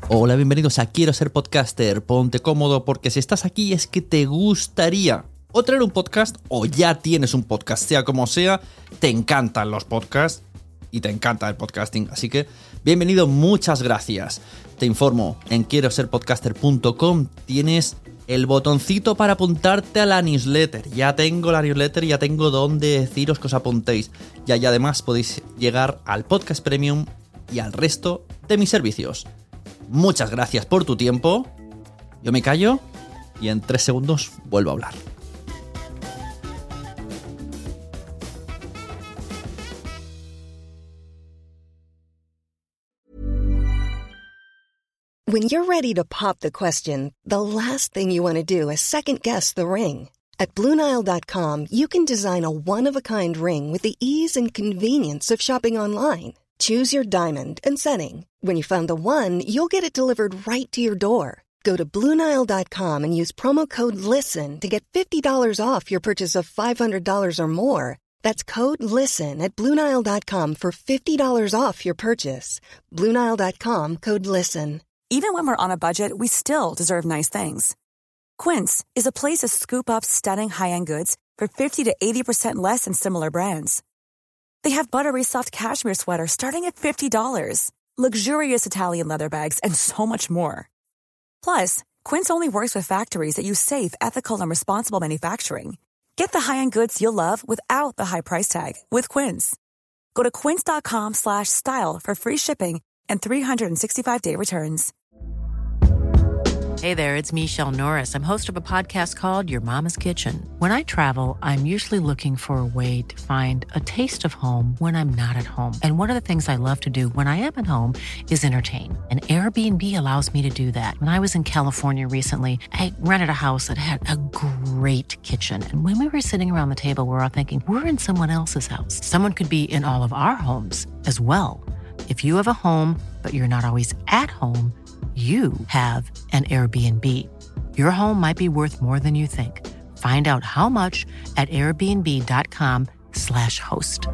Hola, bienvenidos a Quiero Ser Podcaster. Ponte cómodo porque si estás aquí es que te gustaría o traer un podcast o ya tienes un podcast, sea como sea, te encantan los podcasts y te encanta el podcasting. Así que bienvenido, muchas gracias. Te informo, en quiero ser podcaster.com tienes el botoncito para apuntarte a la newsletter. Ya tengo la newsletter, ya tengo donde deciros que os apuntéis. Y además podéis llegar al podcast premium y al resto de mis servicios. Muchas gracias por tu tiempo. Yo me callo y en 3 segundos vuelvo a hablar. When you're ready to pop the question, the last thing you want to do is second-guess the ring. At BlueNile.com, you can design a one-of-a-kind ring with the ease and convenience of shopping online. Choose your diamond and setting. When you find the one, you'll get it delivered right to your door. Go to BlueNile.com and use promo code LISTEN to get $50 off your purchase of $500 or more. That's code LISTEN at BlueNile.com for $50 off your purchase. BlueNile.com, code LISTEN. Even when we're on a budget, we still deserve nice things. Quince is a place to scoop up stunning high-end goods for 50 to 80% less than similar brands. They have buttery soft cashmere sweaters starting at $50, luxurious Italian leather bags, and so much more. Plus, Quince only works with factories that use safe, ethical, and responsible manufacturing. Get the high-end goods you'll love without the high price tag with Quince. Go to quince.com/style for free shipping and 365-day returns. Hey there, it's Michelle Norris. I'm host of a podcast called Your Mama's Kitchen. When I travel, I'm usually looking for a way to find a taste of home when I'm not at home. And one of the things I love to do when I am at home is entertain. And Airbnb allows me to do that. When I was in California recently, I rented a house that had a great kitchen. And when we were sitting around the table, we were all thinking, we're in someone else's house. Someone could be in all of our homes as well. If you have a home, but you're not always at home, you have an Airbnb. Your home might be worth more than you think. Find out how much at airbnb.com/host.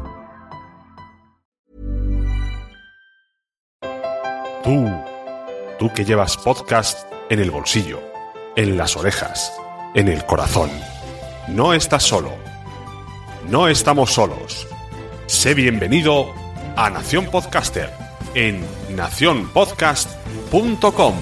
Tú que llevas podcast en el bolsillo, en las orejas, en el corazón. No estás solo. No estamos solos. Sé bienvenido a Nación Podcaster en nacionpodcast.com.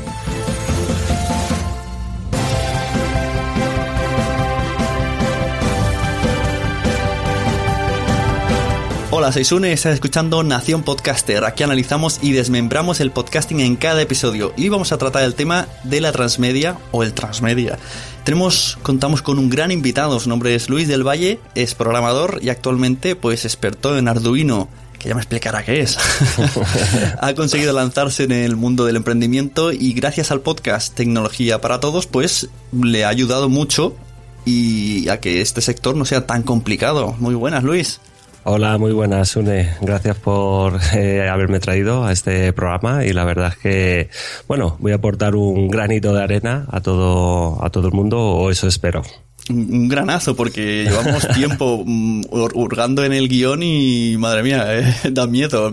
Hola, soy Sune y estás escuchando Nación Podcaster. Aquí analizamos y desmembramos el podcasting en cada episodio. Y hoy vamos a tratar el tema de la transmedia o el transmedia. Contamos con un gran invitado, su nombre es Luis del Valle, es programador y actualmente pues experto en Arduino, que ya me explicará qué es. Ha conseguido lanzarse en el mundo del emprendimiento y gracias al podcast Tecnología para Todos, pues le ha ayudado mucho y a que este sector no sea tan complicado. Muy buenas, Luis. Hola, muy buenas, Sune. Gracias por haberme traído a este programa y la verdad es que, bueno, voy a aportar un granito de arena a todo el mundo, o eso espero. Un granazo, porque llevamos tiempo hurgando en el guión y, madre mía, da miedo.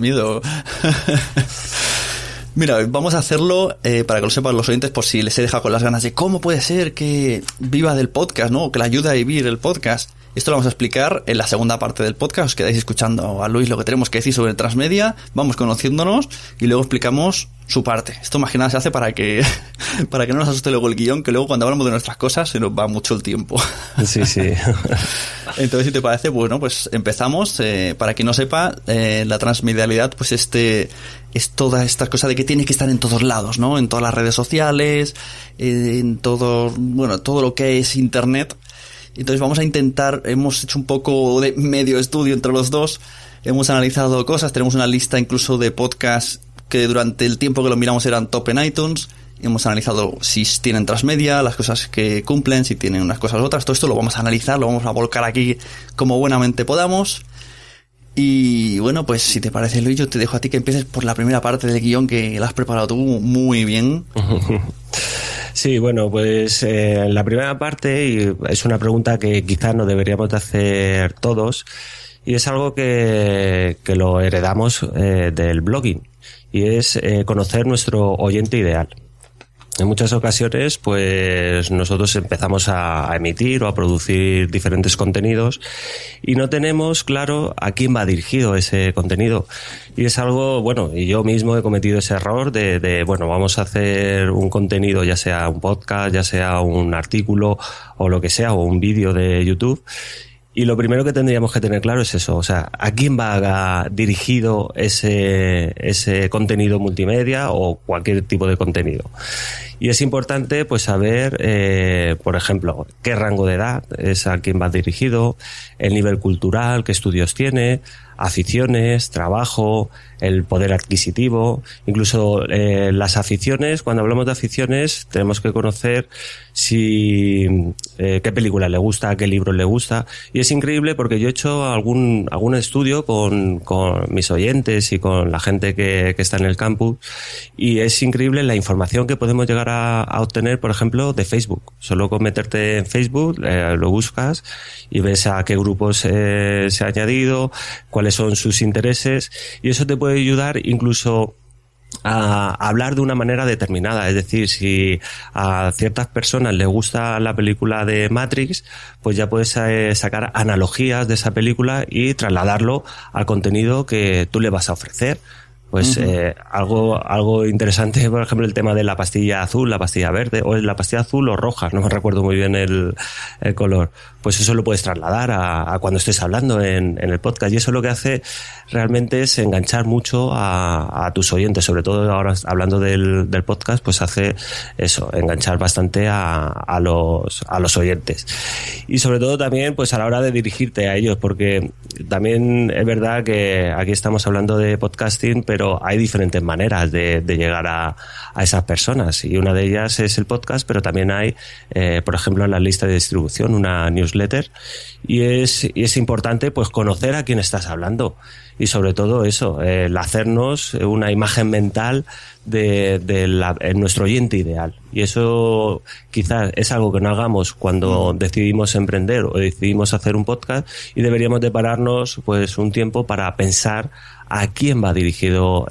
Mira, vamos a hacerlo para que lo sepan los oyentes por si les he dejado con las ganas de cómo puede ser que viva del podcast, ¿no? O que le ayude a vivir el podcast. Esto lo vamos a explicar en la segunda parte del podcast. Os quedáis escuchando a Luis lo que tenemos que decir sobre transmedia, vamos conociéndonos y luego explicamos su parte. Esto más que nada se hace para que no nos asuste luego el guión, que luego cuando hablamos de nuestras cosas se nos va mucho el tiempo. Sí. Entonces, si te parece, bueno, pues empezamos. Para quien no sepa, la transmedialidad pues es toda esta cosa de que tiene que estar en todos lados, ¿no? En todas las redes sociales, en todo lo que es internet. Entonces vamos a intentar, hemos hecho un poco de medio estudio entre los dos, hemos analizado cosas, tenemos una lista incluso de podcasts que durante el tiempo que lo miramos eran top en iTunes, hemos analizado si tienen transmedia, las cosas que cumplen, si tienen unas cosas u otras, todo esto lo vamos a analizar, lo vamos a volcar aquí como buenamente podamos. Y bueno, pues si te parece, Luis, yo te dejo a ti que empieces por la primera parte del guión, que la has preparado tú muy bien. Sí, bueno, pues la primera parte, y es una pregunta que quizás nos deberíamos de hacer todos, y es algo que lo heredamos del blogging, y es conocer nuestro oyente ideal. En muchas ocasiones, pues nosotros empezamos a emitir o a producir diferentes contenidos y no tenemos claro a quién va dirigido ese contenido. Y es algo, bueno, y yo mismo he cometido ese error de bueno, vamos a hacer un contenido, ya sea un podcast, ya sea un artículo o lo que sea, o un vídeo de YouTube. Y lo primero que tendríamos que tener claro es eso, o sea, ¿a quién va dirigido ese contenido multimedia o cualquier tipo de contenido? Y es importante pues saber, por ejemplo, qué rango de edad es a quién va dirigido, el nivel cultural, qué estudios tiene, aficiones, trabajo, el poder adquisitivo, incluso las aficiones. Cuando hablamos de aficiones tenemos que conocer qué película le gusta, qué libro le gusta, y es increíble porque yo he hecho algún estudio con mis oyentes y con la gente que está en el campus, y es increíble la información que podemos llegar a obtener, por ejemplo, de Facebook. Solo con meterte en Facebook, lo buscas y ves a qué grupos se ha añadido, cuáles son sus intereses, y eso te puede ayudar incluso a hablar de una manera determinada. Es decir, si a ciertas personas les gusta la película de Matrix, pues ya puedes sacar analogías de esa película y trasladarlo al contenido que tú le vas a ofrecer. Pues algo interesante, por ejemplo, el tema de la pastilla azul, la pastilla verde, o la pastilla azul o roja, no me recuerdo muy bien el color. Pues eso lo puedes trasladar a cuando estés hablando en el podcast, y eso lo que hace realmente es enganchar mucho a tus oyentes, sobre todo ahora hablando del podcast, pues hace eso, enganchar bastante a los oyentes. Y sobre todo también pues a la hora de dirigirte a ellos, porque también es verdad que aquí estamos hablando de podcasting, pero hay diferentes maneras de llegar a esas personas, y una de ellas es el podcast, pero también hay, por ejemplo, en la lista de distribución, una newsletter, y es importante pues conocer a quién estás hablando, y sobre todo eso, el hacernos una imagen mental de nuestro oyente ideal. Y eso quizás es algo que no hagamos cuando decidimos emprender o decidimos hacer un podcast, y deberíamos de pararnos pues un tiempo para pensar a quién va dirigido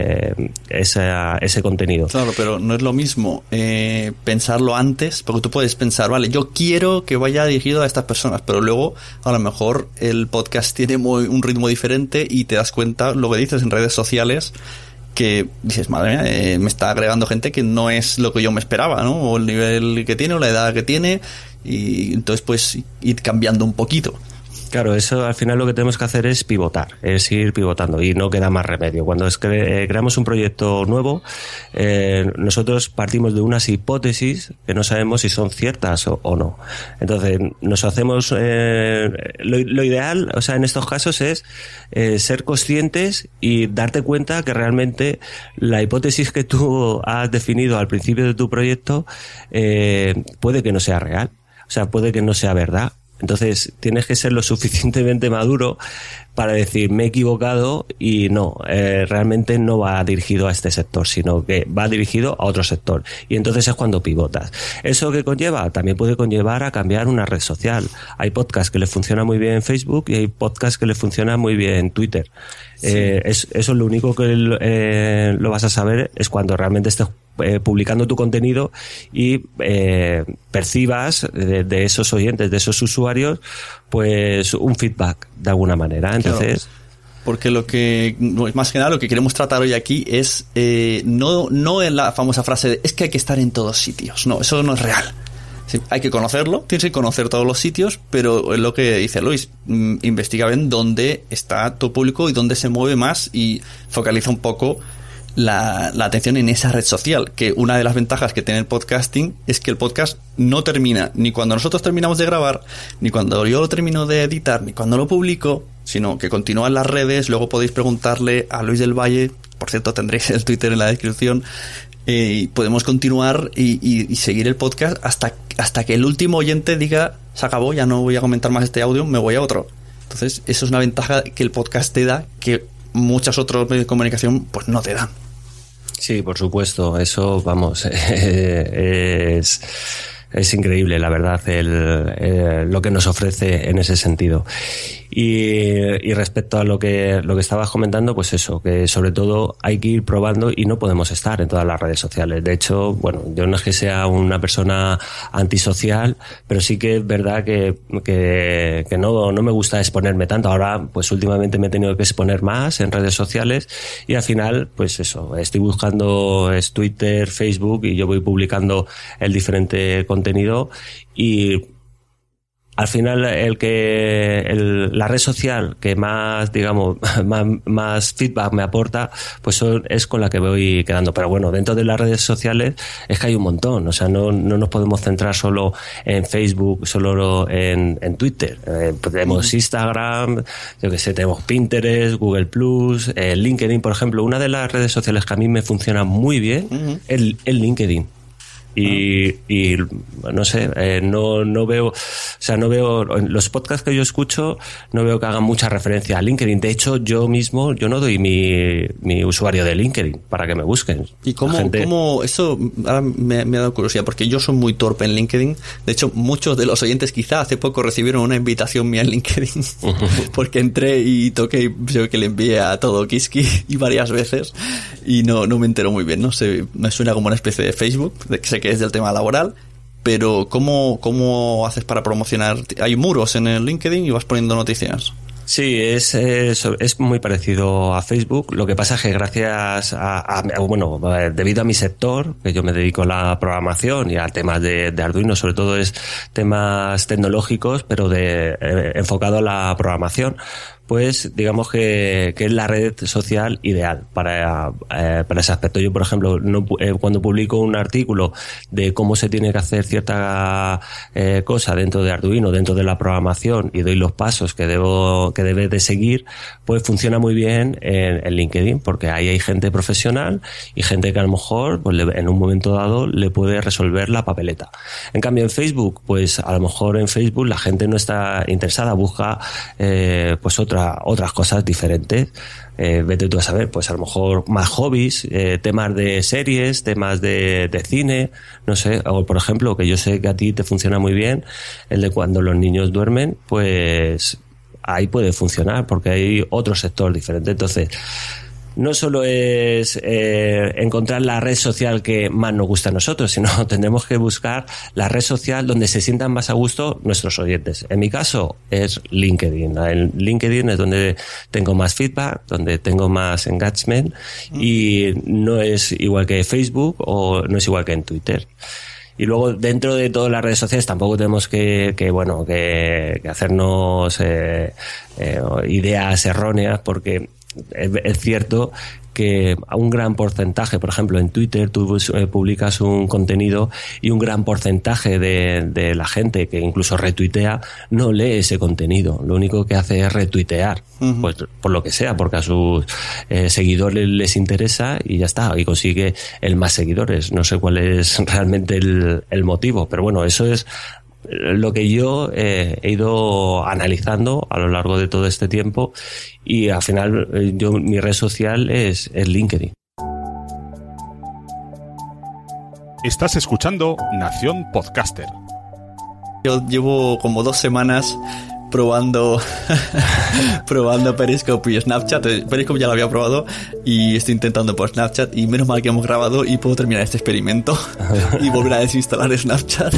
ese contenido. Claro, pero no es lo mismo pensarlo antes, porque tú puedes pensar, vale, yo quiero que vaya dirigido a estas personas, pero luego a lo mejor el podcast tiene un ritmo diferente y te das cuenta, lo que dices en redes sociales, que dices, madre mía, me está agregando gente que no es lo que yo me esperaba, ¿no? O el nivel que tiene, o la edad que tiene, y entonces pues ir cambiando un poquito. Claro, eso al final lo que tenemos que hacer es pivotar, es ir pivotando, y no queda más remedio. Cuando creamos un proyecto nuevo, nosotros partimos de unas hipótesis que no sabemos si son ciertas o no. Entonces, nos hacemos lo ideal, o sea, en estos casos es ser conscientes y darte cuenta que realmente la hipótesis que tú has definido al principio de tu proyecto puede que no sea real, o sea, puede que no sea verdad. Entonces tienes que ser lo suficientemente maduro para decir, me he equivocado, y no, realmente no va dirigido a este sector, sino que va dirigido a otro sector, y entonces es cuando pivotas. ¿Eso qué conlleva? También puede conllevar a cambiar una red social. Hay podcasts que le funciona muy bien en Facebook y hay podcasts que le funciona muy bien en Twitter. Sí. Eso lo único que lo vas a saber es cuando realmente estés publicando tu contenido y percibas de esos oyentes, de esos usuarios, pues un feedback de alguna manera. Entonces, claro, porque más que nada lo que queremos tratar hoy aquí es no en la famosa frase de es que hay que estar en todos sitios. No, eso no es real. Sí, hay que conocerlo, tienes que conocer todos los sitios, pero es lo que dice Luis, investiga bien dónde está tu público y dónde se mueve más, y focaliza un poco la atención en esa red social, que una de las ventajas que tiene el podcasting es que el podcast no termina ni cuando nosotros terminamos de grabar, ni cuando yo lo termino de editar, ni cuando lo publico, sino que continúa en las redes. Luego podéis preguntarle a Luis del Valle, por cierto tendréis el Twitter en la descripción, y podemos continuar y seguir el podcast hasta que el último oyente diga, se acabó, ya no voy a comentar más este audio, me voy a otro. Entonces eso es una ventaja que el podcast te da, que muchos otros medios de comunicación pues no te dan. Sí, por supuesto, eso, vamos, es es increíble, la verdad, lo que nos ofrece en ese sentido. Y respecto a lo que estabas comentando, pues eso, que sobre todo hay que ir probando y no podemos estar en todas las redes sociales. De hecho, bueno, yo no es que sea una persona antisocial, pero sí que es verdad que no me gusta exponerme tanto. Ahora, pues últimamente me he tenido que exponer más en redes sociales y al final, pues eso, estoy buscando Twitter, Facebook y yo voy publicando el diferente contenido y al final la red social que más, digamos, más feedback me aporta, pues es con la que voy quedando. Pero bueno, dentro de las redes sociales es que hay un montón. O sea, no nos podemos centrar solo en Facebook, solo en Twitter. Tenemos Instagram, yo que sé, tenemos Pinterest, Google+, LinkedIn, por ejemplo. Una de las redes sociales que a mí me funciona muy bien es LinkedIn. Y no sé, no veo, o sea, no veo los podcasts que yo escucho, no veo que hagan mucha referencia a LinkedIn. De hecho, yo no doy mi usuario de LinkedIn para que me busquen. ¿Y cómo eso ahora me ha dado curiosidad? Porque yo soy muy torpe en LinkedIn. De hecho, muchos de los oyentes quizá hace poco recibieron una invitación mía en LinkedIn porque entré y toqué y veo que le envié a todo Kiski y varias veces y no me entero muy bien. No sé, me suena como una especie de Facebook, sé que es del tema laboral, pero ¿cómo haces para promocionar? Hay muros en el LinkedIn y vas poniendo noticias. Sí, es muy parecido a Facebook. Lo que pasa es que gracias debido a mi sector, que yo me dedico a la programación y a temas de Arduino, sobre todo es temas tecnológicos, pero enfocado a la programación, pues digamos que es la red social ideal para ese aspecto. Yo, por ejemplo, cuando publico un artículo de cómo se tiene que hacer cierta cosa dentro de Arduino, dentro de la programación, y doy los pasos que debe de seguir, pues funciona muy bien en LinkedIn, porque ahí hay gente profesional y gente que a lo mejor pues en un momento dado le puede resolver la papeleta. En cambio, en Facebook, pues a lo mejor en Facebook la gente no está interesada, busca pues otras cosas diferentes. Vete tú a saber, pues a lo mejor más hobbies, temas de series, temas de cine, no sé. O por ejemplo, que yo sé que a ti te funciona muy bien el de cuando los niños duermen, pues ahí puede funcionar porque hay otro sector diferente. Entonces, no solo es encontrar la red social que más nos gusta a nosotros, sino tendremos que buscar la red social donde se sientan más a gusto nuestros oyentes. En mi caso es LinkedIn. En LinkedIn es donde tengo más feedback, donde tengo más engagement y no es igual que Facebook o no es igual que en Twitter. Y luego, dentro de todas las redes sociales, tampoco tenemos que hacernos ideas erróneas, porque es cierto que a un gran porcentaje, por ejemplo, en Twitter tú publicas un contenido y un gran porcentaje de la gente que incluso retuitea no lee ese contenido. Lo único que hace es retuitear, pues por lo que sea, porque a sus seguidores les interesa y ya está, y consigue el más seguidores. No sé cuál es realmente el motivo, pero bueno, eso es lo que yo he ido analizando a lo largo de todo este tiempo y al final mi red social es LinkedIn. Estás escuchando Nación Podcaster. Yo llevo como 2 semanas probando Periscope y Snapchat. Periscope ya lo había probado y estoy intentando por Snapchat y menos mal que hemos grabado y puedo terminar este experimento y volver a desinstalar Snapchat.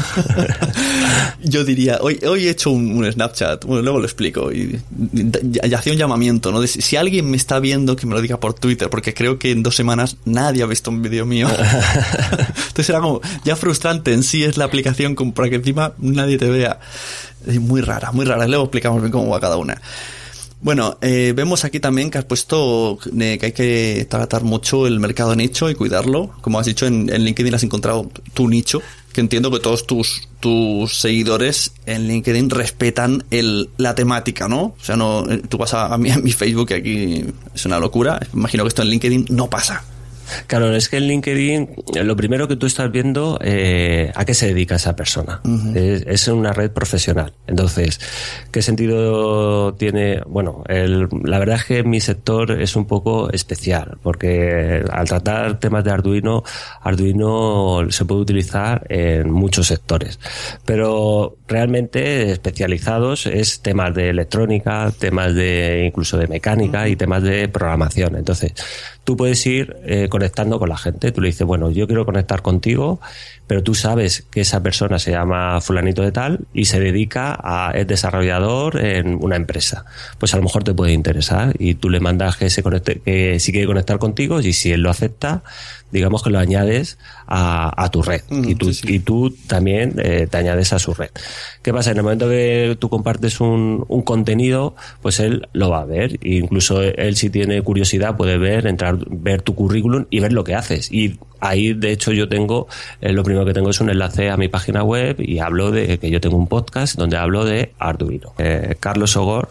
Yo diría, hoy he hecho un Snapchat, bueno, luego lo explico y hacía un llamamiento, ¿no? Si alguien me está viendo, que me lo diga por Twitter, porque creo que en 2 semanas nadie ha visto un vídeo mío. Entonces era como, ya frustrante en sí es la aplicación para que encima nadie te vea. Es muy rara, luego explicamos bien cómo va cada una. Bueno, vemos aquí también que has puesto que hay que tratar mucho el mercado nicho y cuidarlo. Como has dicho, en LinkedIn has encontrado tu nicho, que entiendo que todos tus seguidores en LinkedIn respetan la temática, ¿no? O sea, no, tú vas a mi Facebook, que aquí es una locura. Imagino que esto en LinkedIn no pasa. Claro, es que en LinkedIn lo primero que tú estás viendo a qué se dedica esa persona. Es una red profesional. Entonces, ¿qué sentido tiene? Bueno, la verdad es que mi sector es un poco especial porque al tratar temas de Arduino se puede utilizar en muchos sectores. Pero realmente especializados es temas de electrónica, temas de incluso de mecánica y temas de programación. Entonces, tú puedes ir conectando con la gente. Tú le dices, bueno, yo quiero conectar contigo, pero tú sabes que esa persona se llama fulanito de tal y se dedica es desarrollador en una empresa. Pues a lo mejor te puede interesar y tú le mandas que si quiere conectar contigo y si él lo acepta, digamos que lo añades a tu red y tú también te añades a su red. ¿Qué pasa? En el momento que tú compartes un contenido, pues él lo va a ver. E incluso él, si tiene curiosidad, puede ver tu currículum y ver lo que haces. Y ahí, de hecho, yo tengo, lo primero que tengo es un enlace a mi página web y hablo de que yo tengo un podcast donde hablo de Arduino. Carlos Sogor,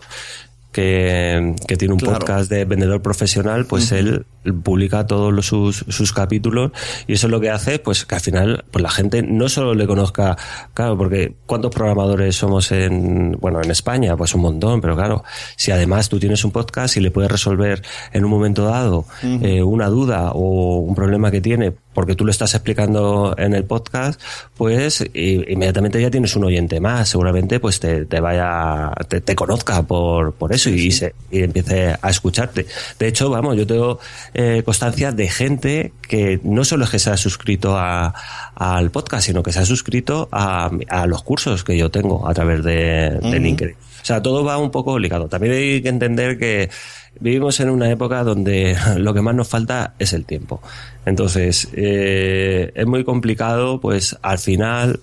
que tiene un podcast de vendedor profesional, pues él publica todos sus capítulos y eso es lo que hace, pues que al final pues la gente no solo le conozca, claro, porque ¿cuántos programadores somos en España? Pues un montón, pero claro, si además tú tienes un podcast y le puedes resolver en un momento dado una duda o un problema que tiene porque tú lo estás explicando en el podcast, pues inmediatamente ya tienes un oyente más, seguramente pues te conozca por eso y empiece a escucharte. De hecho, vamos, yo tengo constancia de gente que no solo es que se ha suscrito al podcast, sino que se ha suscrito a los cursos que yo tengo a través de LinkedIn. O sea, todo va un poco ligado. También hay que entender que vivimos en una época donde lo que más nos falta es el tiempo. Entonces, es muy complicado, pues al final,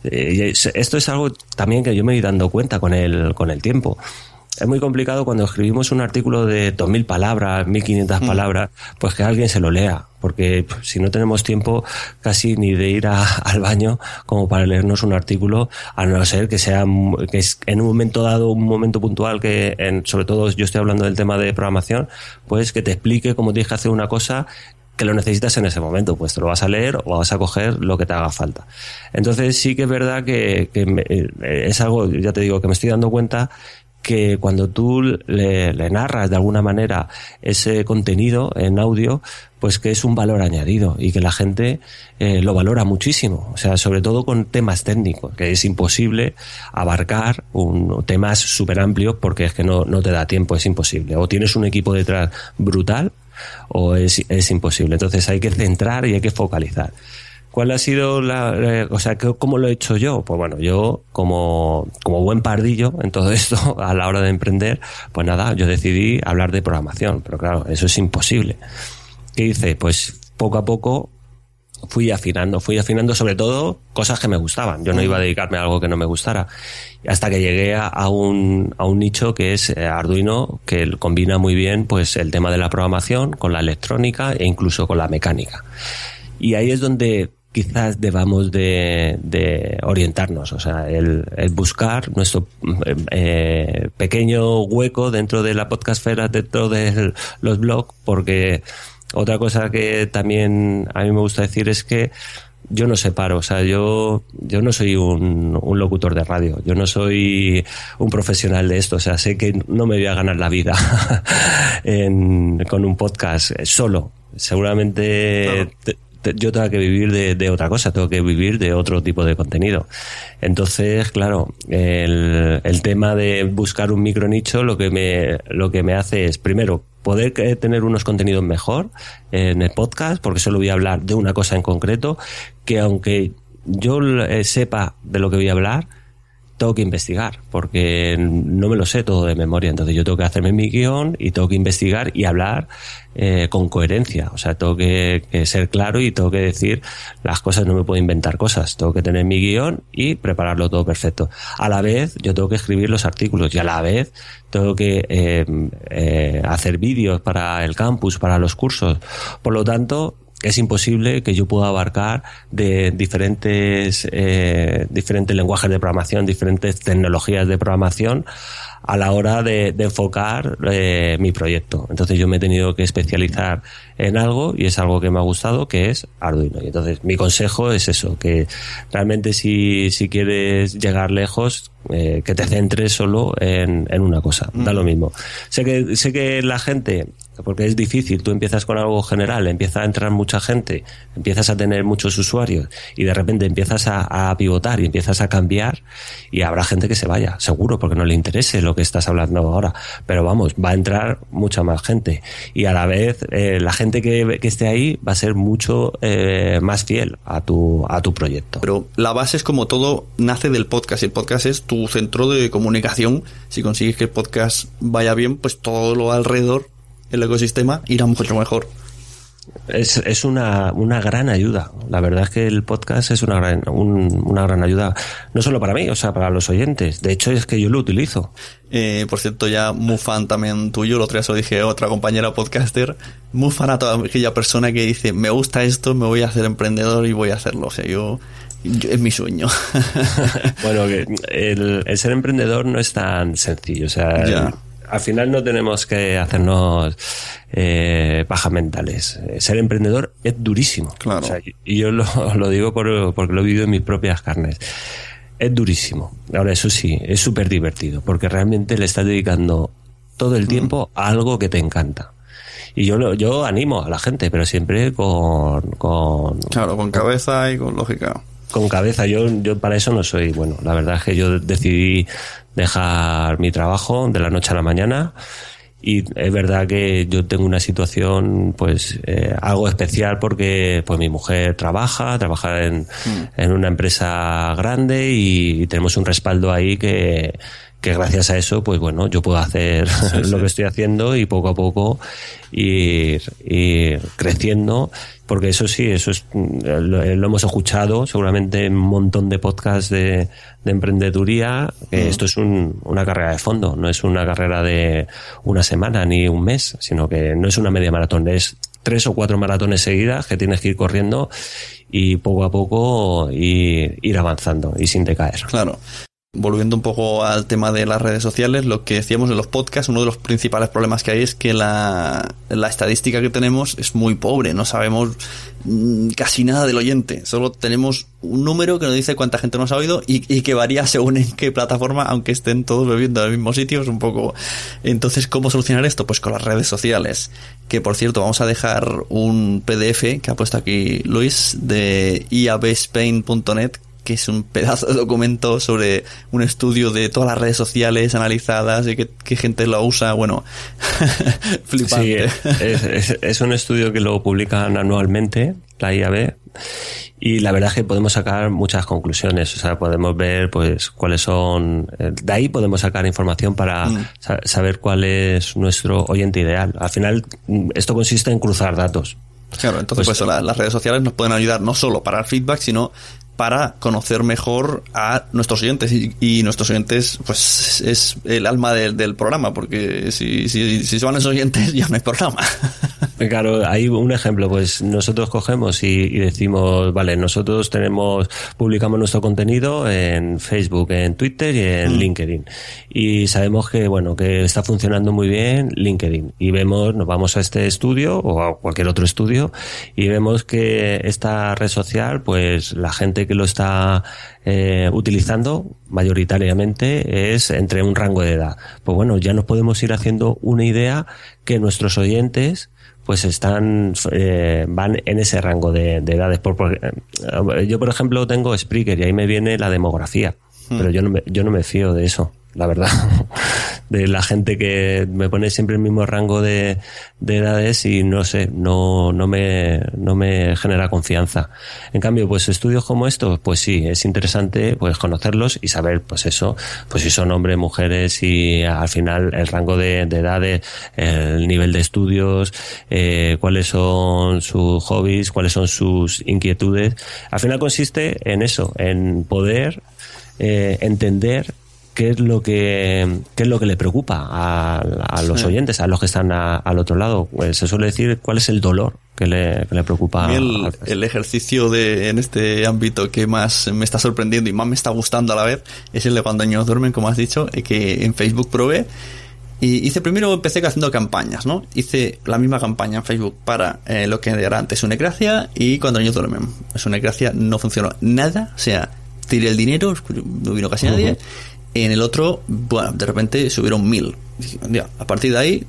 esto es algo también que yo me voy dando cuenta con el tiempo. Es muy complicado cuando escribimos un artículo de 2.000 palabras, 1.500 palabras, pues que alguien se lo lea. Porque si no tenemos tiempo casi ni de ir al baño como para leernos un artículo, a no ser que es en un momento dado, un momento puntual, sobre todo yo estoy hablando del tema de programación, pues que te explique cómo tienes que hacer una cosa que lo necesitas en ese momento, pues te lo vas a leer o vas a coger lo que te haga falta. Entonces sí que es verdad que es algo, ya te digo, que me estoy dando cuenta que cuando tú le narras de alguna manera ese contenido en audio, pues que es un valor añadido y que la gente lo valora muchísimo. O sea, sobre todo con temas técnicos, que es imposible abarcar temas súper amplios porque es que no te da tiempo, es imposible. O tienes un equipo detrás brutal o es imposible. Entonces hay que centrar y hay que focalizar. ¿Cuál ha sido cómo lo he hecho yo? Pues bueno, yo como buen pardillo en todo esto, a la hora de emprender, pues nada, yo decidí hablar de programación, pero claro, eso es imposible. ¿Qué hice? Pues poco a poco fui afinando sobre todo cosas que me gustaban. Yo no iba a dedicarme a algo que no me gustara. Hasta que llegué a un nicho que es Arduino, que combina muy bien pues el tema de la programación con la electrónica e incluso con la mecánica. Y ahí es donde quizás debamos de orientarnos, o sea, el buscar nuestro pequeño hueco dentro de la podcastfera, dentro de los blogs, porque otra cosa que también a mí me gusta decir es que yo no separo, o sea, yo no soy un locutor de radio, yo no soy un profesional de esto, o sea, sé que no me voy a ganar la vida con un podcast solo. Seguramente yo tengo que vivir de otra cosa, tengo que vivir de otro tipo de contenido. Entonces, claro, el tema de buscar un micronicho lo que me hace es, primero, poder tener unos contenidos mejor en el podcast, porque solo voy a hablar de una cosa en concreto, que aunque yo sepa de lo que voy a hablar, tengo que investigar, porque no me lo sé todo de memoria. Entonces yo tengo que hacerme mi guión y tengo que investigar y hablar con coherencia. O sea, tengo que ser claro y tengo que decir las cosas, no me puedo inventar cosas. Tengo que tener mi guión y prepararlo todo perfecto. A la vez, yo tengo que escribir los artículos y a la vez tengo que hacer vídeos para el campus, para los cursos. Por lo tanto, es imposible que yo pueda abarcar de diferentes lenguajes de programación, diferentes tecnologías de programación a la hora de enfocar mi proyecto. Entonces yo me he tenido que especializar en algo y es algo que me ha gustado, que es Arduino. Y entonces mi consejo es eso, que realmente si quieres llegar lejos, que te centres solo en una cosa, da lo mismo. Sé que la gente, porque es difícil, tú empiezas con algo general, empieza a entrar mucha gente, empiezas a tener muchos usuarios y de repente empiezas a pivotar y empiezas a cambiar y habrá gente que se vaya, seguro, porque no le interese lo que estás hablando ahora, pero vamos, va a entrar mucha más gente y a la vez la gente que esté ahí va a ser mucho más fiel a tu proyecto. Pero la base es como todo, nace del podcast y el podcast es tu centro de comunicación. Si consigues que el podcast vaya bien, pues todo lo alrededor, el ecosistema, irá mucho mejor. Es una gran ayuda. La verdad es que el podcast es una gran ayuda, no solo para mí, o sea, para los oyentes. De hecho, es que yo lo utilizo. Por cierto, ya muy fan también tuyo. El otro día se lo dije a otra compañera podcaster. Muy fan a toda aquella persona que dice, me gusta esto, me voy a hacer emprendedor y voy a hacerlo. O sea, yo es mi sueño. Bueno, que el ser emprendedor no es tan sencillo. O sea, al final no tenemos que hacernos pajas mentales. Ser emprendedor es durísimo. Claro. O sea, y yo lo digo porque lo he vivido en mis propias carnes. Es durísimo. Ahora, eso sí, es súper divertido, porque realmente le estás dedicando todo el tiempo a algo que te encanta. Y yo animo a la gente, pero siempre con cabeza y con lógica. Con cabeza. Yo para eso no soy bueno. La verdad es que yo decidí dejar mi trabajo de la noche a la mañana y es verdad que yo tengo una situación pues algo especial porque pues mi mujer trabaja en una empresa grande y tenemos un respaldo ahí que gracias a eso, pues bueno, yo puedo hacer lo que estoy haciendo y poco a poco ir creciendo, porque eso sí, eso es lo hemos escuchado seguramente en un montón de podcasts de emprendeduría, que esto es una carrera de fondo, no es una carrera de una semana ni un mes, sino que no es una media maratón, es 3 o 4 maratones seguidas que tienes que ir corriendo y poco a poco ir avanzando y sin decaer. Claro. Volviendo un poco al tema de las redes sociales, lo que decíamos en los podcasts, uno de los principales problemas que hay es que la estadística que tenemos es muy pobre, no sabemos casi nada del oyente, solo tenemos un número que nos dice cuánta gente nos ha oído y que varía según en qué plataforma, aunque estén todos bebiendo en el mismo sitio, es un poco... Entonces, ¿cómo solucionar esto? Pues con las redes sociales, que por cierto vamos a dejar un PDF que ha puesto aquí Luis de iabspain.net, que es un pedazo de documento sobre un estudio de todas las redes sociales analizadas y qué gente lo usa. Bueno, flipante. Sí, es un estudio que lo publican anualmente, la IAB, y la verdad es que podemos sacar muchas conclusiones. O sea, podemos ver pues cuáles son... De ahí podemos sacar información para saber cuál es nuestro oyente ideal. Al final, esto consiste en cruzar datos. Claro, entonces pues las redes sociales nos pueden ayudar no solo para el feedback, sino para conocer mejor a nuestros oyentes y nuestros oyentes pues es el alma del programa, porque si se van los oyentes ya no hay programa. Claro, hay un ejemplo, pues nosotros cogemos y decimos, vale, nosotros publicamos nuestro contenido en Facebook, en Twitter y en LinkedIn, y sabemos que bueno, que está funcionando muy bien LinkedIn, y nos vamos a este estudio o a cualquier otro estudio y vemos que esta red social, pues la gente que lo está utilizando mayoritariamente es entre un rango de edad. Pues bueno, ya nos podemos ir haciendo una idea que nuestros oyentes pues van en ese rango de edades. Yo, por ejemplo, tengo Spreaker y ahí me viene la demografía, pero yo no me fío de eso, la verdad. De la gente que me pone siempre el mismo rango de edades y no sé, no me genera confianza. En cambio, pues estudios como estos, pues sí, es interesante pues conocerlos y saber pues eso, pues si son hombres, mujeres y al final el rango de edades, el nivel de estudios, cuáles son sus hobbies, cuáles son sus inquietudes. Al final consiste en eso, en poder entender qué es lo que le preocupa a los oyentes, a los que están al otro lado. Pues se suele decir cuál es el dolor que le preocupa. A mí el ejercicio en este ámbito que más me está sorprendiendo y más me está gustando a la vez es el de cuando niños duermen, como has dicho, que en Facebook probé. Y empecé haciendo campañas, ¿no? Hice la misma campaña en Facebook para lo que era antes Sunecracia y cuando niños duermen. Sunecracia no funcionó nada, o sea, tiré el dinero, no vino casi nadie. En el otro, bueno, de repente subieron 1000. A partir de ahí,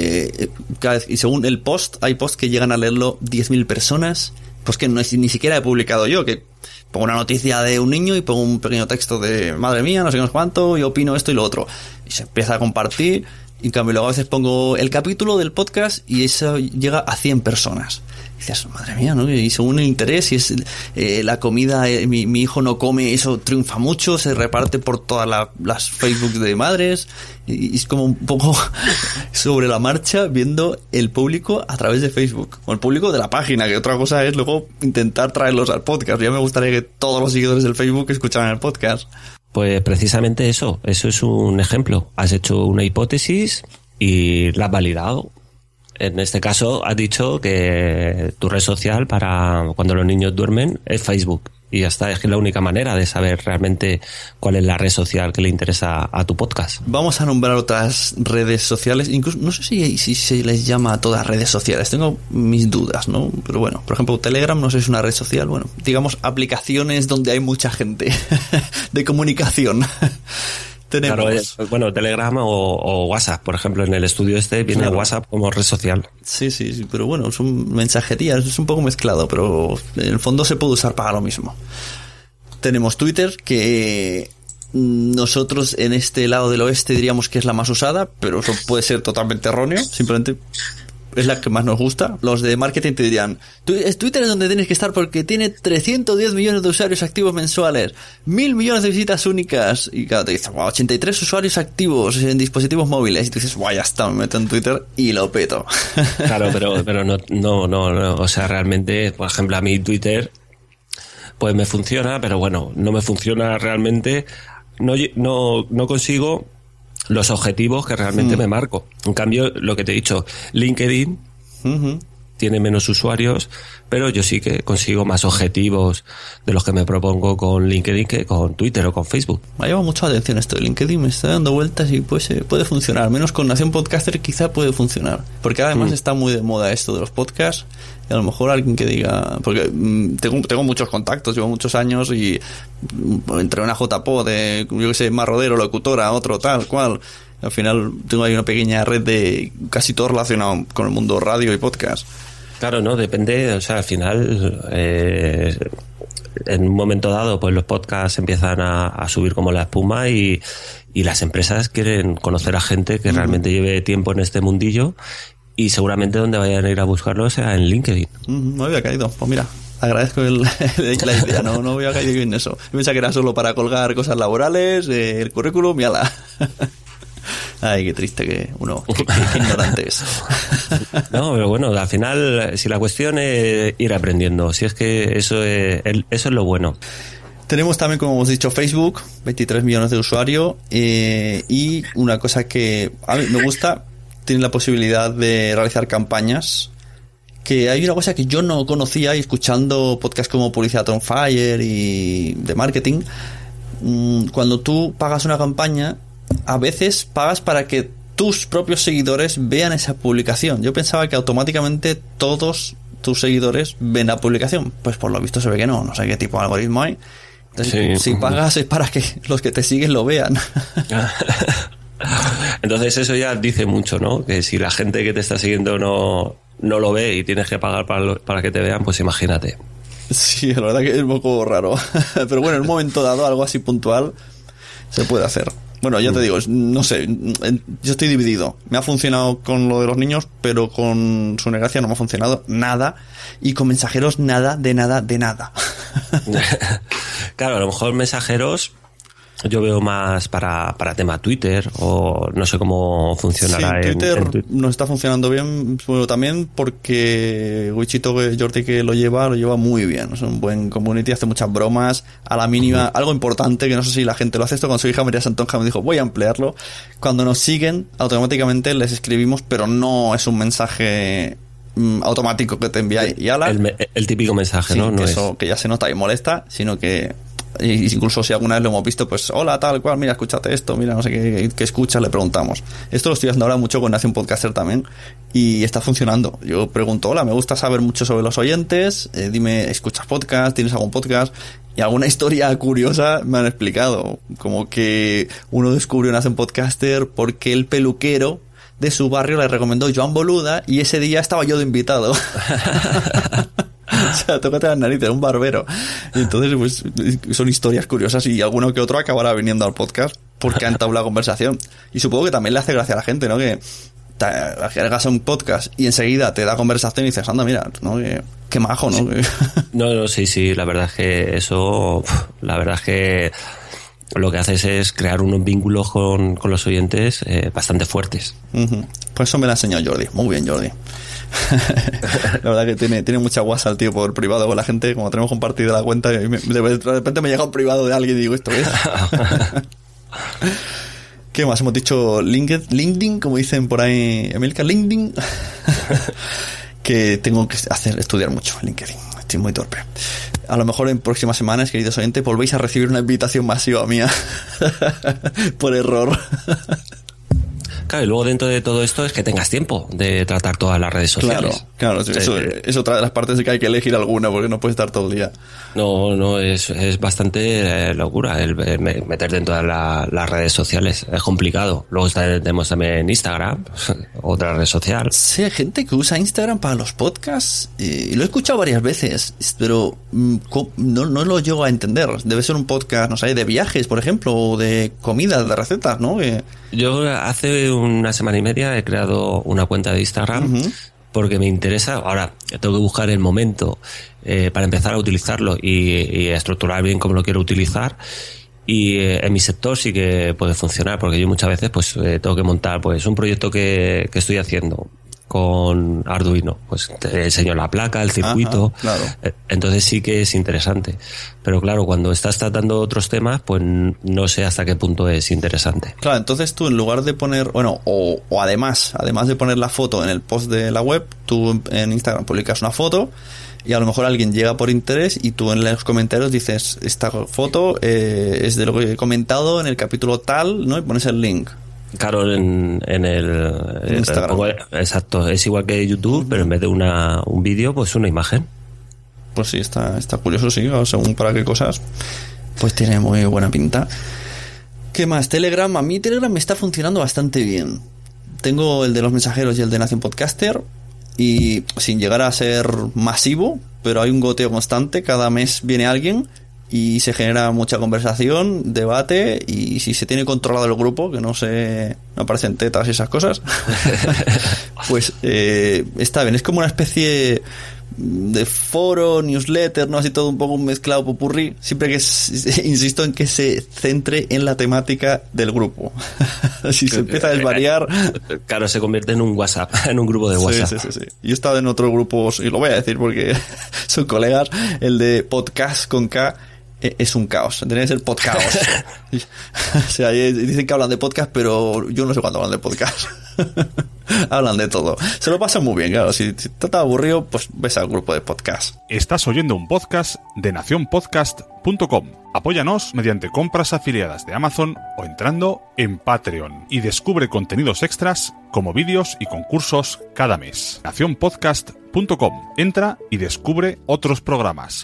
cada vez, y según el post, hay posts que llegan a leerlo 10.000 personas, pues que no es, ni siquiera he publicado yo, que pongo una noticia de un niño y pongo un pequeño texto de madre mía, no sé cuánto, yo opino esto y lo otro. Y se empieza a compartir, y en cambio luego a veces pongo el capítulo del podcast y eso llega a 100 personas. Y dices, madre mía, ¿no? Y según el interés, si es la comida, mi hijo no come, eso triunfa mucho, se reparte por todas las Facebook de madres, y es como un poco sobre la marcha viendo el público a través de Facebook, o el público de la página, que otra cosa es luego intentar traerlos al podcast. Ya me gustaría que todos los seguidores del Facebook escucharan el podcast. Pues precisamente eso es un ejemplo. Has hecho una hipótesis y la has validado. En este caso has dicho que tu red social para cuando los niños duermen es Facebook. Y ya está, es que es la única manera de saber realmente cuál es la red social que le interesa a tu podcast. Vamos a nombrar otras redes sociales, incluso no sé si se les llama a todas redes sociales, tengo mis dudas, ¿no? Pero bueno, por ejemplo, Telegram no sé si es una red social, bueno, digamos aplicaciones donde hay mucha gente de comunicación. Tenemos. Claro, bueno, Telegram o WhatsApp, por ejemplo, en el estudio viene WhatsApp como red social. Sí, pero bueno, son mensajerías, es un poco mezclado, pero en el fondo se puede usar para lo mismo. Tenemos Twitter, que nosotros en este lado del oeste diríamos que es la más usada, pero eso puede ser totalmente erróneo, simplemente es la que más nos gusta. Los de marketing te dirían, Twitter es donde tienes que estar porque tiene 310 millones de usuarios activos mensuales, 1.000 millones de visitas únicas, y claro, te dicen, 83 usuarios activos en dispositivos móviles, y tú dices, ya está, me meto en Twitter y lo peto. Claro, pero no, o sea, realmente, por ejemplo, a mí Twitter pues me funciona, pero bueno, no me funciona realmente, no consigo los objetivos que realmente me marco. En cambio, lo que te he dicho, LinkedIn tiene menos usuarios, pero yo sí que consigo más objetivos de los que me propongo con LinkedIn que con Twitter o con Facebook. Me ha llamado mucho la atención esto de LinkedIn, me está dando vueltas y pues puede funcionar, al menos con Nación Podcaster quizá puede funcionar, porque además está muy de moda esto de los podcasts, y a lo mejor alguien que diga, porque tengo muchos contactos, llevo muchos años y entre una JPO de, yo que sé, Marrodero, locutora, otro tal cual, al final tengo ahí una pequeña red de casi todo relacionado con el mundo radio y podcast. Claro, no, depende, o sea, al final en un momento dado pues los podcasts empiezan a subir como la espuma y las empresas quieren conocer a gente que realmente lleve tiempo en este mundillo, y seguramente donde vayan a ir a buscarlo sea en LinkedIn. No había caído, pues mira, agradezco la idea, no había caído yo en eso. Yo pensaba que era solo para colgar cosas laborales, el currículum y ala. Ay, qué triste que uno, qué ignorante es. No, pero bueno, al final, si la cuestión es ir aprendiendo, si es que eso es lo bueno. Tenemos también, como hemos dicho, Facebook, 23 millones de usuarios, y una cosa que a mí me gusta, tiene la posibilidad de realizar campañas, que hay una cosa que yo no conocía, y escuchando podcasts como Publicidad on Fire y de marketing, cuando tú pagas una campaña, a veces pagas para que tus propios seguidores vean esa publicación. Yo pensaba que automáticamente todos tus seguidores ven la publicación. Pues por lo visto se ve que no sé qué tipo de algoritmo hay. Entonces, si pagas es para que los que te siguen lo vean. Entonces eso ya dice mucho, ¿no? Que si la gente que te está siguiendo no lo ve y tienes que pagar para que te vean, pues imagínate. Sí, la verdad que es un poco raro. Pero bueno, en un momento dado, algo así puntual se puede hacer. Bueno, ya te digo, no sé, yo estoy dividido. Me ha funcionado con lo de los niños, pero con Sunecracia no me ha funcionado nada. Y con mensajeros nada, de nada. Claro, a lo mejor mensajeros yo veo más para tema Twitter, o no sé cómo funcionará. Sí, Twitter nos está funcionando bien, bueno, también porque Wichito Jordi, que lo lleva muy bien. Es un buen community, hace muchas bromas a la mínima. Algo importante que no sé si la gente lo hace, esto cuando su hija María Santonja me dijo voy a emplearlo. Cuando nos siguen, automáticamente les escribimos, pero no es un mensaje automático que te envía y ala. El típico mensaje, Sí, ¿no? No eso es... que ya se nota y molesta, sino que incluso si alguna vez lo hemos visto, pues hola, tal cual, mira, escúchate esto, mira, no sé qué escuchas, le preguntamos. Esto lo estoy haciendo ahora mucho con Nación Podcaster también y está funcionando. Yo pregunto, hola, me gusta saber mucho sobre los oyentes, dime, ¿escuchas podcast? ¿Tienes algún podcast? Y alguna historia curiosa me han explicado, como que uno descubrió Nación Podcaster porque el peluquero de su barrio le recomendó Joan Boluda y ese día estaba yo de invitado. O sea, tócate las narices, un barbero. Y entonces, pues, son historias curiosas y alguno que otro acabará viniendo al podcast porque han entablado conversación. Y supongo que también le hace gracia a la gente, ¿no? Que te agregas a un podcast y enseguida te da conversación y dices, anda, mira, ¿no? Qué majo, ¿no? Sí. No, sí, la verdad es que eso, la verdad es que lo que haces es crear unos vínculos con los oyentes bastante fuertes. Uh-huh. Pues eso me lo ha enseñado Jordi. Muy bien, Jordi. La verdad que tiene mucha guasa el tío por privado con la gente, como tenemos compartido la cuenta, y de repente me llega un privado de alguien y digo, ¿esto qué es? ¿Qué más? Hemos dicho LinkedIn, como dicen por ahí, Emilka, LinkedIn. Que tengo que estudiar mucho LinkedIn, estoy muy torpe. A lo mejor en próximas semanas, queridos oyentes, volvéis a recibir una invitación masiva mía por error. Claro, y luego dentro de todo esto es que tengas tiempo de tratar todas las redes sociales. Claro, eso es otra de las partes de que hay que elegir alguna, porque no puedes estar todo el día. No, es bastante locura el meter dentro de las redes sociales. Es complicado. Luego tenemos también Instagram, otra red social. Sí, hay gente que usa Instagram para los podcasts y lo he escuchado varias veces, pero no lo llego a entender. Debe ser un podcast, no sé, de viajes, por ejemplo, o de comidas, de recetas, ¿no? Yo hace una semana y media he creado una cuenta de Instagram. Uh-huh. Porque me interesa. Ahora tengo que buscar el momento para empezar a utilizarlo y estructurar bien cómo lo quiero utilizar. Y en mi sector sí que puede funcionar, porque yo muchas veces pues tengo que montar pues un proyecto que estoy haciendo con Arduino, pues te enseño la placa, el circuito. Ajá, claro. Entonces sí que es interesante, pero claro, cuando estás tratando otros temas, pues no sé hasta qué punto es interesante. Claro, entonces tú en lugar de poner, bueno, o además de poner la foto en el post de la web, tú en Instagram publicas una foto y a lo mejor alguien llega por interés y tú en los comentarios dices, esta foto es de lo que he comentado en el capítulo tal, ¿no? Y pones el link. Claro, en Instagram. Exacto, es igual que YouTube, pero en vez de un vídeo, pues una imagen. Pues sí, está curioso, sí, según para qué cosas, pues tiene muy buena pinta. ¿Qué más? Telegram, a mí Telegram me está funcionando bastante bien. Tengo el de los mensajeros y el de Nación Podcaster, y sin llegar a ser masivo, pero hay un goteo constante, cada mes viene alguien y se genera mucha conversación, debate, y si se tiene controlado el grupo, que no aparecen tetas y esas cosas, pues está bien. Es como una especie de foro, newsletter, ¿no? Así todo un poco un mezclado popurrí, siempre que insisto en que se centre en la temática del grupo. Si se empieza a desvariar, claro, se convierte en un WhatsApp, en un grupo de WhatsApp. Sí. Yo he estado en otros grupos, y lo voy a decir porque son colegas, el de podcast con K es un caos, tendría que ser podcast. O sea, dicen que hablan de podcast, pero yo no sé cuándo hablan de podcast. Hablan de todo. Se lo pasan muy bien, claro. Si te está aburrido, pues ves al grupo de podcast. Estás oyendo un podcast de nacionpodcast.com. Apóyanos mediante compras afiliadas de Amazon o entrando en Patreon y descubre contenidos extras como vídeos y concursos cada mes. nacionpodcast.com. Entra y descubre otros programas.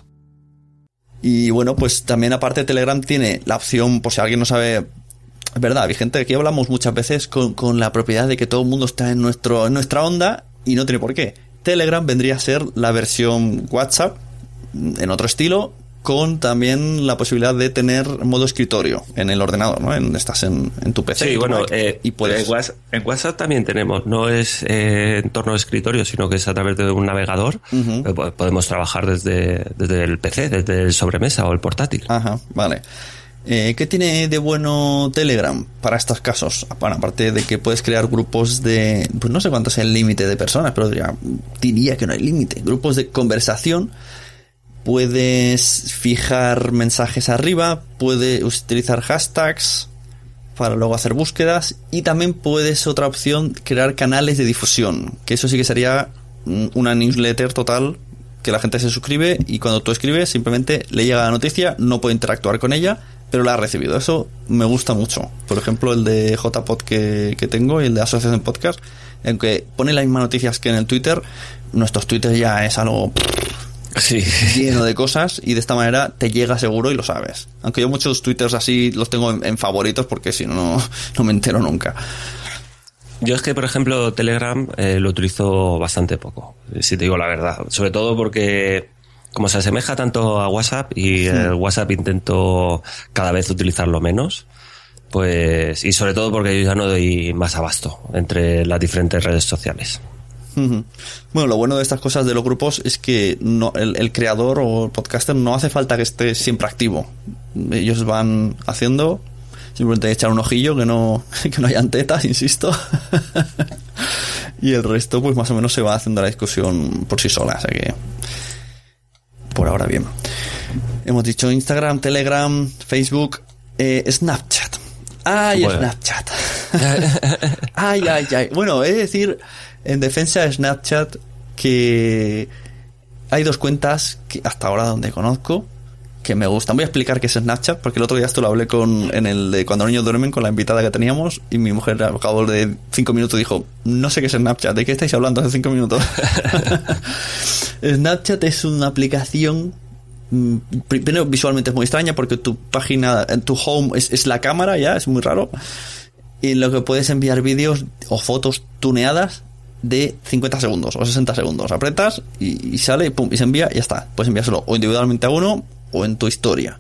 Y bueno, pues también aparte Telegram tiene la opción, por si alguien no sabe, es verdad, hay gente, aquí hablamos muchas veces con la propiedad de que todo el mundo está en nuestra onda y no tiene por qué. Telegram vendría a ser la versión WhatsApp en otro estilo, con también la posibilidad de tener modo escritorio en el ordenador, ¿no? Estás en tu PC. Sí, bueno, y puedes... en WhatsApp también tenemos, no es en torno a escritorio, sino que es a través de un navegador. Uh-huh. Podemos trabajar desde el PC, desde el sobremesa o el portátil. Ajá, vale. ¿Qué tiene de bueno Telegram para estos casos? Bueno, aparte de que puedes crear grupos de... Pues no sé cuánto es el límite de personas, pero diría que no hay límite. Grupos de conversación. Puedes fijar mensajes arriba, puedes utilizar hashtags para luego hacer búsquedas, y también puedes, otra opción, crear canales de difusión, que eso sí que sería una newsletter total que la gente se suscribe y cuando tú escribes simplemente le llega la noticia, no puede interactuar con ella, pero la ha recibido. Eso me gusta mucho. Por ejemplo, el de JPod que tengo y el de Asociación Podcast, aunque pone las mismas noticias que en el Twitter, nuestros Twitter ya es algo lleno de cosas y de esta manera te llega seguro y lo sabes. Aunque yo muchos Twitters así los tengo en favoritos porque si no me entero nunca. Yo es que, por ejemplo, Telegram lo utilizo bastante poco, si te digo la verdad. Sobre todo porque, como se asemeja tanto a WhatsApp y el WhatsApp intento cada vez utilizarlo menos, pues, y sobre todo porque yo ya no doy más abasto entre las diferentes redes sociales. Bueno, lo bueno de estas cosas de los grupos es que no, el creador o el podcaster no hace falta que esté siempre activo. Ellos van haciendo... Simplemente echar un ojillo, que no hayan tetas, insisto. Y el resto, pues más o menos se va haciendo la discusión por sí sola. O sea que, por ahora bien. Hemos dicho Instagram, Telegram, Facebook, Snapchat. ¡Ay, bueno. Snapchat! ¡Ay! Bueno, he de decir, en defensa de Snapchat, que hay dos cuentas que hasta ahora donde conozco que me gustan. Voy a explicar qué es Snapchat, porque el otro día esto lo hablé en el de Cuando los niños duermen, con la invitada que teníamos, y mi mujer al cabo de 5 minutos dijo, no sé qué es Snapchat, ¿de qué estáis hablando hace 5 minutos? Snapchat es una aplicación, primero visualmente es muy extraña, porque tu página, tu home es la cámara, ya, es muy raro, y en lo que puedes enviar vídeos o fotos tuneadas de 50 segundos o 60 segundos. Apretas y sale, pum, y se envía y ya está. Puedes enviárselo o individualmente a uno o en tu historia.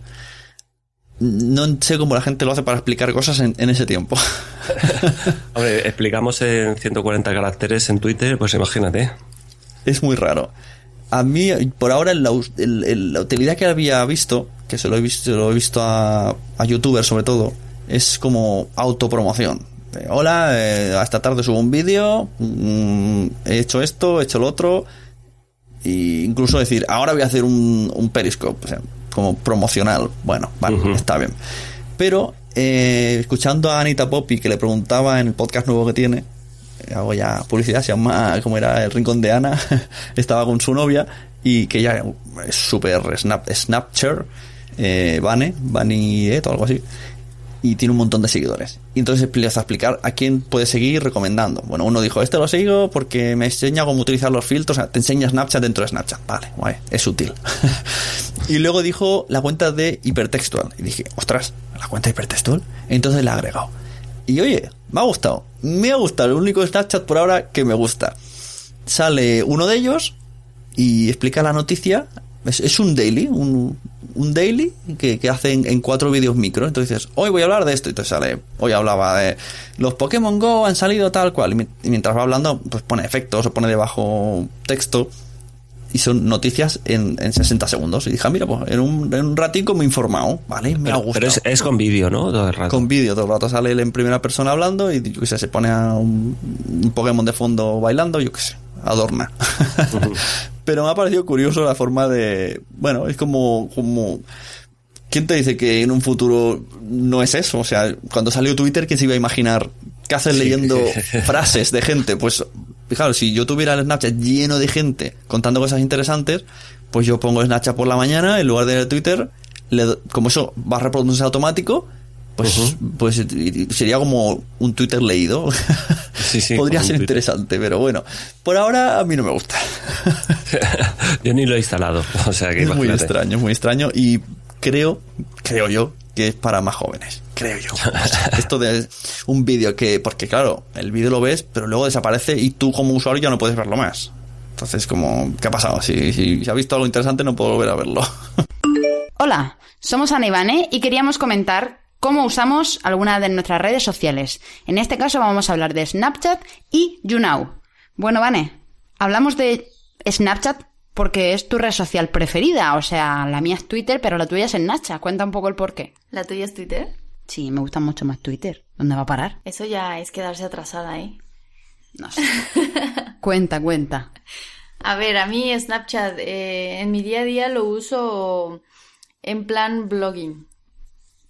No sé cómo la gente lo hace para explicar cosas en ese tiempo. Hombre, explicamos en 140 caracteres en Twitter, pues imagínate. Es muy raro. A mí, por ahora, la utilidad que había visto, que se lo he visto a youtubers sobre todo, es como autopromoción. Hola, esta tarde subo un vídeo, he hecho esto, he hecho lo otro, e incluso decir, ahora voy a hacer un Periscope, o sea, como promocional. Bueno, vale, está bien. Pero escuchando a Anita Poppy, que le preguntaba en el podcast nuevo que tiene, hago ya publicidad, se llama, como era, El Rincón de Ana, estaba con su novia, y que ella es súper Snapchat, Bunny o algo así, y tiene un montón de seguidores. Y entonces empieza a explicar a quién puedes seguir recomendando. Bueno, uno dijo, este lo sigo porque me enseña cómo utilizar los filtros, o sea, te enseña Snapchat dentro de Snapchat. Vale, guay, es útil. Y luego dijo la cuenta de Hipertextual. Y dije, ostras, ¿la cuenta de Hipertextual? Entonces la he agregado. Y oye, me ha gustado. El único Snapchat por ahora que me gusta. Sale uno de ellos y explica la noticia. Es un daily, un daily que hacen en 4 vídeos micro. Entonces dices, hoy voy a hablar de esto. Entonces sale, hoy hablaba de los Pokémon Go han salido tal cual. Y mientras va hablando, pues pone efectos o pone debajo texto. Y son noticias en 60 segundos. Y dije, mira, pues en un ratico me he informado. Vale, me ha gustado. Pero es con vídeo, ¿no? Todo el rato. Con vídeo, todo el rato sale él en primera persona hablando. Y yo qué sé, se pone a un Pokémon de fondo bailando, yo qué sé, adorna. Pero me ha parecido curioso la forma de... Bueno, es como... ¿Quién te dice que en un futuro no es eso? O sea, cuando salió Twitter, ¿quién se iba a imaginar qué haces leyendo frases de gente? Pues, fijaros, si yo tuviera el Snapchat lleno de gente contando cosas interesantes, pues yo pongo Snapchat por la mañana, en lugar de Twitter, como eso va a reproducirse automático, pues sería como un Twitter leído. Sí, podría ser interesante, pero bueno, por ahora a mí no me gusta. Yo ni lo he instalado, o sea que es imagínate. muy extraño y creo yo que es para más jóvenes, creo yo. O sea, esto de un vídeo porque claro, el vídeo lo ves, pero luego desaparece y tú como usuario ya no puedes verlo más. Entonces, como, ¿qué ha pasado? Si se ha visto algo interesante no puedo volver a verlo. Hola, somos Ana y Vane y queríamos comentar cómo usamos alguna de nuestras redes sociales. En este caso vamos a hablar de Snapchat y YouNow. Bueno, Vane, hablamos de Snapchat porque es tu red social preferida. O sea, la mía es Twitter, pero la tuya es Snapchat. Cuenta un poco el porqué. ¿La tuya es Twitter? Sí, me gusta mucho más Twitter. ¿Dónde va a parar? Eso ya es quedarse atrasada, ¿eh? No sé. Cuenta. A ver, a mí Snapchat en mi día a día lo uso en plan blogging.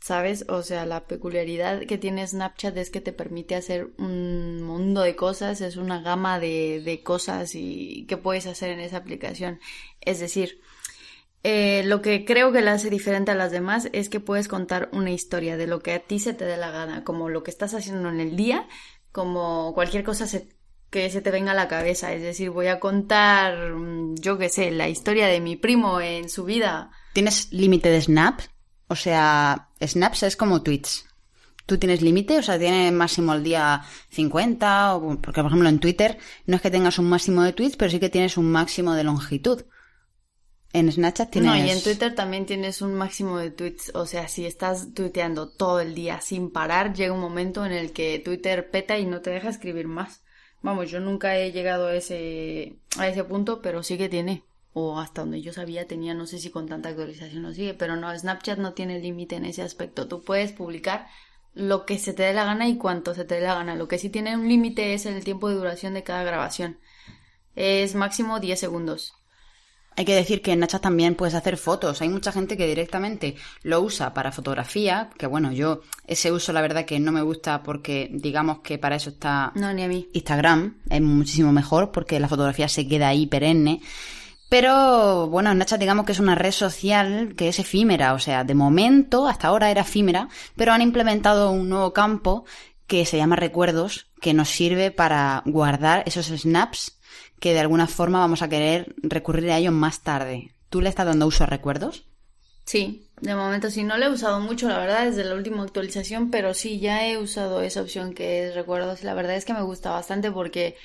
¿sabes? O sea, la peculiaridad que tiene Snapchat es que te permite hacer un mundo de cosas, es una gama de cosas y que puedes hacer en esa aplicación. Es decir, lo que creo que la hace diferente a las demás es que puedes contar una historia de lo que a ti se te dé la gana, como lo que estás haciendo en el día, como cualquier cosa que se te venga a la cabeza. Es decir, voy a contar, yo qué sé, la historia de mi primo en su vida. ¿Tienes límite de snap? O sea, snaps es como tweets. ¿Tú tienes límite? O sea, ¿tienes máximo al día 50? Porque, por ejemplo, en Twitter no es que tengas un máximo de tweets, pero sí que tienes un máximo de longitud. En Snapchat tienes... No, y en Twitter también tienes un máximo de tweets. O sea, si estás tuiteando todo el día sin parar, llega un momento en el que Twitter peta y no te deja escribir más. Vamos, yo nunca he llegado a ese punto, pero sí que tiene. O hasta donde yo sabía tenía, no sé si con tanta actualización lo sigue, pero no, Snapchat no tiene límite en ese aspecto. Tú puedes publicar lo que se te dé la gana y cuánto se te dé la gana. Lo que sí tiene un límite es el tiempo de duración de cada grabación. Es máximo 10 segundos. Hay que decir que en Snapchat también puedes hacer fotos. Hay mucha gente que directamente lo usa para fotografía, que bueno, yo ese uso la verdad que no me gusta porque digamos que para eso está... No, ni a mí. Instagram es muchísimo mejor porque la fotografía se queda ahí perenne. Pero bueno, Snapchat digamos que es una red social que es efímera, o sea, de momento, hasta ahora era efímera, pero han implementado un nuevo campo que se llama recuerdos, que nos sirve para guardar esos snaps que de alguna forma vamos a querer recurrir a ellos más tarde. ¿Tú le estás dando uso a recuerdos? Sí, de momento sí, no lo he usado mucho, la verdad, desde la última actualización, pero sí, ya he usado esa opción que es recuerdos. La verdad es que me gusta bastante porque...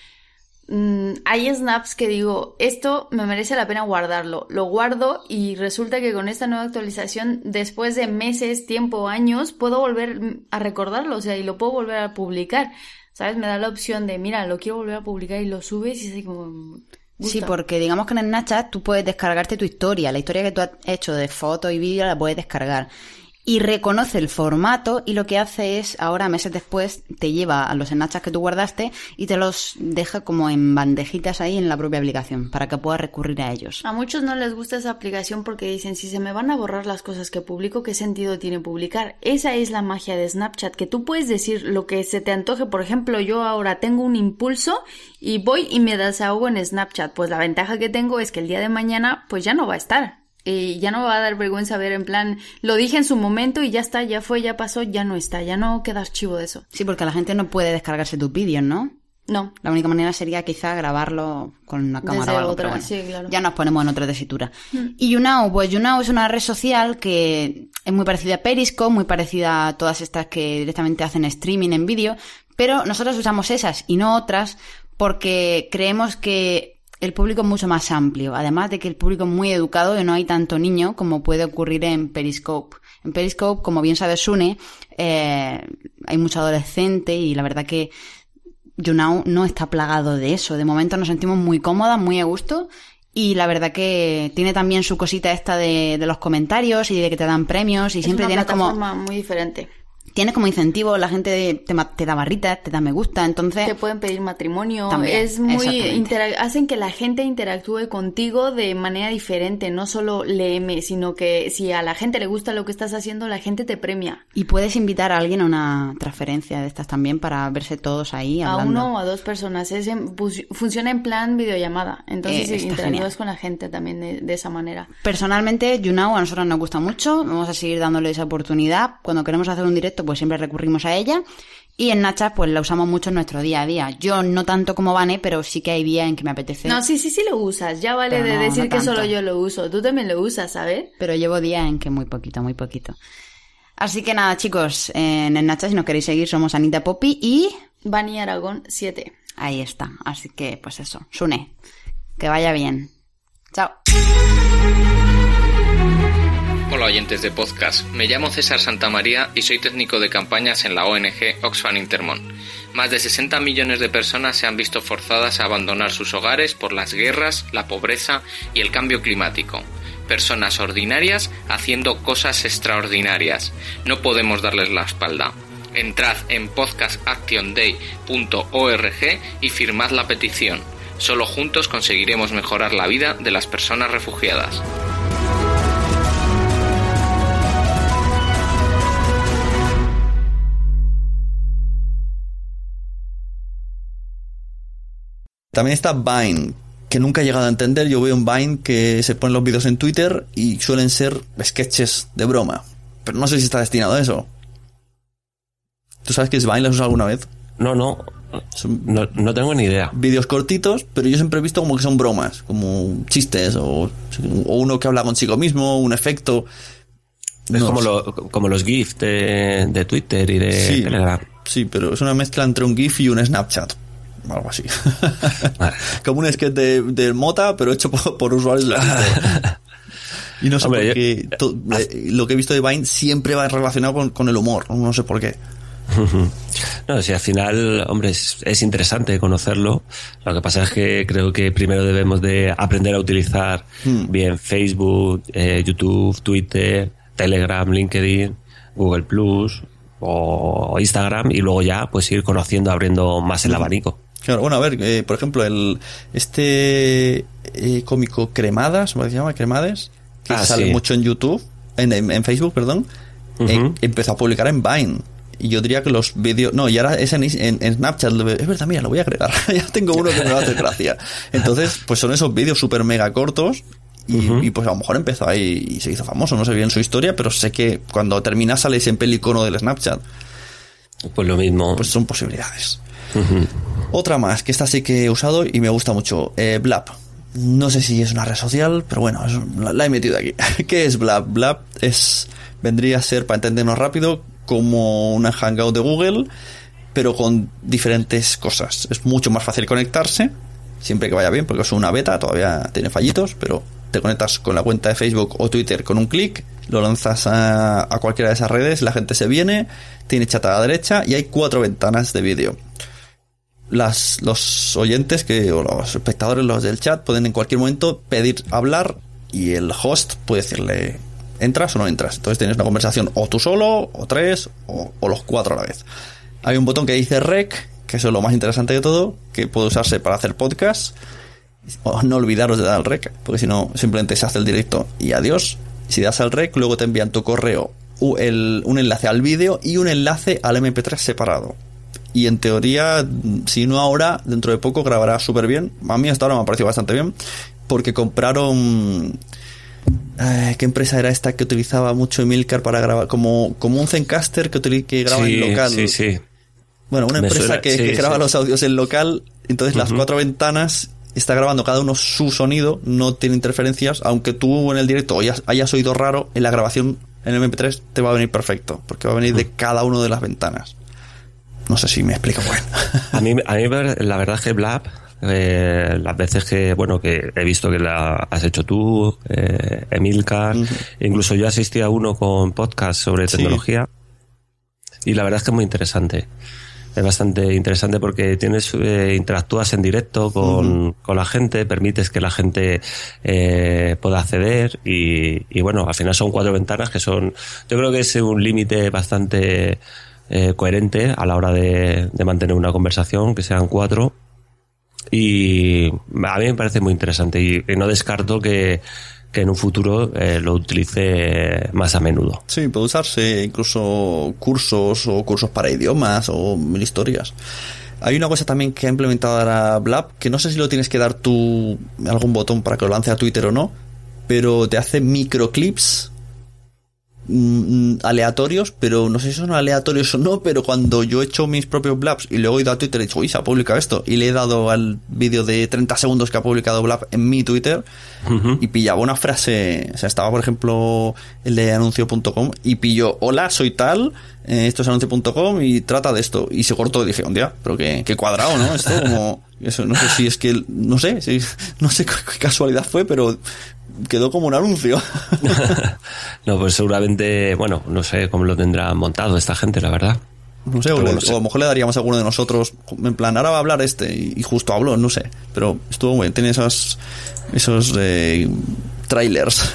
hay snaps que digo, esto me merece la pena guardarlo. Lo guardo y resulta que con esta nueva actualización, después de meses, tiempo, años, puedo volver a recordarlo, o sea, y lo puedo volver a publicar. ¿Sabes? Me da la opción de, mira, lo quiero volver a publicar y lo subes y es así como... gusta. Sí, porque digamos que en Snapchat tú puedes descargarte tu historia. La historia que tú has hecho de fotos y vídeos la puedes descargar. Y reconoce el formato y lo que hace es, ahora meses después, te lleva a los Snapchats que tú guardaste y te los deja como en bandejitas ahí en la propia aplicación para que puedas recurrir a ellos. A muchos no les gusta esa aplicación porque dicen, si se me van a borrar las cosas que publico, ¿qué sentido tiene publicar? Esa es la magia de Snapchat, que tú puedes decir lo que se te antoje. Por ejemplo, yo ahora tengo un impulso y voy y me desahogo en Snapchat. Pues la ventaja que tengo es que el día de mañana pues ya no va a estar. Y ya no me va a dar vergüenza ver en plan, lo dije en su momento y ya está, ya fue, ya pasó, ya no está, ya no queda archivo de eso. Sí, porque la gente no puede descargarse tus vídeos, ¿no? No. La única manera sería quizá grabarlo con una cámara desde o algo, otra, pero bueno, sí, claro. Ya nos ponemos en otra tesitura. Y YouNow, pues YouNow es una red social que es muy parecida a Periscope, muy parecida a todas estas que directamente hacen streaming en vídeo, pero nosotros usamos esas y no otras porque creemos que el público es mucho más amplio, además de que el público es muy educado y no hay tanto niño como puede ocurrir en Periscope. En Periscope, como bien sabe Sune, hay mucho adolescente y la verdad que YouNow no está plagado de eso. De momento nos sentimos muy cómodas, muy a gusto y la verdad que tiene también su cosita esta de los comentarios y de que te dan premios y siempre tienes como... Es una plataforma muy diferente. Tienes como incentivo, la gente te da barritas, te da me gusta, entonces... Te pueden pedir matrimonio, también, es muy... hacen que la gente interactúe contigo de manera diferente, no solo léeme, sino que si a la gente le gusta lo que estás haciendo, la gente te premia. Y puedes invitar a alguien a una transferencia de estas también para verse todos ahí hablando. A uno o a dos personas, funciona en plan videollamada, entonces interactúas con la gente también de esa manera. Personalmente, YouNow a nosotros nos gusta mucho, vamos a seguir dándole esa oportunidad. Cuando queremos hacer un directo, pues siempre recurrimos a ella. Y en Snapchat pues la usamos mucho en nuestro día a día. Yo no tanto como Vane, pero sí que hay días en que me apetece. No, sí lo usas. Ya vale de decir que solo yo lo uso. Tú también lo usas, ¿sabes? Pero llevo días en que muy poquito. Así que nada, chicos, en Snapchat si nos queréis seguir somos Anita Poppy y... Vani Aragón 7. Ahí está. Así que pues eso. Sune, que vaya bien. Chao. Hola oyentes de podcast, me llamo César Santamaría y soy técnico de campañas en la ONG Oxfam Intermón. Más de 60 millones de personas se han visto forzadas a abandonar sus hogares por las guerras, la pobreza y el cambio climático. Personas ordinarias haciendo cosas extraordinarias. No podemos darles la espalda. Entrad en podcastactionday.org y firmad la petición. Solo juntos conseguiremos mejorar la vida de las personas refugiadas. También está Vine, que nunca he llegado a entender. Yo veo un Vine que se ponen los vídeos en Twitter y suelen ser sketches de broma. Pero no sé si está destinado a eso. ¿Tú sabes qué es Vine? ¿Lo has usado alguna vez? No tengo ni idea. Vídeos cortitos, pero yo siempre he visto como que son bromas, como chistes o uno que habla consigo mismo, un efecto. Es como los GIF de Twitter y de Telegram. Sí, pero es una mezcla entre un GIF y un Snapchat. Algo así. Vale. Como un sketch de Mota, pero hecho por usuarios de Twitter. Y no sé por qué. Lo que he visto de Vine siempre va relacionado con el humor. No sé por qué. No, si al final, hombre, es interesante conocerlo. Lo que pasa es que creo que primero debemos de aprender a utilizar bien Facebook, YouTube, Twitter, Telegram, LinkedIn, Google Plus o Instagram, y luego ya pues ir conociendo, abriendo más el abanico. Claro, bueno, a ver, por ejemplo, este cómico Cremadas, ¿cómo se llama? Cremades, que sale mucho en YouTube, en Facebook, perdón, empezó a publicar en Vine. Y yo diría que los vídeos... No, y ahora es en Snapchat. Es verdad, mira, lo voy a agregar. Ya tengo uno que me va a hacer gracia. Entonces, pues son esos vídeos súper mega cortos. Y pues a lo mejor empezó ahí y se hizo famoso. No sé bien su historia, pero sé que cuando termina sale siempre el icono del Snapchat. Pues lo mismo. Pues son posibilidades. Otra más, que esta sí que he usado y me gusta mucho. Blab. No sé si es una red social, pero bueno, la he metido aquí. ¿Qué es Blab? Blab vendría a ser, para entendernos rápido, como una Hangout de Google, pero con diferentes cosas. Es mucho más fácil conectarse, siempre que vaya bien, porque es una beta, todavía tiene fallitos, pero te conectas con la cuenta de Facebook o Twitter con un clic, lo lanzas a cualquiera de esas redes, la gente se viene, tiene chat a la derecha y hay 4 ventanas de vídeo. Los oyentes o los espectadores, los del chat, pueden en cualquier momento pedir hablar y el host puede decirle: ¿entras o no entras? Entonces tienes una conversación o tú solo, o 3, o los 4 a la vez. Hay un botón que dice Rec, que eso es lo más interesante de todo, que puede usarse para hacer podcast. No olvidaros de dar al Rec, porque si no, simplemente se hace el directo y adiós. Si das al Rec, luego te envían tu correo un enlace al vídeo y un enlace al MP3 separado. Y en teoría, si no ahora, dentro de poco grabará súper bien. A mí hasta ahora me ha parecido bastante bien, porque compraron... ¿qué empresa era esta que utilizaba mucho Emilcar para grabar? Como un Zencaster que graba en local. Sí. Bueno, una empresa que graba los audios en local. Entonces las 4 ventanas está grabando cada uno su sonido, no tiene interferencias. Aunque tú en el directo hayas oído raro, en la grabación en el MP3 te va a venir perfecto, porque va a venir de cada una de las ventanas. No sé si me explico bien. A mí la verdad es que Blab, las veces que he visto que la has hecho tú, Emilcar, incluso yo asistí a uno con podcast sobre tecnología, y la verdad es que es muy interesante. Es bastante interesante porque interactúas en directo con la gente, permites que la gente pueda acceder y bueno, al final son 4 ventanas que son, yo creo que es un límite bastante coherente a la hora de mantener una conversación, que sean 4. Y a mí me parece muy interesante y no descarto que en un futuro lo utilice más a menudo. Sí, puede usarse incluso cursos para idiomas o mil historias. Hay una cosa también que ha implementado ahora Blab, que no sé si lo tienes que dar tú algún botón para que lo lance a Twitter o no, pero te hace microclips aleatorios, pero no sé si son aleatorios o no, pero cuando yo he hecho mis propios Blabs y luego he ido a Twitter y he dicho, uy, se ha publicado esto, y le he dado al vídeo de 30 segundos que ha publicado Blab en mi Twitter y pillaba una frase, o sea, estaba por ejemplo el de anuncio.com y pilló: hola, soy tal, esto es anuncio.com y trata de esto, y se cortó y dije, hostia, pero qué cuadrado, ¿no? Esto como... Eso, no sé si es que... No sé qué casualidad fue, pero quedó como un anuncio. No, pues seguramente, bueno, no sé cómo lo tendrá montado esta gente, la verdad. No sé, o a lo mejor le daríamos a alguno de nosotros, en plan, ahora va a hablar y justo habló, no sé. Pero estuvo muy bien, tiene esos trailers.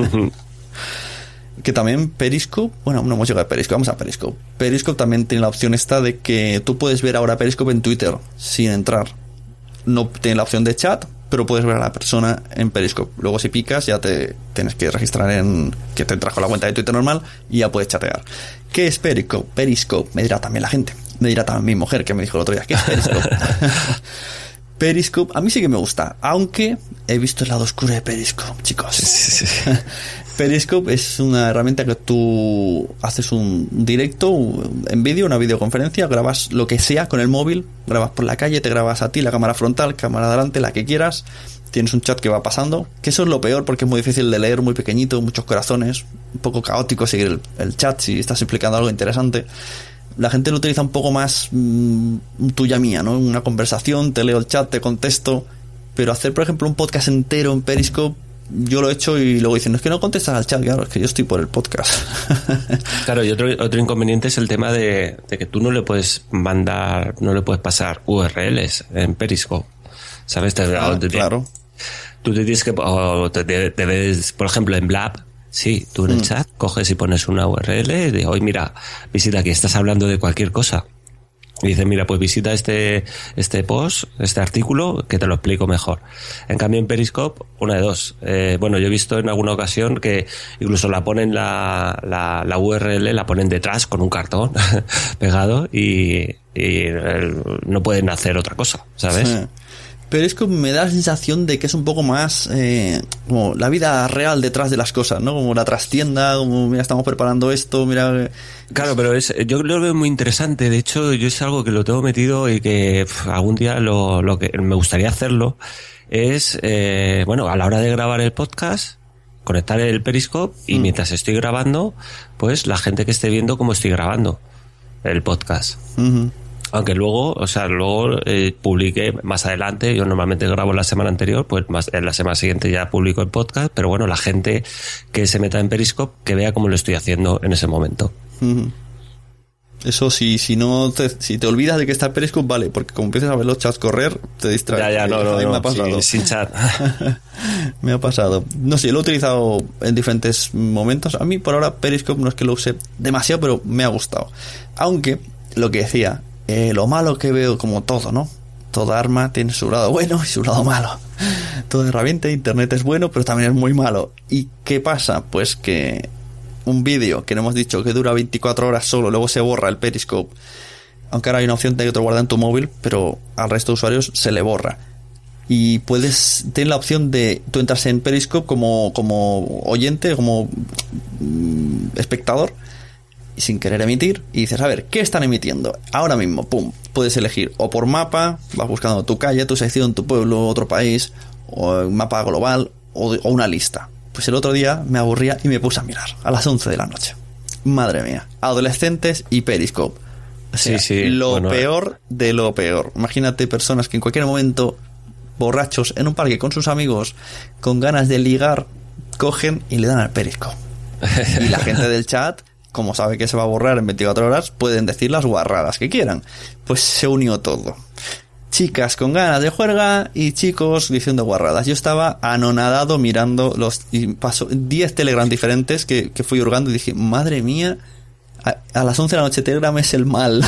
Que también Periscope, bueno, no hemos llegado a Periscope, vamos a Periscope. Periscope también tiene la opción esta de que tú puedes ver ahora Periscope en Twitter sin entrar. No tiene la opción de chat, pero puedes ver a la persona en Periscope. Luego si picas ya te tienes que registrar que te entras con la cuenta de Twitter normal y ya puedes chatear. ¿Qué es Periscope? Me dirá también la gente. Me dirá también mi mujer, que me dijo el otro día, ¿qué es Periscope? Periscope, a mí sí que me gusta, aunque he visto el lado oscuro de Periscope, chicos. Sí. Periscope es una herramienta que tú haces un directo en vídeo, una videoconferencia, grabas lo que sea con el móvil, grabas por la calle, te grabas a ti, la cámara frontal, cámara delante, la que quieras, tienes un chat que va pasando, que eso es lo peor porque es muy difícil de leer, muy pequeñito, muchos corazones, un poco caótico seguir el chat si estás explicando algo interesante. La gente lo utiliza un poco más tuya mía, ¿no? Una conversación, te leo el chat, te contesto, pero hacer, por ejemplo, un podcast entero en Periscope, yo lo he hecho y luego dicen, es que no contestas al chat, claro, es que yo estoy por el podcast. Claro, y otro inconveniente es el tema de que tú no le puedes pasar URLs en Periscope, ¿sabes? Claro. Tú te tienes que, te ves, por ejemplo, en Blab. Sí, tú en el chat coges y pones una URL de hoy, mira, visita aquí, estás hablando de cualquier cosa. Y dices, mira, pues visita este post, este artículo, que te lo explico mejor. En cambio, en Periscope, una de dos. Bueno, yo he visto en alguna ocasión que incluso la ponen la URL, la ponen detrás con un cartón pegado y no pueden hacer otra cosa, ¿sabes? Sí. Pero es que me da la sensación de que es un poco más como la vida real detrás de las cosas, ¿no? Como la trastienda, como mira, estamos preparando esto, mira... Claro, pero yo lo veo muy interesante. De hecho, yo es algo que lo tengo metido y que algún día lo que me gustaría hacerlo es, bueno, a la hora de grabar el podcast, conectar el Periscope y mientras estoy grabando, pues la gente que esté viendo cómo estoy grabando el podcast. Aunque luego publique más adelante, yo normalmente grabo la semana anterior, pues en la semana siguiente ya publico el podcast, pero bueno, la gente que se meta en Periscope, que vea cómo lo estoy haciendo en ese momento. Eso si te olvidas de que está Periscope, vale, porque como empiezas a ver los chats correr, te distraes. No, me ha pasado. Sin chat. Me ha pasado. No sé, lo he utilizado en diferentes momentos. A mí por ahora Periscope no es que lo use demasiado, pero me ha gustado. Aunque, lo que decía, lo malo que veo, como todo, ¿no? Toda arma tiene su lado bueno y su lado malo. Toda herramienta de internet es bueno, pero también es muy malo. ¿Y qué pasa? Pues que un vídeo que no hemos dicho que dura 24 horas solo, luego se borra el Periscope, aunque ahora hay una opción de que te lo guarda en tu móvil, pero al resto de usuarios se le borra. Y puedes tener la opción de tú entras en Periscope como oyente, como espectador, y sin querer emitir, y dices, a ver, ¿qué están emitiendo? Ahora mismo, pum, puedes elegir o por mapa, vas buscando tu calle, tu sección, tu pueblo, otro país, o un mapa global, o una lista. Pues el otro día me aburría y me puse a mirar a las 11 de la noche. Madre mía, adolescentes y Periscope. O sea, peor de lo peor. Imagínate personas que en cualquier momento, borrachos, en un parque con sus amigos, con ganas de ligar, cogen y le dan al Periscope. Y la gente del chat, como sabe que se va a borrar en 24 horas, pueden decir las guarradas que quieran. Pues se unió todo. Chicas con ganas de juerga y chicos diciendo guarradas. Yo estaba anonadado mirando y pasó 10 Telegram diferentes que fui hurgando y dije, madre mía, a las 11 de la noche Telegram es el mal.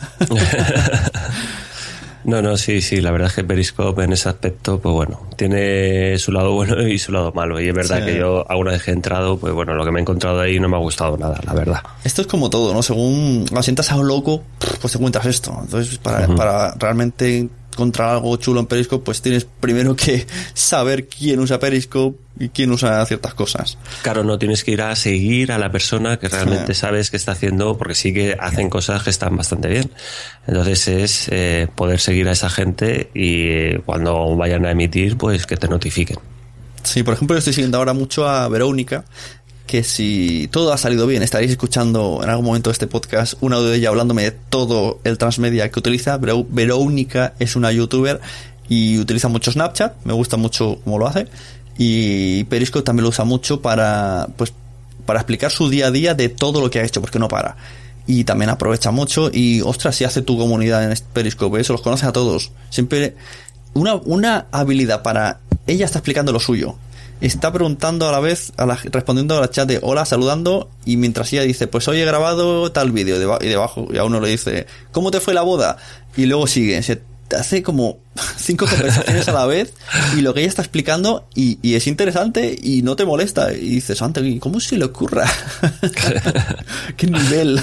No, sí, la verdad es que Periscope en ese aspecto, pues bueno, tiene su lado bueno y su lado malo. Y es verdad que yo alguna vez que he entrado, pues bueno, lo que me he encontrado ahí no me ha gustado nada, la verdad. Esto es como todo, ¿no? Según lo sientas a un loco, pues te encuentras esto. Entonces, para realmente encontrar algo chulo en Periscope, pues tienes primero que saber quién usa Periscope y quién usa ciertas cosas. Claro, no tienes que ir a seguir a la persona que realmente sabes que está haciendo, porque sí que hacen cosas que están bastante bien. Entonces es poder seguir a esa gente y cuando vayan a emitir, pues que te notifiquen. Sí, por ejemplo, yo estoy siguiendo ahora mucho a Verónica, que si todo ha salido bien, estaréis escuchando en algún momento de este podcast un audio de ella hablándome de todo el transmedia que utiliza. Verónica es una youtuber y utiliza mucho Snapchat, me gusta mucho cómo lo hace, y Periscope también lo usa mucho para explicar su día a día de todo lo que ha hecho, porque no para. Y también aprovecha mucho y, ostras, si hace tu comunidad en Periscope, eso los conoce a todos. Siempre una habilidad para... Ella está explicando lo suyo. Está preguntando a la vez, respondiendo a la chat de hola, saludando, y mientras ella dice, pues hoy he grabado tal vídeo, y debajo ya uno le dice, ¿cómo te fue la boda? Y luego sigue, se hace como 5 conversaciones a la vez, y lo que ella está explicando, y es interesante, y no te molesta, y dices, ante, ¿cómo se le ocurra? ¿Qué nivel?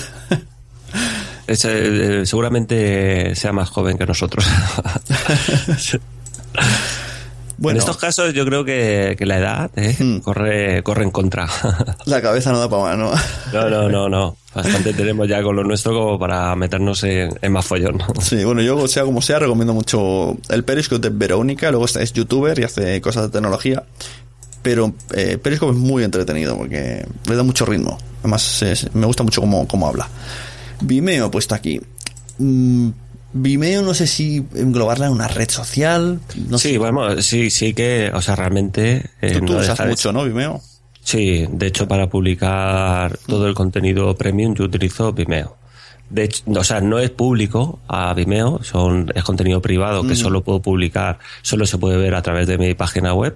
Seguramente sea más joven que nosotros. Bueno, en estos casos yo creo que la edad corre en contra. La cabeza no da para más, ¿no? No. Bastante tenemos ya con lo nuestro como para meternos en más follón. Sí, bueno, yo sea como sea recomiendo mucho el Periscope de Verónica. Luego es youtuber y hace cosas de tecnología. Pero Periscope es muy entretenido porque le da mucho ritmo. Además me gusta mucho cómo habla. Vimeo he puesto aquí. Vimeo no sé si englobarla en una red social. No sí, sé. Bueno, sí que, o sea, realmente... Tú usas mucho, ¿no, Vimeo? Sí, de hecho para publicar todo el contenido premium yo utilizo Vimeo. De hecho, o sea, no es público a Vimeo, es contenido privado que solo puedo publicar, solo se puede ver a través de mi página web.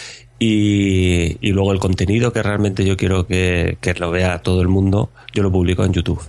Y luego el contenido que realmente yo quiero que lo vea todo el mundo, yo lo publico en YouTube.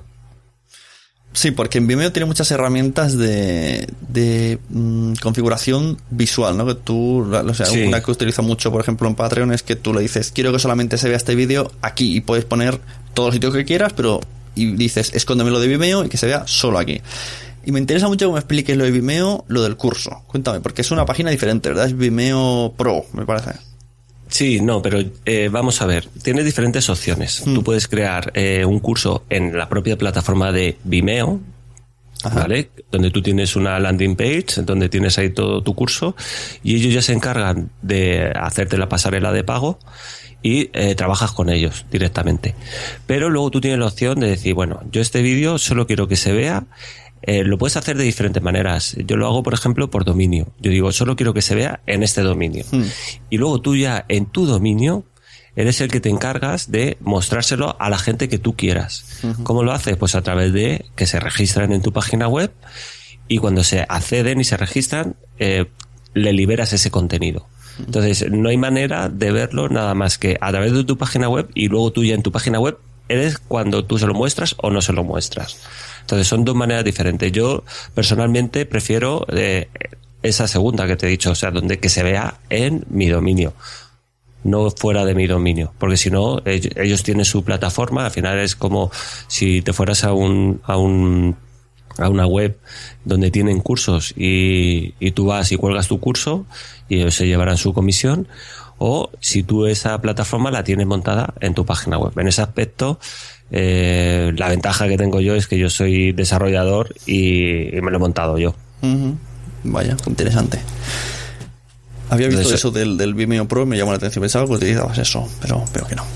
Sí, porque en Vimeo tiene muchas herramientas de configuración visual, ¿no? Que tú, o sea, sí. Una que utilizo mucho, por ejemplo, en Patreon es que tú le dices, quiero que solamente se vea este vídeo aquí, y puedes poner todos los sitios que quieras, y dices, escóndemelo de Vimeo y que se vea solo aquí. Y me interesa mucho que me expliques lo de Vimeo, lo del curso. Cuéntame, porque es una página diferente, ¿verdad? Es Vimeo Pro, me parece. Sí, no, pero vamos a ver, tienes diferentes opciones. Tú puedes crear un curso en la propia plataforma de Vimeo, ¿vale? Donde tú tienes una landing page, donde tienes ahí todo tu curso, y ellos ya se encargan de hacerte la pasarela de pago y trabajas con ellos directamente. Pero luego tú tienes la opción de decir, bueno, yo este vídeo solo quiero que se vea. Lo puedes hacer de diferentes maneras. Yo lo hago, por ejemplo, por dominio. Yo digo, solo quiero que se vea en este dominio. Y luego tú ya en tu dominio eres el que te encargas de mostrárselo a la gente que tú quieras. ¿Cómo lo haces? Pues a través de que se registran en tu página web y cuando se acceden y se registran, le liberas ese contenido. Entonces, no hay manera de verlo nada más que a través de tu página web y luego tú ya en tu página web eres cuando tú se lo muestras o no se lo muestras. Entonces son dos maneras diferentes. Yo personalmente prefiero esa segunda que te he dicho, o sea, donde que se vea en mi dominio, no fuera de mi dominio, porque si no ellos tienen su plataforma. Al final es como si te fueras a una web donde tienen cursos y tú vas y cuelgas tu curso y ellos se llevarán su comisión, o si tú esa plataforma la tienes montada en tu página web. En ese aspecto la ventaja que tengo yo es que yo soy desarrollador y me lo he montado yo. Vaya, interesante. Había visto Entonces, eso del Vimeo Pro y me llamó la atención. Pensaba que utilizabas eso, pero que no.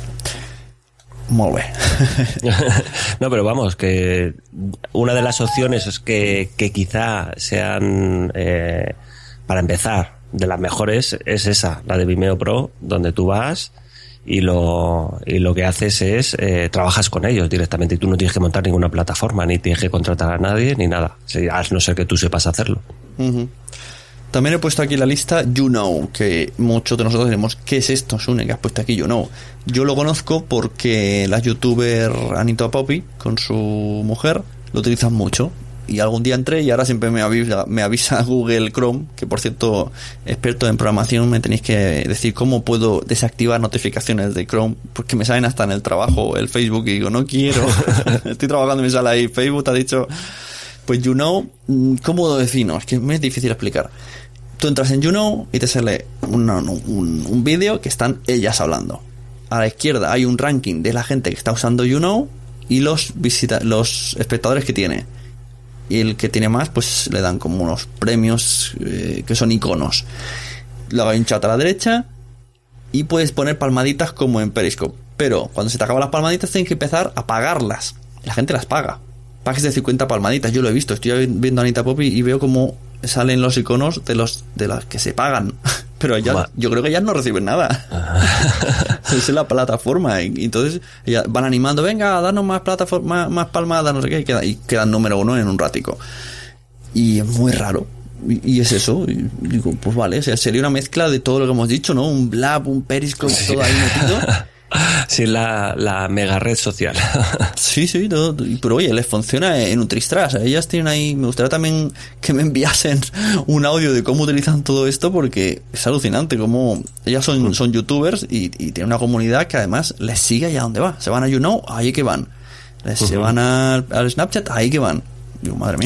Muy bien. No, pero vamos, que una de las opciones es que quizá sean, para empezar, de las mejores, es esa, la de Vimeo Pro, donde tú vas y lo que haces es trabajas con ellos directamente y tú no tienes que montar ninguna plataforma, ni tienes que contratar a nadie, ni nada, a no ser que tú sepas hacerlo. También he puesto aquí la lista YouKnow, que muchos de nosotros diremos, ¿qué es esto, Sune, que has puesto aquí YouKnow? Yo lo conozco porque la youtuber Anita Poppy, con su mujer, lo utilizan mucho. Y algún día entré y ahora siempre me avisa Google Chrome, que por cierto, experto en programación, me tenéis que decir cómo puedo desactivar notificaciones de Chrome, porque me salen hasta en el trabajo, el Facebook, y digo, no quiero. Estoy trabajando y me sale ahí Facebook, te ha dicho. Pues YouKnow, ¿cómo lo defino? Es que me es difícil explicar. Tú entras en YouKnow y te sale un vídeo que están ellas hablando. A la izquierda hay un ranking de la gente que está usando YouKnow y los espectadores que tiene. Y el que tiene más, pues le dan como unos premios que son iconos. Luego hay un chat a la derecha y puedes poner palmaditas como en Periscope. Pero cuando se te acaban las palmaditas tienes que empezar a pagarlas. La gente las paga. Pagues de 50 palmaditas, yo lo he visto. Estoy viendo a Anita Poppy y veo cómo salen los iconos de las que se pagan. Pero ellas, yo creo que ellas no reciben nada. Es la plataforma. Y entonces ellas van animando, venga, danos más plataforma, más palmadas, no sé qué, y quedan número 1 en un ratico. Y es muy raro. Y es eso. Y digo, pues vale, o sea, sería una mezcla de todo lo que hemos dicho, ¿no? Un Blab, un Periscope, sí. Todo ahí metido. Sí, la mega red social. Sí, todo, pero oye, les funciona en un tristras. Ellas tienen ahí, me gustaría también que me enviasen un audio de cómo utilizan todo esto, porque es alucinante como ellas son youtubers y tienen una comunidad que además les sigue allá donde va. Se van a YouKnow, ahí que van. Se van al Snapchat, ahí que van. Digo, madre mía.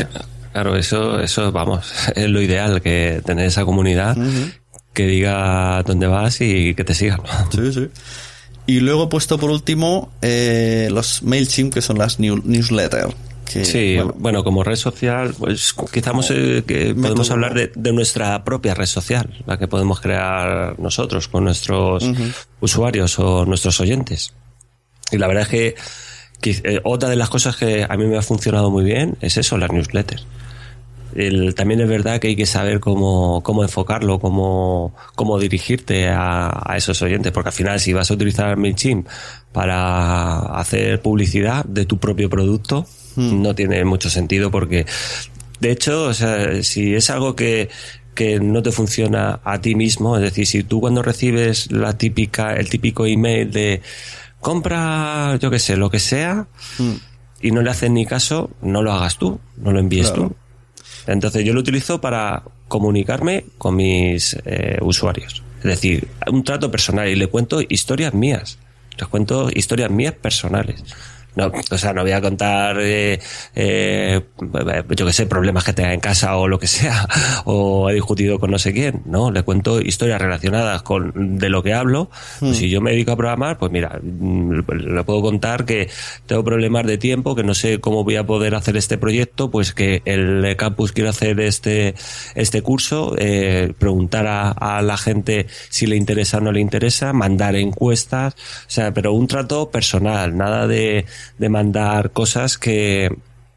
Claro, eso vamos, es lo ideal, que tener esa comunidad que diga dónde vas y que te sigan. Sí, sí. Y luego he puesto por último los MailChimp, que son las newsletters. Sí, bueno, como red social, pues quizás que podemos hablar de nuestra propia red social, la que podemos crear nosotros con nuestros usuarios o nuestros oyentes. Y la verdad es que otra de las cosas que a mí me ha funcionado muy bien es eso, las newsletters. También es verdad que hay que saber cómo enfocarlo, cómo dirigirte a esos oyentes, porque al final si vas a utilizar MailChimp para hacer publicidad de tu propio producto, no tiene mucho sentido, porque de hecho, o sea, si es algo que no te funciona a ti mismo, es decir, si tú cuando recibes el típico email de compra, yo qué sé, lo que sea, y no le haces ni caso, no lo hagas tú, no lo envíes tú. Entonces yo lo utilizo para comunicarme con mis usuarios. Es decir, un trato personal, y le cuento historias mías. Les cuento historias mías personales. No, o sea, no voy a contar, yo qué sé, problemas que tenga en casa o lo que sea, o he discutido con no sé quién. No, le cuento historias relacionadas de lo que hablo. Pues si yo me dedico a programar, pues mira, le puedo contar que tengo problemas de tiempo, que no sé cómo voy a poder hacer este proyecto, pues que el campus quiere hacer este curso, preguntar a la gente si le interesa o no le interesa, mandar encuestas, o sea, pero un trato personal, nada de mandar cosas que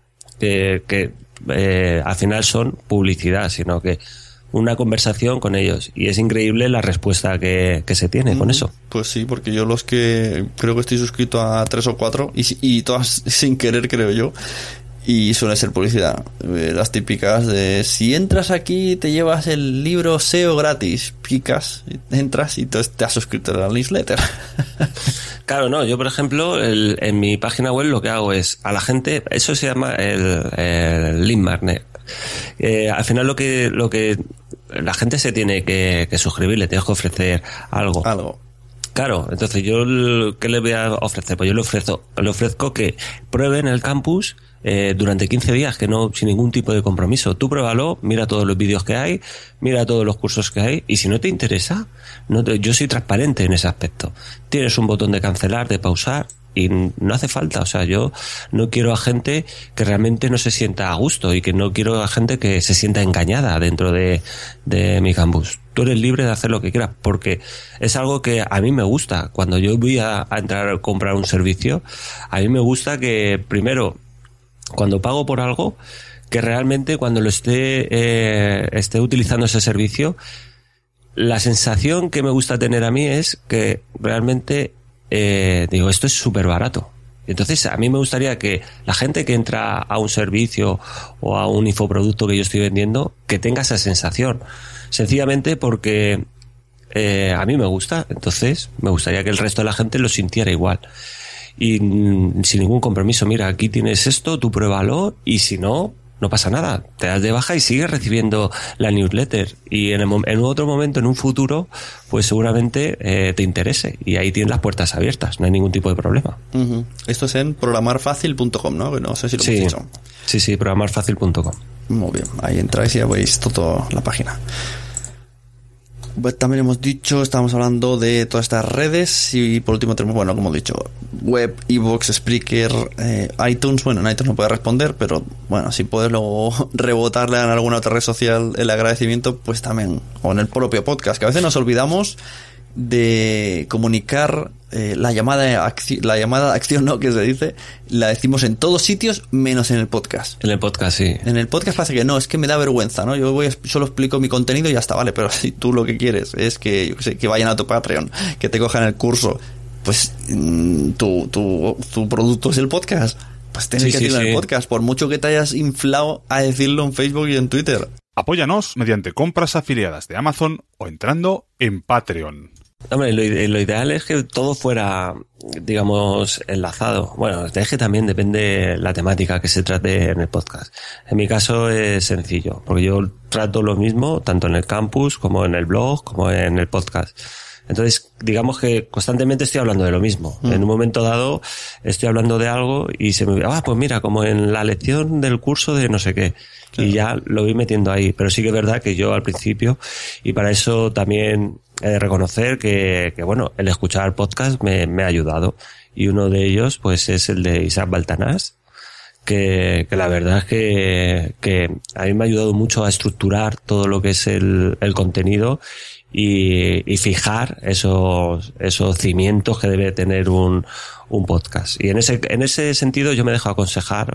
al final son publicidad, sino que una conversación con ellos. Y es increíble la respuesta que se tiene con eso. Pues sí, porque yo los que creo que estoy suscrito a 3 o 4 y todas sin querer, creo yo, y suele ser publicidad, las típicas de si entras aquí te llevas el libro SEO gratis, picas, entras y te has suscrito a la newsletter. Claro, no, yo por ejemplo en mi página web lo que hago es a la gente, eso se llama el lead magnet. Al final lo que la gente se tiene que suscribir, le tienes que ofrecer algo. Claro, entonces yo ¿qué le voy a ofrecer? Pues yo le ofrezco que prueben el campus durante 15 días, que no, sin ningún tipo de compromiso. Tú pruébalo, mira todos los vídeos que hay, mira todos los cursos que hay, y si no te interesa, yo soy transparente en ese aspecto. Tienes un botón de cancelar, de pausar, y no hace falta. O sea, yo no quiero a gente que realmente no se sienta a gusto, y que no quiero a gente que se sienta engañada dentro de mi campus. Tú eres libre de hacer lo que quieras, porque es algo que a mí me gusta. Cuando yo voy a entrar a comprar un servicio, a mí me gusta que primero, cuando pago por algo, que realmente cuando lo esté utilizando ese servicio, la sensación que me gusta tener a mí es que realmente digo, esto es súper barato. Entonces a mí me gustaría que la gente que entra a un servicio o a un infoproducto que yo estoy vendiendo, que tenga esa sensación, sencillamente porque a mí me gusta. Entonces me gustaría que el resto de la gente lo sintiera igual. Y sin ningún compromiso, mira, aquí tienes esto, tú pruébalo, y si no, no pasa nada, te das de baja y sigues recibiendo la newsletter, y en otro momento, en un futuro, pues seguramente te interese, y ahí tienes las puertas abiertas, no hay ningún tipo de problema. Esto es en programarfacil.com, ¿no? No sé si lo hemos dicho. Sí, programarfacil.com. Muy bien, ahí entráis y ya veis toda la página. Pues también hemos dicho, estábamos hablando de todas estas redes, y por último tenemos, bueno, como he dicho, web, iVoox, Spreaker, iTunes. Bueno, en iTunes no puede responder, pero bueno, si puedes luego rebotarle en alguna otra red social el agradecimiento, pues también, o en el propio podcast, que a veces nos olvidamos de comunicar la llamada de acción, ¿no? Que se dice, la decimos en todos sitios menos en el podcast. En el podcast, sí. En el podcast pasa que no, es que me da vergüenza, ¿no? Yo solo explico mi contenido y ya está, vale, pero si tú lo que quieres es que, yo qué sé, que vayan a tu Patreon, que te cojan el curso, pues tu producto es el podcast, pues tienes que decirlo en el podcast, por mucho que te hayas inflado a decirlo en Facebook y en Twitter. Apóyanos mediante compras afiliadas de Amazon o entrando en Patreon. Hombre, lo ideal es que todo fuera, digamos, enlazado. Bueno, es que también depende la temática que se trate en el podcast. En mi caso es sencillo, porque yo trato lo mismo tanto en el campus como en el blog como en el podcast. Entonces, digamos que constantemente estoy hablando de lo mismo. En un momento dado estoy hablando de algo y se me pues mira, como en la lección del curso de no sé qué. Claro. Y ya lo voy metiendo ahí. Pero sí que es verdad que yo al principio, y para eso también he de reconocer que bueno, el escuchar podcast me ha ayudado. Y uno de ellos, pues, es el de Isaac Baltanás, que la verdad es que a mí me ha ayudado mucho a estructurar todo lo que es el contenido y fijar esos cimientos que debe tener un podcast. Y en ese sentido yo me dejo aconsejar,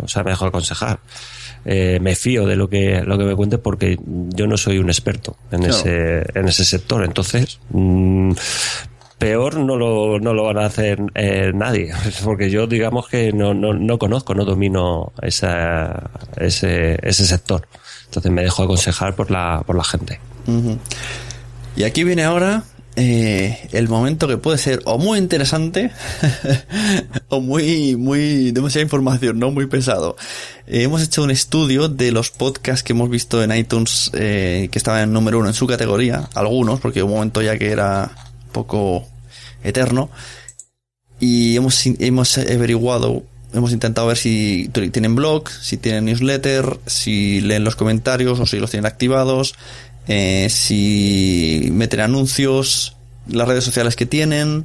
me fío de lo que me cuente, porque yo no soy un experto en ese sector. Entonces, peor no lo van a hacer nadie, porque yo digamos que no conozco, no domino ese sector. Entonces me dejo aconsejar por la gente. Uh-huh. Y aquí viene ahora el momento que puede ser o muy interesante o muy demasiada información, ¿no? Muy pesado. Hemos hecho un estudio de los podcasts que hemos visto en iTunes que estaban en número 1 en su categoría, algunos, porque hubo un momento ya que era poco eterno, y hemos averiguado, hemos intentado ver si tienen blog, si tienen newsletter, si leen los comentarios o si los tienen activados, si meten anuncios, las redes sociales que tienen,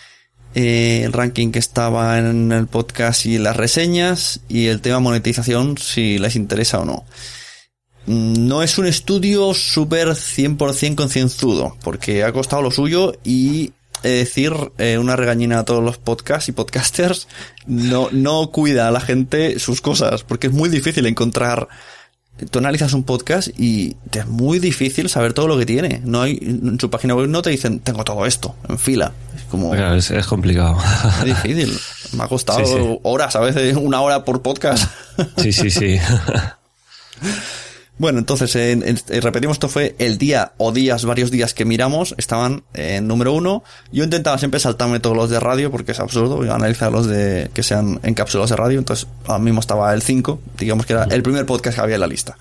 el ranking que estaba en el podcast y las reseñas, y el tema monetización, si les interesa o no. No es un estudio súper 100% concienzudo, porque ha costado lo suyo, y decir una regañina a todos los podcasts y podcasters, no cuida a la gente sus cosas, porque es muy difícil encontrar. Tú analizas un podcast y te es muy difícil saber todo lo que tiene. No hay, en su página web no te dicen tengo todo esto en fila. Es como, claro, es complicado. Es difícil. Me ha costado horas, a veces 1 hora por podcast. Sí. Bueno, entonces repetimos, esto fue el día o días, varios días que miramos, estaban en número 1. Yo intentaba siempre saltarme todos los de radio, porque es absurdo, y analizar los de que sean encapsulados de radio. Entonces ahora mismo estaba el 5, digamos que era el primer podcast que había en la lista.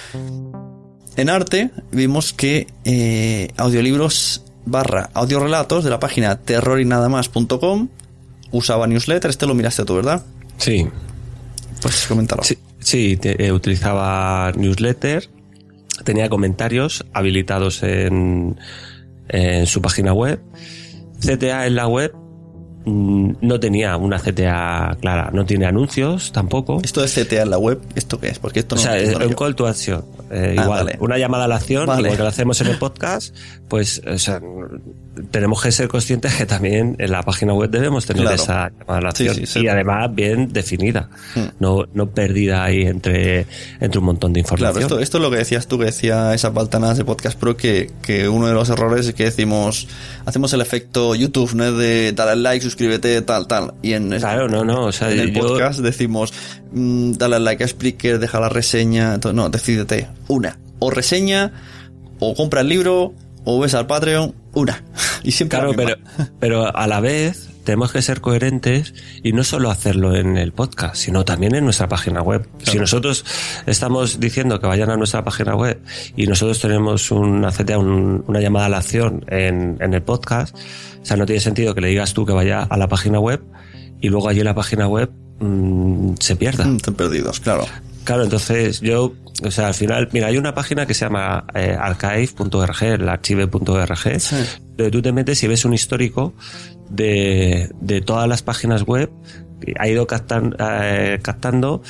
En arte vimos que audiolibros / audiorelatos de la página terrorinadamas.com usaba newsletter. Este lo miraste tú, ¿verdad? Sí. Pues coméntalo. Sí, utilizaba newsletter, tenía comentarios habilitados en su página web. CTA en la web no tenía una CTA clara, no tiene anuncios tampoco. ¿Esto de CTA en la web, esto qué es? Porque esto no, es un call to action. Igual, vale. Una llamada a la acción, igual que lo hacemos en el podcast, pues, tenemos que ser conscientes que también en la página web debemos tener esa llamada a la acción. Sí, y además bien definida, no perdida ahí entre un montón de información. Claro, esto es lo que decías tú, que decía esas Baltanás de Podcast Pro, que uno de los errores es que decimos, hacemos el efecto YouTube, no es de darle al like, suscríbete, tal. Y en el podcast decimos, dale al like a Spreaker, deja la reseña. Entonces, no, decídete una. O reseña, o compra el libro, o ves al Patreon, una. Y siempre pero a la vez tenemos que ser coherentes y no solo hacerlo en el podcast, sino también en nuestra página web. Claro. Si nosotros estamos diciendo que vayan a nuestra página web y nosotros tenemos una llamada a la acción en el podcast, o sea, no tiene sentido que le digas tú que vaya a la página web y luego allí en la página web se pierda. Están perdidos, claro. Claro, entonces al final, mira, hay una página que se llama archive.org, el archive.org, donde tú te metes y ves un histórico de todas las páginas web, ha ido captando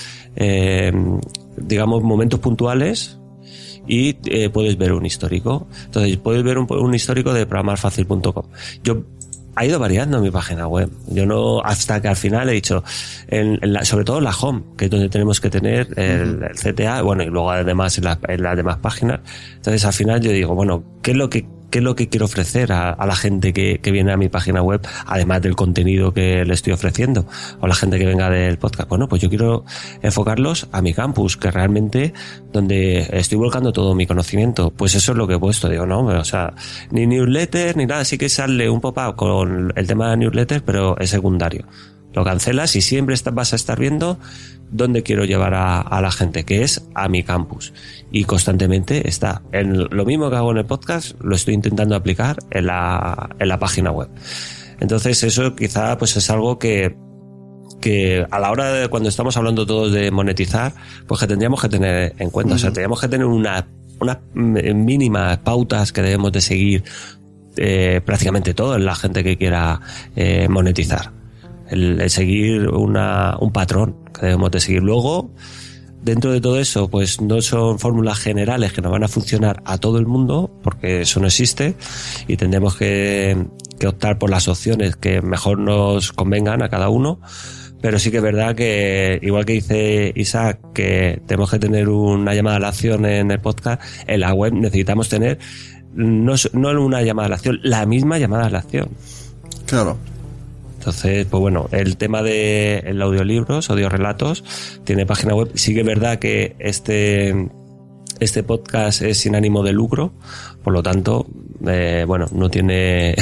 digamos, momentos puntuales, y puedes ver un histórico. Entonces puedes ver un histórico de programarfacil.com. Yo ha ido variando mi página web. Yo no, hasta que al final he dicho, sobre todo en la home, que es donde tenemos que tener el CTA, bueno, y luego además en las demás páginas. Entonces al final yo digo, bueno, ¿qué es lo que quiero ofrecer a la gente que viene a mi página web, además del contenido que le estoy ofreciendo, o la gente que venga del podcast? Bueno, pues yo quiero enfocarlos a mi campus, que realmente donde estoy volcando todo mi conocimiento. Pues eso es lo que he puesto. Digo, no, o sea, ni newsletter ni nada. Sí que sale un pop-up con el tema de newsletter, pero es secundario. Lo cancelas y siempre vas a estar viendo dónde quiero llevar a la gente, que es a mi campus. Y constantemente está. Lo mismo que hago en el podcast, lo estoy intentando aplicar en la página web. Entonces eso quizá pues es algo que a la hora de cuando estamos hablando todos de monetizar, pues que tendríamos que tener en cuenta. O sea, tendríamos que tener unas mínimas pautas que debemos de seguir prácticamente todo en la gente que quiera monetizar. El seguir un patrón que debemos de seguir. Luego, dentro de todo eso, pues no son fórmulas generales que nos van a funcionar a todo el mundo, porque eso no existe, y tendremos que optar por las opciones que mejor nos convengan a cada uno. Pero sí que es verdad que, igual que dice Isaac, que tenemos que tener una llamada a la acción en el podcast, en la web necesitamos tener no una llamada a la acción, la misma llamada a la acción. Claro. Entonces, pues bueno, el tema de el audiolibros, audiorelatos, tiene página web. Sí que es verdad que este podcast es sin ánimo de lucro, por lo tanto, bueno, no tiene,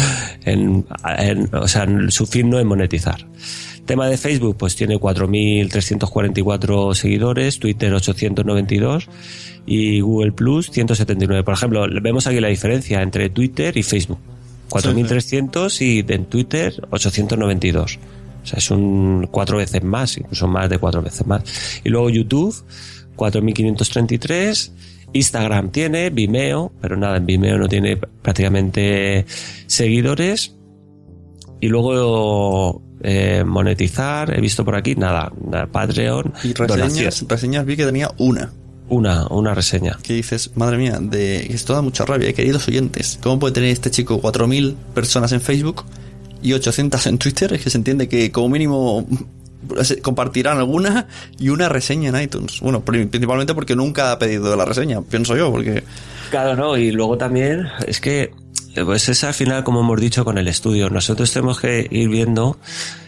o sea, su fin no es monetizar. Tema de Facebook, pues tiene 4.344 seguidores, Twitter 892 y Google Plus 179. Por ejemplo, vemos aquí la diferencia entre Twitter y Facebook. 4.300 y en Twitter 892. O sea, es 4 veces más, incluso más de 4 veces más. Y luego YouTube, 4.533. Instagram tiene, Vimeo, pero nada, en Vimeo no tiene prácticamente seguidores. Y luego monetizar, he visto por aquí, nada, Patreon. Y reseñas vi que tenía una reseña. Que dices, madre mía, esto da mucha rabia, queridos oyentes. ¿Cómo puede tener este chico 4.000 personas en Facebook y 800 en Twitter? Es que se entiende que como mínimo compartirán alguna y una reseña en iTunes. Bueno, principalmente porque nunca ha pedido la reseña, pienso yo, porque... Claro, no, y luego también es que pues es al final, como hemos dicho con el estudio, nosotros tenemos que ir viendo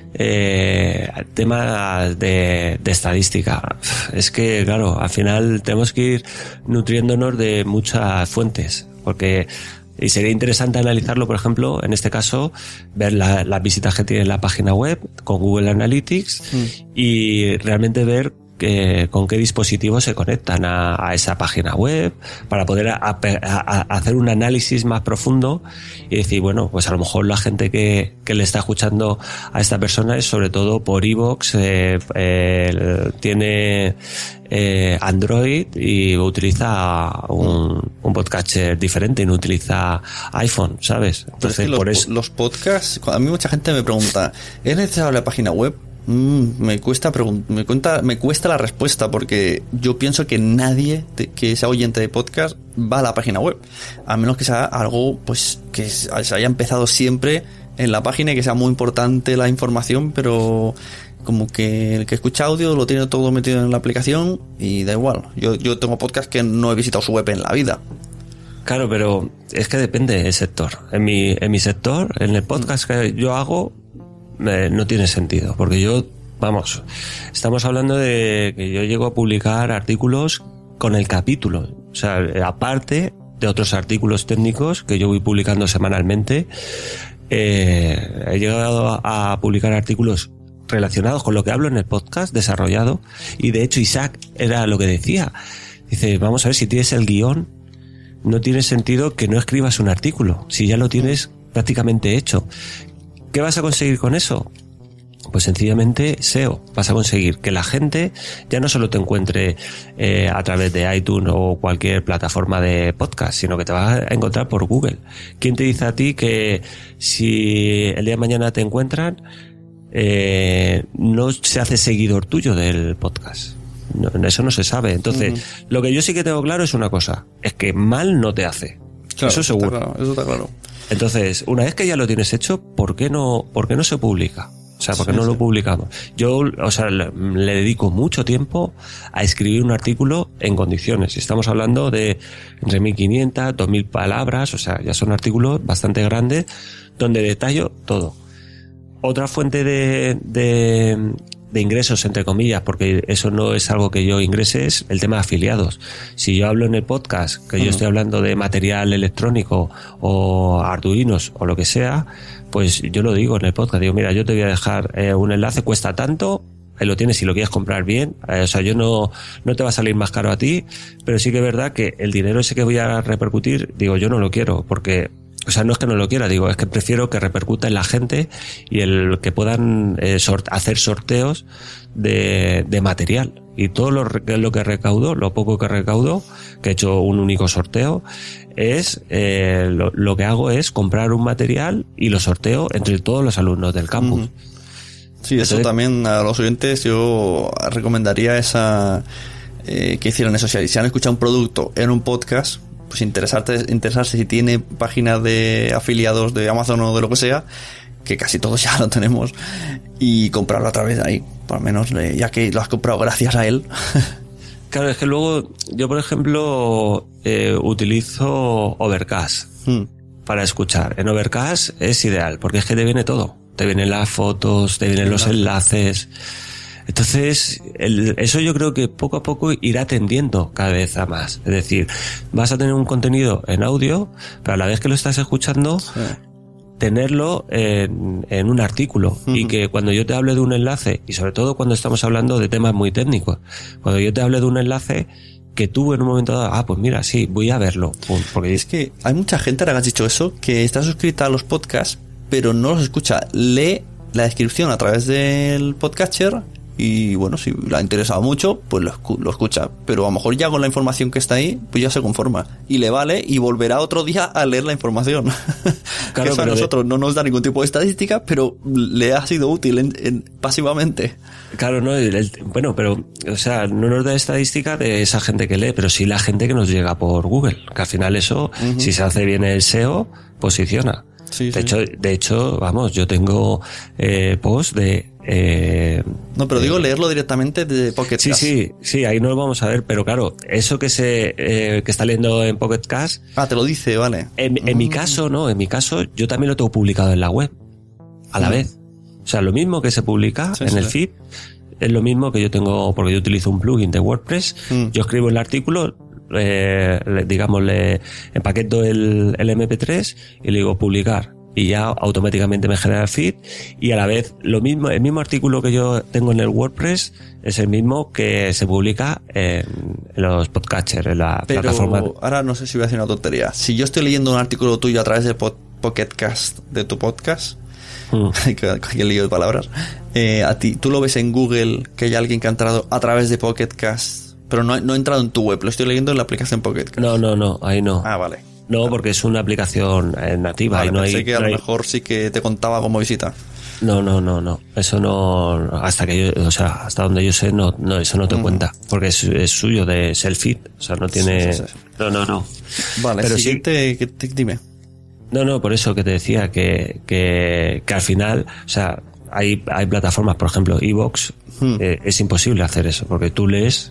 temas de estadística. Es que, claro, al final tenemos que ir nutriéndonos de muchas fuentes, porque y sería interesante analizarlo, por ejemplo, en este caso, ver las visitas que tiene la página web con Google Analytics y realmente ver con qué dispositivos se conectan a esa página web para poder hacer un análisis más profundo y decir, bueno, pues a lo mejor la gente que le está escuchando a esta persona es sobre todo por iVoox, tiene Android y utiliza un podcatcher diferente y no utiliza iPhone, ¿sabes? Entonces, es que por eso los podcasts, a mí mucha gente me pregunta, ¿es necesario la página web? Me cuesta la respuesta, porque yo pienso que nadie que sea oyente de podcast va a la página web, a menos que sea algo pues que se haya empezado siempre en la página y que sea muy importante la información, pero como que el que escucha audio lo tiene todo metido en la aplicación y da igual. Yo tengo podcast que no he visitado su web en la vida. Claro, pero es que depende del sector. En mi sector, en el podcast que yo hago, no tiene sentido, porque estamos hablando de que yo llego a publicar artículos con el capítulo, o sea, aparte de otros artículos técnicos que yo voy publicando semanalmente, he llegado a publicar artículos relacionados con lo que hablo en el podcast desarrollado, y de hecho Isaac era lo que decía, dice, vamos a ver, si tienes el guión, no tiene sentido que no escribas un artículo, si ya lo tienes prácticamente hecho. ¿Qué vas a conseguir con eso? Pues sencillamente SEO. Vas a conseguir que la gente ya no solo te encuentre a través de iTunes o cualquier plataforma de podcast, sino que te vas a encontrar por Google. ¿Quién te dice a ti que si el día de mañana te encuentran, no se hace seguidor tuyo del podcast? No, eso no se sabe. Entonces, lo que yo sí que tengo claro es una cosa, es que mal no te hace. Claro, eso seguro. Eso está claro. Entonces, una vez que ya lo tienes hecho, ¿por qué no se publica? O sea, ¿por qué no lo publicamos? Yo, o sea, le dedico mucho tiempo a escribir un artículo en condiciones. Y estamos hablando de entre 1.500, 2.000 palabras, o sea, ya son artículos bastante grandes donde detallo todo. Otra fuente de de ingresos, entre comillas, porque eso no es algo que yo ingrese, es el tema de afiliados. Si yo hablo en el podcast, que yo estoy hablando de material electrónico o Arduinos o lo que sea, pues yo lo digo en el podcast, digo, mira, yo te voy a dejar un enlace, cuesta tanto, ahí lo tienes si lo quieres comprar bien, o sea, yo no te va a salir más caro a ti, pero sí que es verdad que el dinero ese que voy a repercutir, digo, yo no lo quiero, porque, o sea, no es que no lo quiera, digo, es que prefiero que repercuta en la gente y el que puedan hacer sorteos de material. Y todo lo que recaudo, lo poco que recaudo, que he hecho un único sorteo, es lo que hago es comprar un material y lo sorteo entre todos los alumnos del campus. Sí, eso entonces, también a los oyentes yo recomendaría que hicieran eso. Si han escuchado un producto en un podcast, pues interesarse si tiene página de afiliados de Amazon o de lo que sea, que casi todos ya lo tenemos, y comprarlo a través de ahí, por lo menos, ya que lo has comprado gracias a él. Claro, es que luego yo, por ejemplo, utilizo Overcast para escuchar. En Overcast es ideal, porque es que te viene todo. Te vienen las fotos, te vienen los enlaces. Entonces, eso yo creo que poco a poco irá tendiendo cada vez a más. Es decir, vas a tener un contenido en audio, pero a la vez que lo estás escuchando, tenerlo en un artículo. Y que cuando yo te hable de un enlace, y sobre todo cuando estamos hablando de temas muy técnicos, cuando yo te hable de un enlace, que tú en un momento dado, pues mira, sí, voy a verlo. Porque es que hay mucha gente, ahora que has dicho eso, que está suscrita a los podcasts, pero no los escucha. Lee la descripción a través del podcatcher y bueno, si le ha interesado mucho, pues lo escucha, pero a lo mejor ya con la información que está ahí, pues ya se conforma y le vale y volverá otro día a leer la información. Claro, que eso a nosotros no nos da ningún tipo de estadística, pero le ha sido útil pasivamente. Claro, no, bueno, pero o sea, no nos da estadística de esa gente que lee, pero sí la gente que nos llega por Google, que al final eso, si se hace bien el SEO, posiciona. Sí, de hecho, vamos, yo tengo post de... no, pero digo leerlo directamente de Pocket Cast. Sí, ahí no lo vamos a ver, pero claro, eso que está leyendo en Pocket Cast... te lo dice, vale. En mi caso, no, en mi caso yo también lo tengo publicado en la web, a la vez. O sea, lo mismo que se publica en el feed, es lo mismo que yo tengo, porque yo utilizo un plugin de WordPress, yo escribo el artículo... digamos, le empaqueto el MP3 y le digo publicar y ya automáticamente me genera el feed, y a la vez el mismo artículo que yo tengo en el WordPress es el mismo que se publica en los podcatchers, en la plataforma. Ahora no sé si voy a decir una tontería. Si yo estoy leyendo un artículo tuyo a través de Pocket Cast, de tu podcast, qué lío de palabras, tú lo ves en Google que hay alguien que ha entrado a través de Pocket Cast, pero no he entrado en tu web, lo estoy leyendo en la aplicación Pocket Cast. No, ahí no. Vale. No, porque es una aplicación nativa. Vale, y no pensé hay, que a no lo hay... mejor sí que te contaba como visita. No. Eso no, hasta donde yo sé, no, eso no te cuenta. Porque es suyo, es el feed. O sea, no tiene... Sí. No. Vale, pero siguiente, dime. No, por eso que te decía que al final, o sea, hay plataformas, por ejemplo, iVoox, es imposible hacer eso, porque tú lees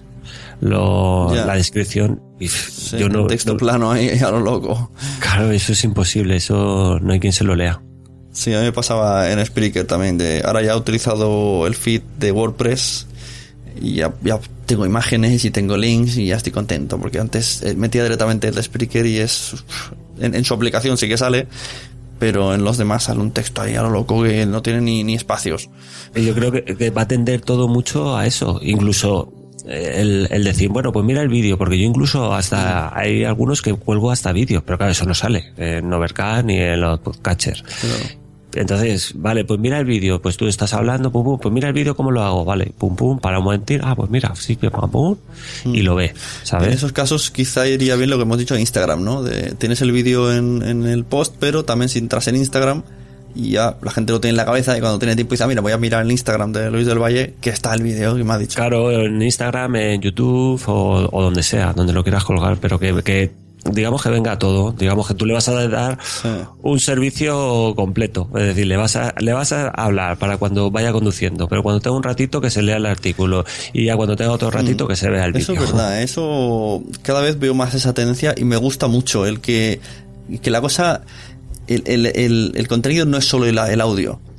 la descripción y yo no... texto plano ahí a lo loco. Claro, eso es imposible, eso no hay quien se lo lea. Sí, a mí me pasaba en Spreaker también, ahora ya he utilizado el feed de WordPress y ya tengo imágenes y tengo links y ya estoy contento, porque antes metía directamente el de Spreaker y en su aplicación sí que sale, pero en los demás sale un texto ahí a lo loco que no tiene ni espacios. Y yo creo que va a tender todo mucho a eso, incluso el decir, bueno, pues mira el vídeo, porque yo incluso hay algunos que cuelgo hasta vídeos, pero claro, eso no sale en Overcast ni en los podcatchers. Claro. Entonces, vale, pues mira el vídeo, pues tú estás hablando, pues mira el vídeo cómo lo hago, vale, para un momentín, pues mira, sí, pum, y lo ve, ¿sabes? En esos casos quizá iría bien lo que hemos dicho en Instagram, ¿no? Tienes el vídeo en el post, pero también si entras en Instagram y ya la gente lo tiene en la cabeza y cuando tiene tiempo dice, mira, voy a mirar el Instagram de Luis del Valle, que está el vídeo que me ha dicho. Claro, en Instagram, en YouTube o donde sea, donde lo quieras colgar, pero que digamos que venga todo, digamos que tú le vas a dar un servicio completo, es decir, le vas a hablar para cuando vaya conduciendo, pero cuando tenga un ratito que se lea el artículo y ya cuando tenga otro ratito que se vea el vídeo. Eso es verdad, eso cada vez veo más esa tendencia y me gusta mucho el que la cosa, el contenido no es solo el audio,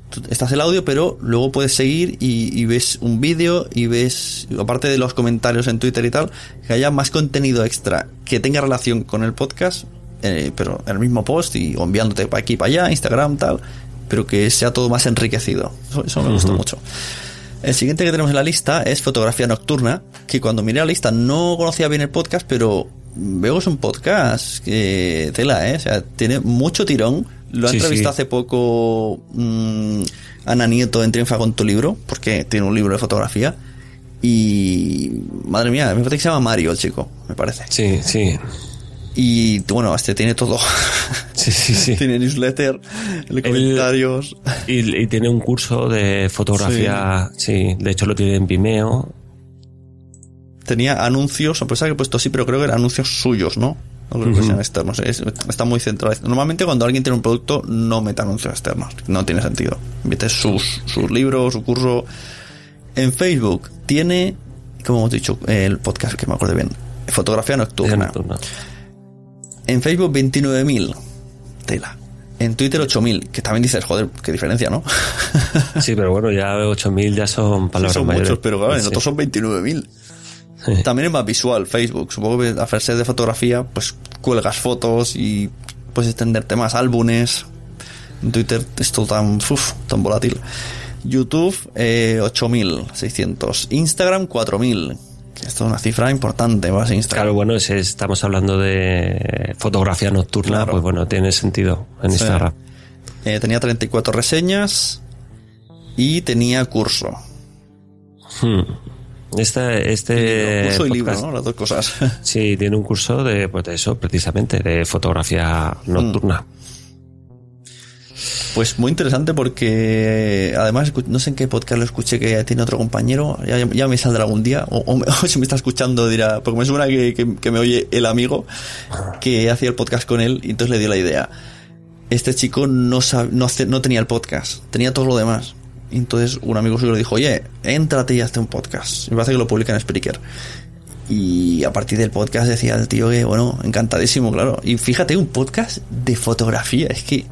estás el audio, pero luego puedes seguir y ves un vídeo y ves, aparte de los comentarios en Twitter y tal, que haya más contenido extra que tenga relación con el podcast, pero en el mismo post y o enviándote para aquí, para allá, Instagram, tal, pero que sea todo más enriquecido. Eso me gusta mucho. El siguiente que tenemos en la lista es Fotografía Nocturna, que cuando miré la lista no conocía bien el podcast, pero veo que es un podcast que tela, o sea, tiene mucho tirón. Lo ha entrevistado hace poco Ana Nieto en Triunfa con tu libro, porque tiene un libro de fotografía. Y madre mía, me parece que se llama Mario el chico, me parece. Sí. Y bueno, tiene todo. Sí. Tiene newsletter, comentarios. Y tiene un curso de fotografía, sí, de hecho lo tiene en Vimeo. Tenía anuncios, a pesar que he puesto sí, pero creo que eran anuncios suyos, ¿no? No creo que sean externos. Está muy centrado. Normalmente cuando alguien tiene un producto no mete anuncios externos. No tiene sentido. Mete sus libros, su curso. En Facebook tiene, como hemos dicho, el podcast que me acuerdo bien, Fotografía Nocturna. En Facebook 29.000. Tela. En Twitter 8.000. Que también dices, joder, qué diferencia, ¿no? Sí, pero bueno, ya 8.000 ya son palabras son mayores. Muchos, pero claro, en otros son 29.000. Sí. También es más visual Facebook. Supongo que al ser de fotografía, pues cuelgas fotos y puedes extenderte más, álbumes. En Twitter es todo tan volátil. YouTube 8.600. Instagram 4.000. Esto es una cifra importante más Instagram. Claro, bueno, si estamos hablando de fotografía nocturna, claro. Pues bueno, tiene sentido en Instagram. Tenía 34 reseñas y tenía curso. Curso y libro, ¿no? Las dos cosas. Sí, tiene un curso de, pues de eso, precisamente, de fotografía nocturna. Pues muy interesante porque además no sé en qué podcast lo escuché que tiene otro compañero, ya me saldrá algún día, o si me está escuchando dirá, porque me suena que me oye el amigo que hacía el podcast con él y entonces le dio la idea. Este chico no tenía el podcast, tenía todo lo demás. Y entonces un amigo suyo le dijo, oye, éntrate y hazte un podcast. Me parece que lo publica en Spreaker. Y a partir del podcast decía el tío que, bueno, encantadísimo, claro. Y fíjate, un podcast de fotografía, es que...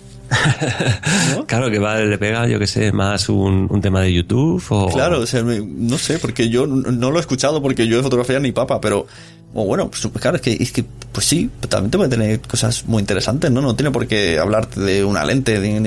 ¿no? Claro, que le pega, yo que sé, más un tema de YouTube o... Claro, o sea, no sé, porque yo no lo he escuchado porque yo de fotografía ni papa, pero... bueno, pues claro, es que pues sí, también te puede tener cosas muy interesantes, ¿no? No tiene por qué hablarte de una lente, de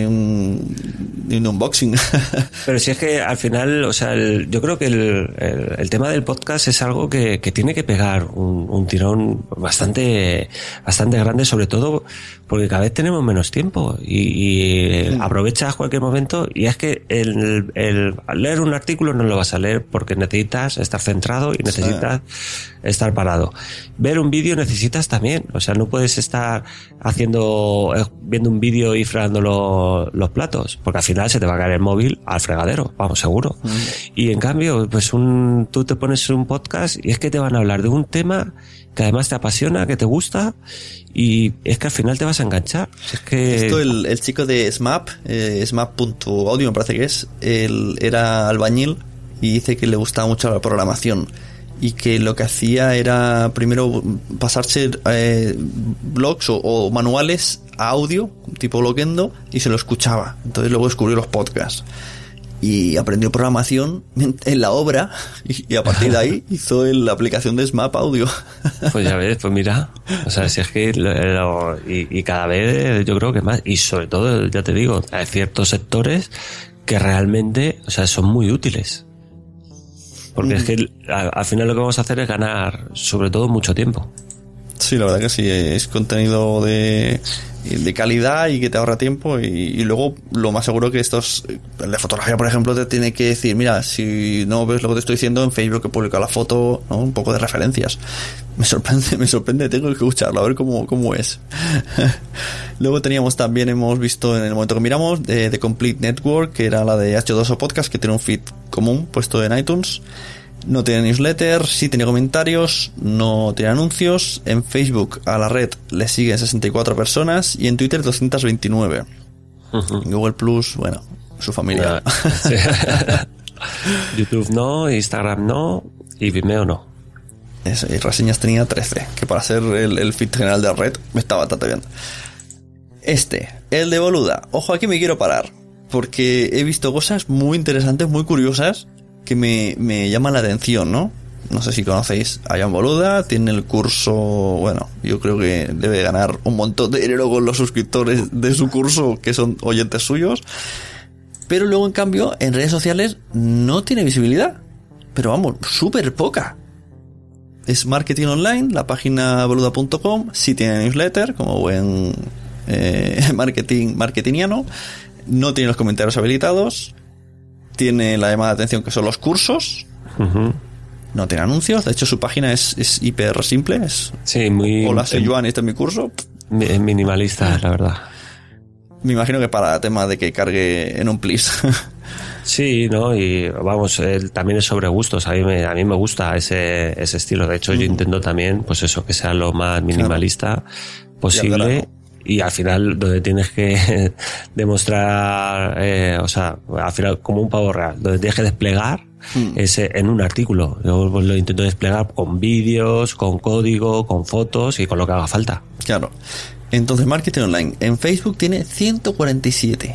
un unboxing. Pero si es que al final, o sea, yo creo que el tema del podcast es algo que tiene que pegar un tirón bastante grande, sobre todo porque cada vez tenemos menos tiempo y aprovechas cualquier momento, y es que el leer un artículo no lo vas a leer porque necesitas estar centrado y necesitas estar parado. Ver un vídeo necesitas también, o sea, no puedes estar viendo un vídeo y fregando los platos, porque al final se te va a caer el móvil al fregadero, vamos, seguro. Y en cambio, pues tú te pones un podcast y es que te van a hablar de un tema que además te apasiona, que te gusta, y es que al final te vas a enganchar. Es que... Esto el chico de SMAP, SMAP.audio me parece que es, él era albañil y dice que le gustaba mucho la programación y que lo que hacía era primero pasarse blogs o manuales a audio, tipo Loquendo, y se lo escuchaba. Entonces luego descubrió los podcasts y aprendió programación en la obra y a partir de ahí hizo la aplicación de SMAP Audio. Pues ya ves, pues mira, o sea, si es que y cada vez yo creo que más, y sobre todo, ya te digo, hay ciertos sectores que realmente, o sea, son muy útiles. Porque es que al final lo que vamos a hacer es ganar, sobre todo, mucho tiempo. Sí, la verdad que sí, es contenido de calidad y que te ahorra tiempo, y luego lo más seguro que estos, el de fotografía por ejemplo, te tiene que decir, mira, si no ves lo que te estoy diciendo, en Facebook he publicado la foto, ¿no? Un poco de referencias. Me sorprende, tengo que escucharlo, a ver cómo es. Luego hemos visto en el momento que miramos The Complete Network, que era la de H2O Podcast, que tiene un feed común puesto en iTunes. No tiene newsletter, sí tiene comentarios, no tiene anuncios. En Facebook a la red le siguen 64 personas y en Twitter 229. Google Plus, bueno, su familia. Sí. YouTube no, Instagram no y Vimeo no. Eso, y reseñas tenía 13, que para ser el feed general de la red está bastante bien. El de Boluda, ojo, aquí me quiero parar, porque he visto cosas muy interesantes, muy curiosas, que me llaman la atención, ¿no? No sé si conocéis a Jan Boluda, tiene el curso, bueno, yo creo que debe ganar un montón de dinero con los suscriptores de su curso, que son oyentes suyos, pero luego en cambio en redes sociales no tiene visibilidad, pero vamos, súper poca. Es marketing online, la página boluda.com, sí tiene newsletter, como buen marketingiano, no tiene los comentarios habilitados, tiene la llamada de atención que son los cursos, no tiene anuncios, de hecho su página es hiper simple, es sí, muy... Hola, soy Joan y este es mi curso. Minimalista, la verdad. Me imagino que para tema de que cargue en un plis. Sí, ¿no? Y vamos, también es sobre gustos. A mí me gusta ese estilo. De hecho, yo intento también, pues eso, que sea lo más minimalista posible. Y al final, donde tienes que demostrar, o sea, al final, como un pavo real, donde tienes que desplegar es en un artículo. Yo pues, lo intento desplegar con vídeos, con código, con fotos y con lo que haga falta. Claro. Entonces, marketing online. En Facebook tiene 147.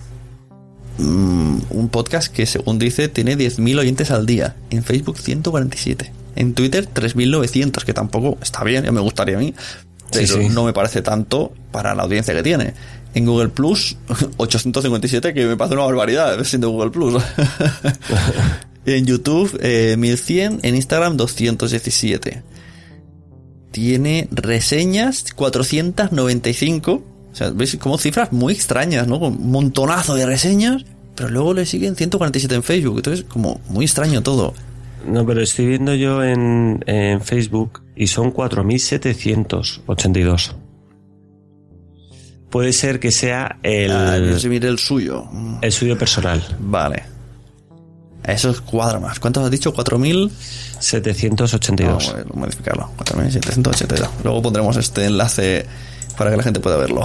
Un podcast que, según dice, tiene 10.000 oyentes al día. En Facebook, 147. En Twitter, 3.900, que tampoco está bien, ya me gustaría a mí. Pero no me parece tanto para la audiencia que tiene. En Google Plus, 857, que me parece una barbaridad siendo Google Plus. En YouTube, 1100. En Instagram, 217. Tiene reseñas, 495. O sea, veis como cifras muy extrañas, ¿no? Con un montonazo de reseñas, pero luego le siguen 147 en Facebook. Entonces, como muy extraño todo. No, pero estoy viendo yo en Facebook y son 4.782. Puede ser que sea yo sí miré el suyo. El suyo personal. Vale. Eso cuadra más. ¿Cuántos has dicho? 4.782. Vamos a modificarlo. 4.782. Luego pondremos este enlace para que la gente pueda verlo.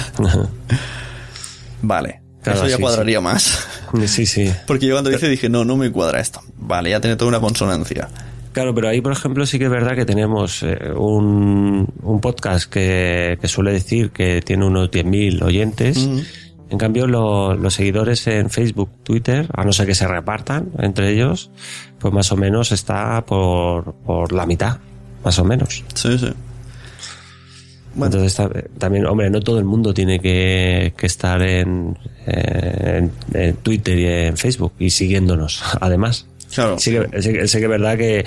Vale. Claro, eso ya cuadraría más. Sí. Porque yo cuando dije, no me cuadra esto. Vale, ya tiene toda una consonancia. Claro, pero ahí, por ejemplo, sí que es verdad que tenemos un podcast que suele decir que tiene unos 10.000 oyentes. En cambio, los seguidores en Facebook, Twitter, a no ser que se repartan entre ellos, pues más o menos está por la mitad, más o menos. Sí. Bueno. Entonces también, hombre, no todo el mundo tiene que estar en Twitter y en Facebook y siguiéndonos, además. Claro. Sí que es verdad que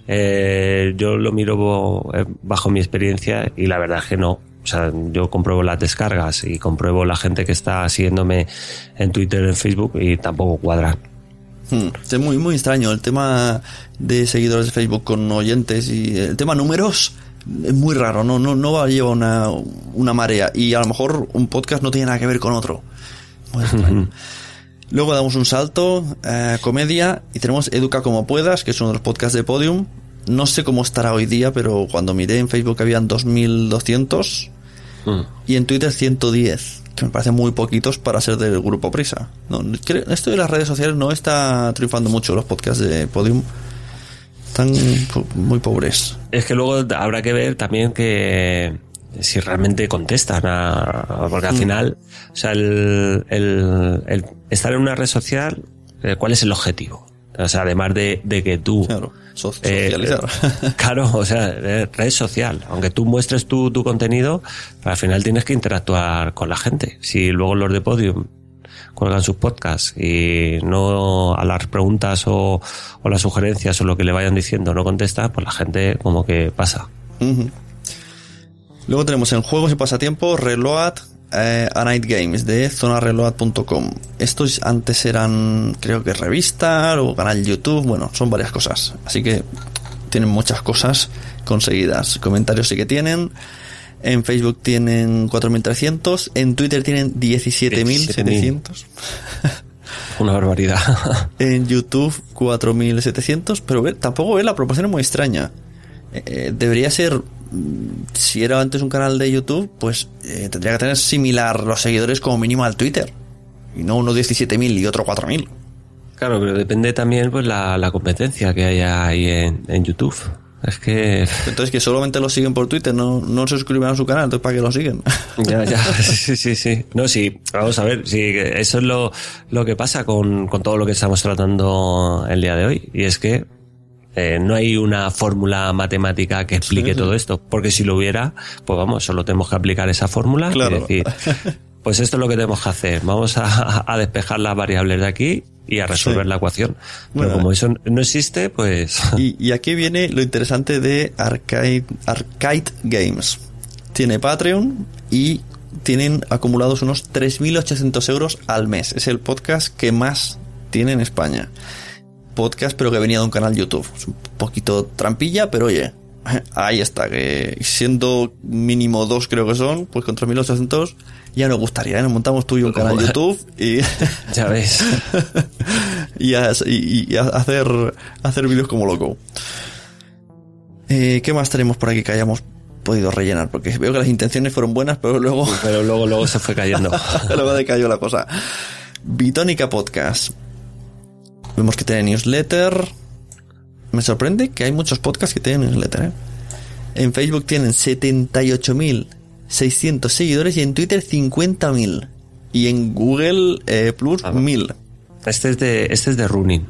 yo lo miro bajo mi experiencia y la verdad es que no. O sea, yo compruebo las descargas y compruebo la gente que está siguiéndome en Twitter, en Facebook y tampoco cuadra. Es muy, muy extraño el tema de seguidores de Facebook con oyentes y el tema números. Es muy raro, no va a llevar una marea y a lo mejor un podcast no tiene nada que ver con otro. Muy extraño. Luego damos un salto, comedia, y tenemos Educa como puedas, que es uno de los podcasts de Podium. No sé cómo estará hoy día, pero cuando miré en Facebook habían 2.200 y en Twitter 110, que me parecen muy poquitos para ser del grupo Prisa. No, esto de las redes sociales no está triunfando mucho, los podcasts de Podium. Están muy pobres. Es que luego habrá que ver también que si realmente contestan porque al final, o sea, el estar en una red social, ¿cuál es el objetivo? O sea, además de que tú... Claro, socializar. Claro, o sea, red social. Aunque tú muestres tu contenido, al final tienes que interactuar con la gente. Si luego los de Podium cuelgan sus podcasts y no a las preguntas o las sugerencias o lo que le vayan diciendo no contesta, pues la gente como que pasa. Luego tenemos en juegos y pasatiempos Reload a Night Games de zonareload.com. Estos antes eran, creo que revista o canal YouTube, bueno, son varias cosas, así que tienen muchas cosas conseguidas. Comentarios sí que tienen. En Facebook tienen 4.300, en Twitter tienen 17.700. Una barbaridad. En YouTube 4.700, pero tampoco la proporción es muy extraña. Debería ser, si era antes un canal de YouTube, pues tendría que tener similar los seguidores como mínimo al Twitter, y no uno 17.000 y otro 4.000. Claro, pero depende también pues la competencia que haya ahí en YouTube. Es que... Entonces que solamente lo siguen por Twitter, no se suscriben a su canal, entonces ¿para qué lo siguen? Ya, sí. No, sí, vamos a ver, sí, eso es lo que pasa con todo lo que estamos tratando el día de hoy. Y es que no hay una fórmula matemática que explique todo esto, porque si lo hubiera, pues vamos, solo tenemos que aplicar esa fórmula y decir, pues esto es lo que tenemos que hacer, vamos a despejar las variables de aquí y a resolver la ecuación. Pero como eso no existe, pues... Y aquí viene lo interesante de Arcade Games. Tiene Patreon y tienen acumulados unos 3.800 euros al mes. Es el podcast que más tiene en España. Podcast, pero que venía de un canal YouTube. Es un poquito trampilla, pero oye, ahí está. Que siendo mínimo 2 creo que son, pues con 3.800 ya nos gustaría, ¿eh? Nos montamos tú y un canal YouTube y... Ya ves. y hacer vídeos como loco. ¿Qué más tenemos por aquí que hayamos podido rellenar? Porque veo que las intenciones fueron buenas, pero luego se fue cayendo. Luego decayó la cosa. Bitónica Podcast. Vemos que tiene newsletter. Me sorprende que hay muchos podcasts que tienen newsletter, ¿eh? En Facebook tienen 78.600 seguidores y en Twitter 50.000. Y en Google Plus 1.000. Este es de running.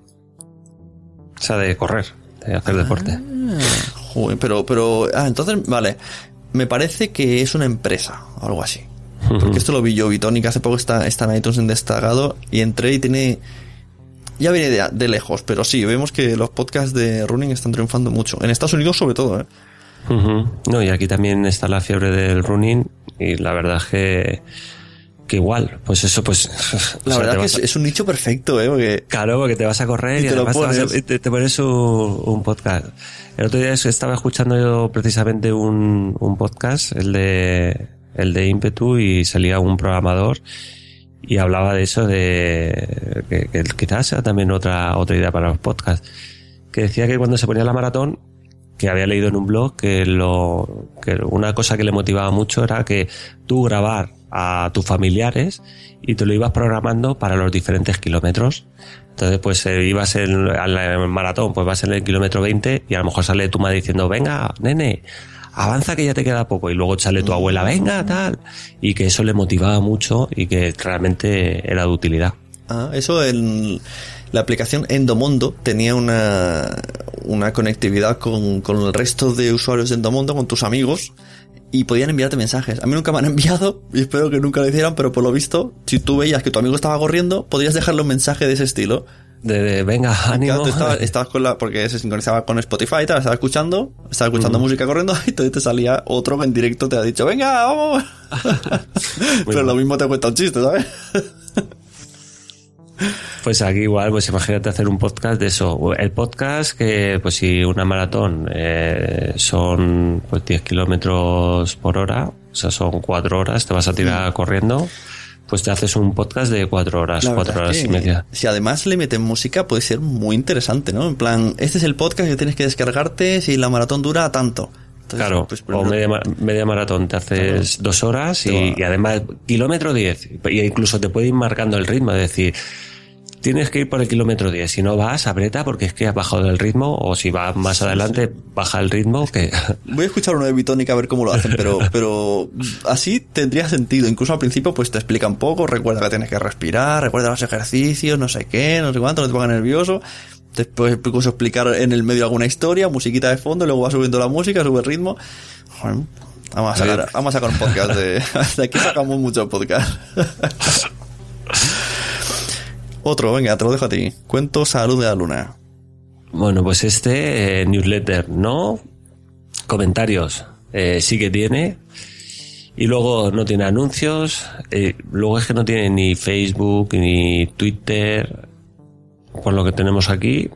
O sea, de correr, de hacer deporte. Joder, pero entonces, vale. Me parece que es una empresa o algo así. Porque esto lo vi yo, Bitónica, hace poco está en iTunes en destacado y entré y tiene... Ya viene de lejos, pero sí, vemos que los podcasts de running están triunfando mucho. En Estados Unidos sobre todo, ¿eh? No, y aquí también está la fiebre del running y la verdad es que igual, pues eso, pues... La verdad que es un nicho perfecto, ¿eh? Porque... Claro, porque te vas a correr y además te pones un podcast. El otro día estaba escuchando yo precisamente un podcast, el de Ímpetu, y salía un programador y hablaba de eso, de que quizás sea también otra idea para los podcasts, que decía que cuando se ponía la maratón, que había leído en un blog que una cosa que le motivaba mucho era que tú grabar a tus familiares y te lo ibas programando para los diferentes kilómetros. Entonces pues ibas al maratón, pues vas en el kilómetro 20 y a lo mejor sale tu madre diciendo, venga, nene, avanza que ya te queda poco, y luego sale tu abuela, venga, tal, y que eso le motivaba mucho y que realmente era de utilidad. Eso la aplicación Endomondo tenía una conectividad con el resto de usuarios de Endomondo, con tus amigos, y podían enviarte mensajes. A mí nunca me han enviado y espero que nunca lo hicieran, pero por lo visto, si tú veías que tu amigo estaba corriendo, podías dejarle un mensaje de ese estilo. De venga, ánimo. Estabas porque se sincronizaba con Spotify y tal, estaba escuchando música corriendo y entonces te salía otro que en directo te ha dicho, venga, vamos. Pero lo mismo te cuenta un chiste, ¿sabes? Pues aquí igual, pues imagínate hacer un podcast de eso. El podcast que, pues si una maratón son pues 10 kilómetros por hora, o sea, son 4 horas, te vas a tirar corriendo, pues te haces un podcast de 4 horas, 4 horas y media. Si además le meten música, puede ser muy interesante, ¿no? En plan, este es el podcast que tienes que descargarte si la maratón dura tanto. Entonces, claro, pues, o media maratón te haces 2 horas y además kilómetro 10, y incluso te puede ir marcando el ritmo, es decir, tienes que ir por el kilómetro 10, si no vas, aprieta porque es que has bajado el ritmo, o si vas más adelante, baja el ritmo. Que voy a escuchar uno de Bitónica a ver cómo lo hacen, pero así tendría sentido. Incluso al principio pues te explica un poco, recuerda que tienes que respirar, recuerda los ejercicios, no sé qué, no sé cuánto, no te pongas nervioso. Después incluso explicar en el medio alguna historia, musiquita de fondo, y luego va subiendo la música, sube el ritmo. Bueno, vamos a sacar un podcast de aquí sacamos muchos podcasts. Otro, venga, te lo dejo a ti. Cuento Salud de la Luna. Bueno, pues newsletter, ¿no? Comentarios, sí que tiene. Y luego no tiene anuncios. Luego es que no tiene ni Facebook, ni Twitter, por lo que tenemos aquí.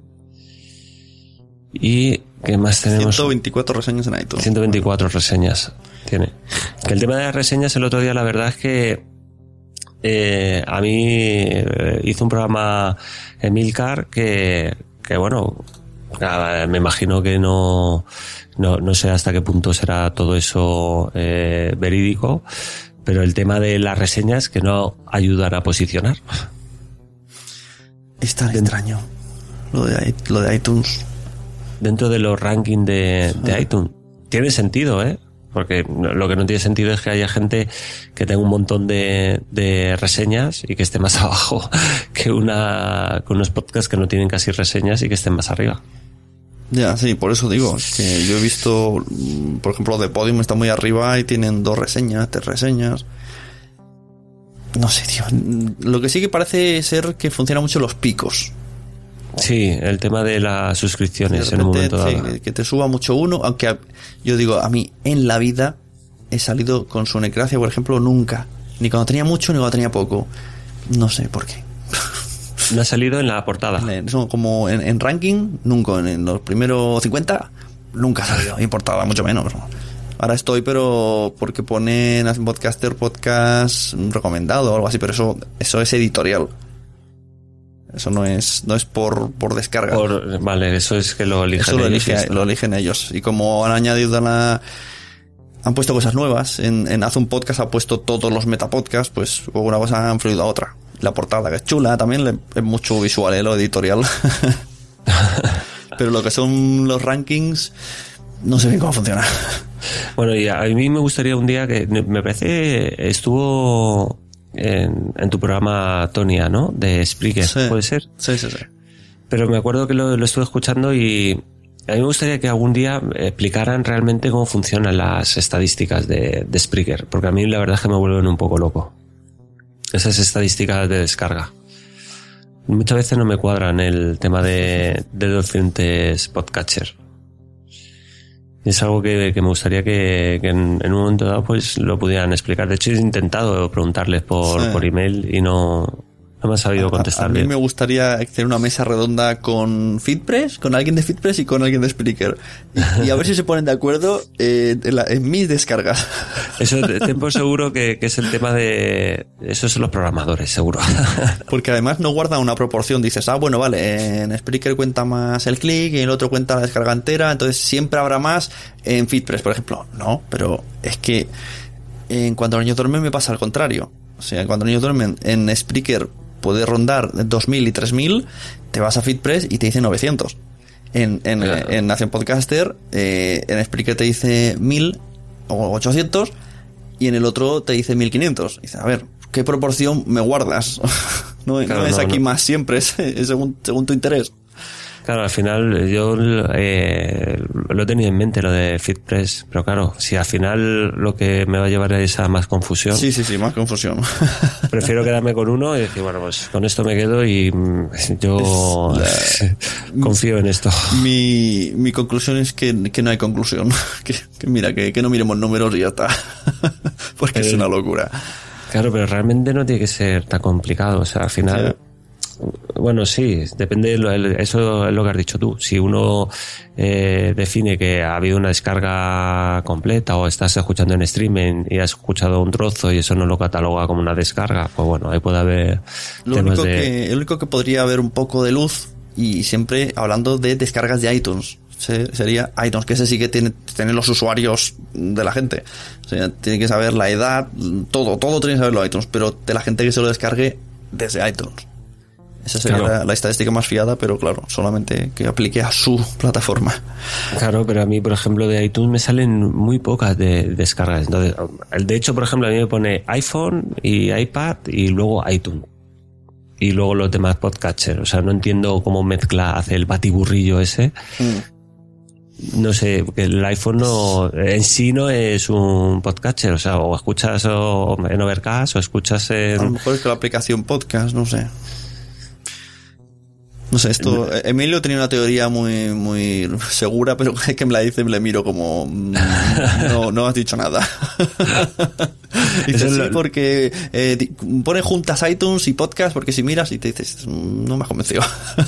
¿Y qué más tenemos? 124 reseñas en iTunes. 124 reseñas tiene. Que el tema de las reseñas, el otro día la verdad es que a mí hizo un programa Emilcar que bueno, me imagino que no sé hasta qué punto será todo eso verídico, pero el tema de las reseñas que no ayudan a posicionar. Es tan extraño lo de iTunes. dentro de los rankings de iTunes. Tiene sentido, porque lo que no tiene sentido es que haya gente que tenga un montón de reseñas y que esté más abajo que unos podcasts que no tienen casi reseñas y que estén más arriba. Ya, sí, por eso digo, es que yo he visto, por ejemplo, de Podium está muy arriba y tienen 2 reseñas, 3 reseñas. No sé, tío. Lo que sí que parece ser que funcionan mucho los picos. Sí, el tema de las suscripciones en un momento dado. Sí, que te suba mucho uno, aunque yo digo, a mí en la vida he salido con Sonecracia, por ejemplo, nunca. Ni cuando tenía mucho, ni cuando tenía poco. No sé por qué. No ha salido en la portada. Como en ranking, nunca. En los primeros 50, nunca ha salido. En portada, mucho menos. Ahora estoy, pero porque ponen As Podcaster podcast recomendado o algo así, pero eso es editorial. Eso no es por descarga. Vale, eso es que lo eligen ellos. Lo eligen ellos. Y como han añadido han puesto cosas nuevas. En Haz un Podcast ha puesto todos los metapodcasts, pues una cosa ha influido a otra. La portada, que es chula, también es mucho visual, lo editorial. Pero lo que son los rankings, no sé bien cómo funciona. Bueno, y a mí me gustaría un día que me parece estuvo en tu programa Tonia, ¿no? De Spreaker, sí. ¿Puede ser? Sí. Pero me acuerdo que lo estuve escuchando y a mí me gustaría que algún día explicaran realmente cómo funcionan las estadísticas de Spreaker, porque a mí la verdad es que me vuelven un poco loco. Esas estadísticas de descarga. Muchas veces no me cuadran el tema de los diferentes podcatchers. Es algo que me gustaría que en un momento dado pues lo pudieran explicar. De hecho, he intentado preguntarles por email y no me han sabido contestar. A mí me gustaría hacer una mesa redonda con FeedPress, con alguien de FeedPress y con alguien de Spreaker. Y a ver si se ponen de acuerdo en mis descargas. Eso ten por seguro que es el tema de... Eso son los programadores, seguro. Porque además no guarda una proporción. Dices, bueno, vale, en Spreaker cuenta más el clic y en el otro cuenta la descarga entera, entonces siempre habrá más en FeedPress, por ejemplo. No, pero es que en cuanto los niños duermen me pasa al contrario. O sea, cuando los niños duermen en Spreaker puede rondar 2.000 y 3.000, te vas a FeedPress y te dice 900. En Nación Podcaster, en Spreaker te dice 1.000 o 800 y en el otro te dice 1.500. Dice, a ver, ¿qué proporción me guardas? no es aquí más siempre, es según tu interés. Claro, al final yo lo he tenido en mente, lo de FeedPress, pero claro, si al final lo que me va a llevar es a más confusión. Sí, más confusión. Prefiero quedarme con uno y decir, bueno, pues con esto me quedo y yo confío en esto. Mi conclusión es que no hay conclusión. Que no miremos números y ya está. Porque es una locura. Claro, pero realmente no tiene que ser tan complicado. O sea, al final... Sí. Bueno, sí, depende, eso es lo que has dicho tú. Si uno define que ha habido una descarga completa o estás escuchando en streaming y has escuchado un trozo y eso no lo cataloga como una descarga, pues bueno, ahí puede haber lo único que podría haber un poco de luz, y siempre hablando de descargas de iTunes, sería iTunes, que ese sí que tiene los usuarios de la gente. O sea, tiene que saber la edad, todo tiene que saberlo iTunes, pero de la gente que se lo descargue desde iTunes. Esa sería la estadística más fiada, pero claro, solamente que aplique a su plataforma. Claro, pero a mí, por ejemplo, de iTunes me salen muy pocas de descargas. Entonces, de hecho, por ejemplo, a mí me pone iPhone y iPad y luego iTunes. Y luego los demás podcatchers. O sea, no entiendo cómo hace el batiburrillo ese. No sé, porque el iPhone en sí no es un podcatcher. O sea, o escuchas en Overcast o escuchas en... A lo mejor es que la aplicación podcast, no sé. No sé, Emilio tenía una teoría muy muy segura, pero es que me la dice y me la miro como no has dicho nada. Dice, sí, porque pone juntas iTunes y podcast, porque si miras y te dices, no me has convencido.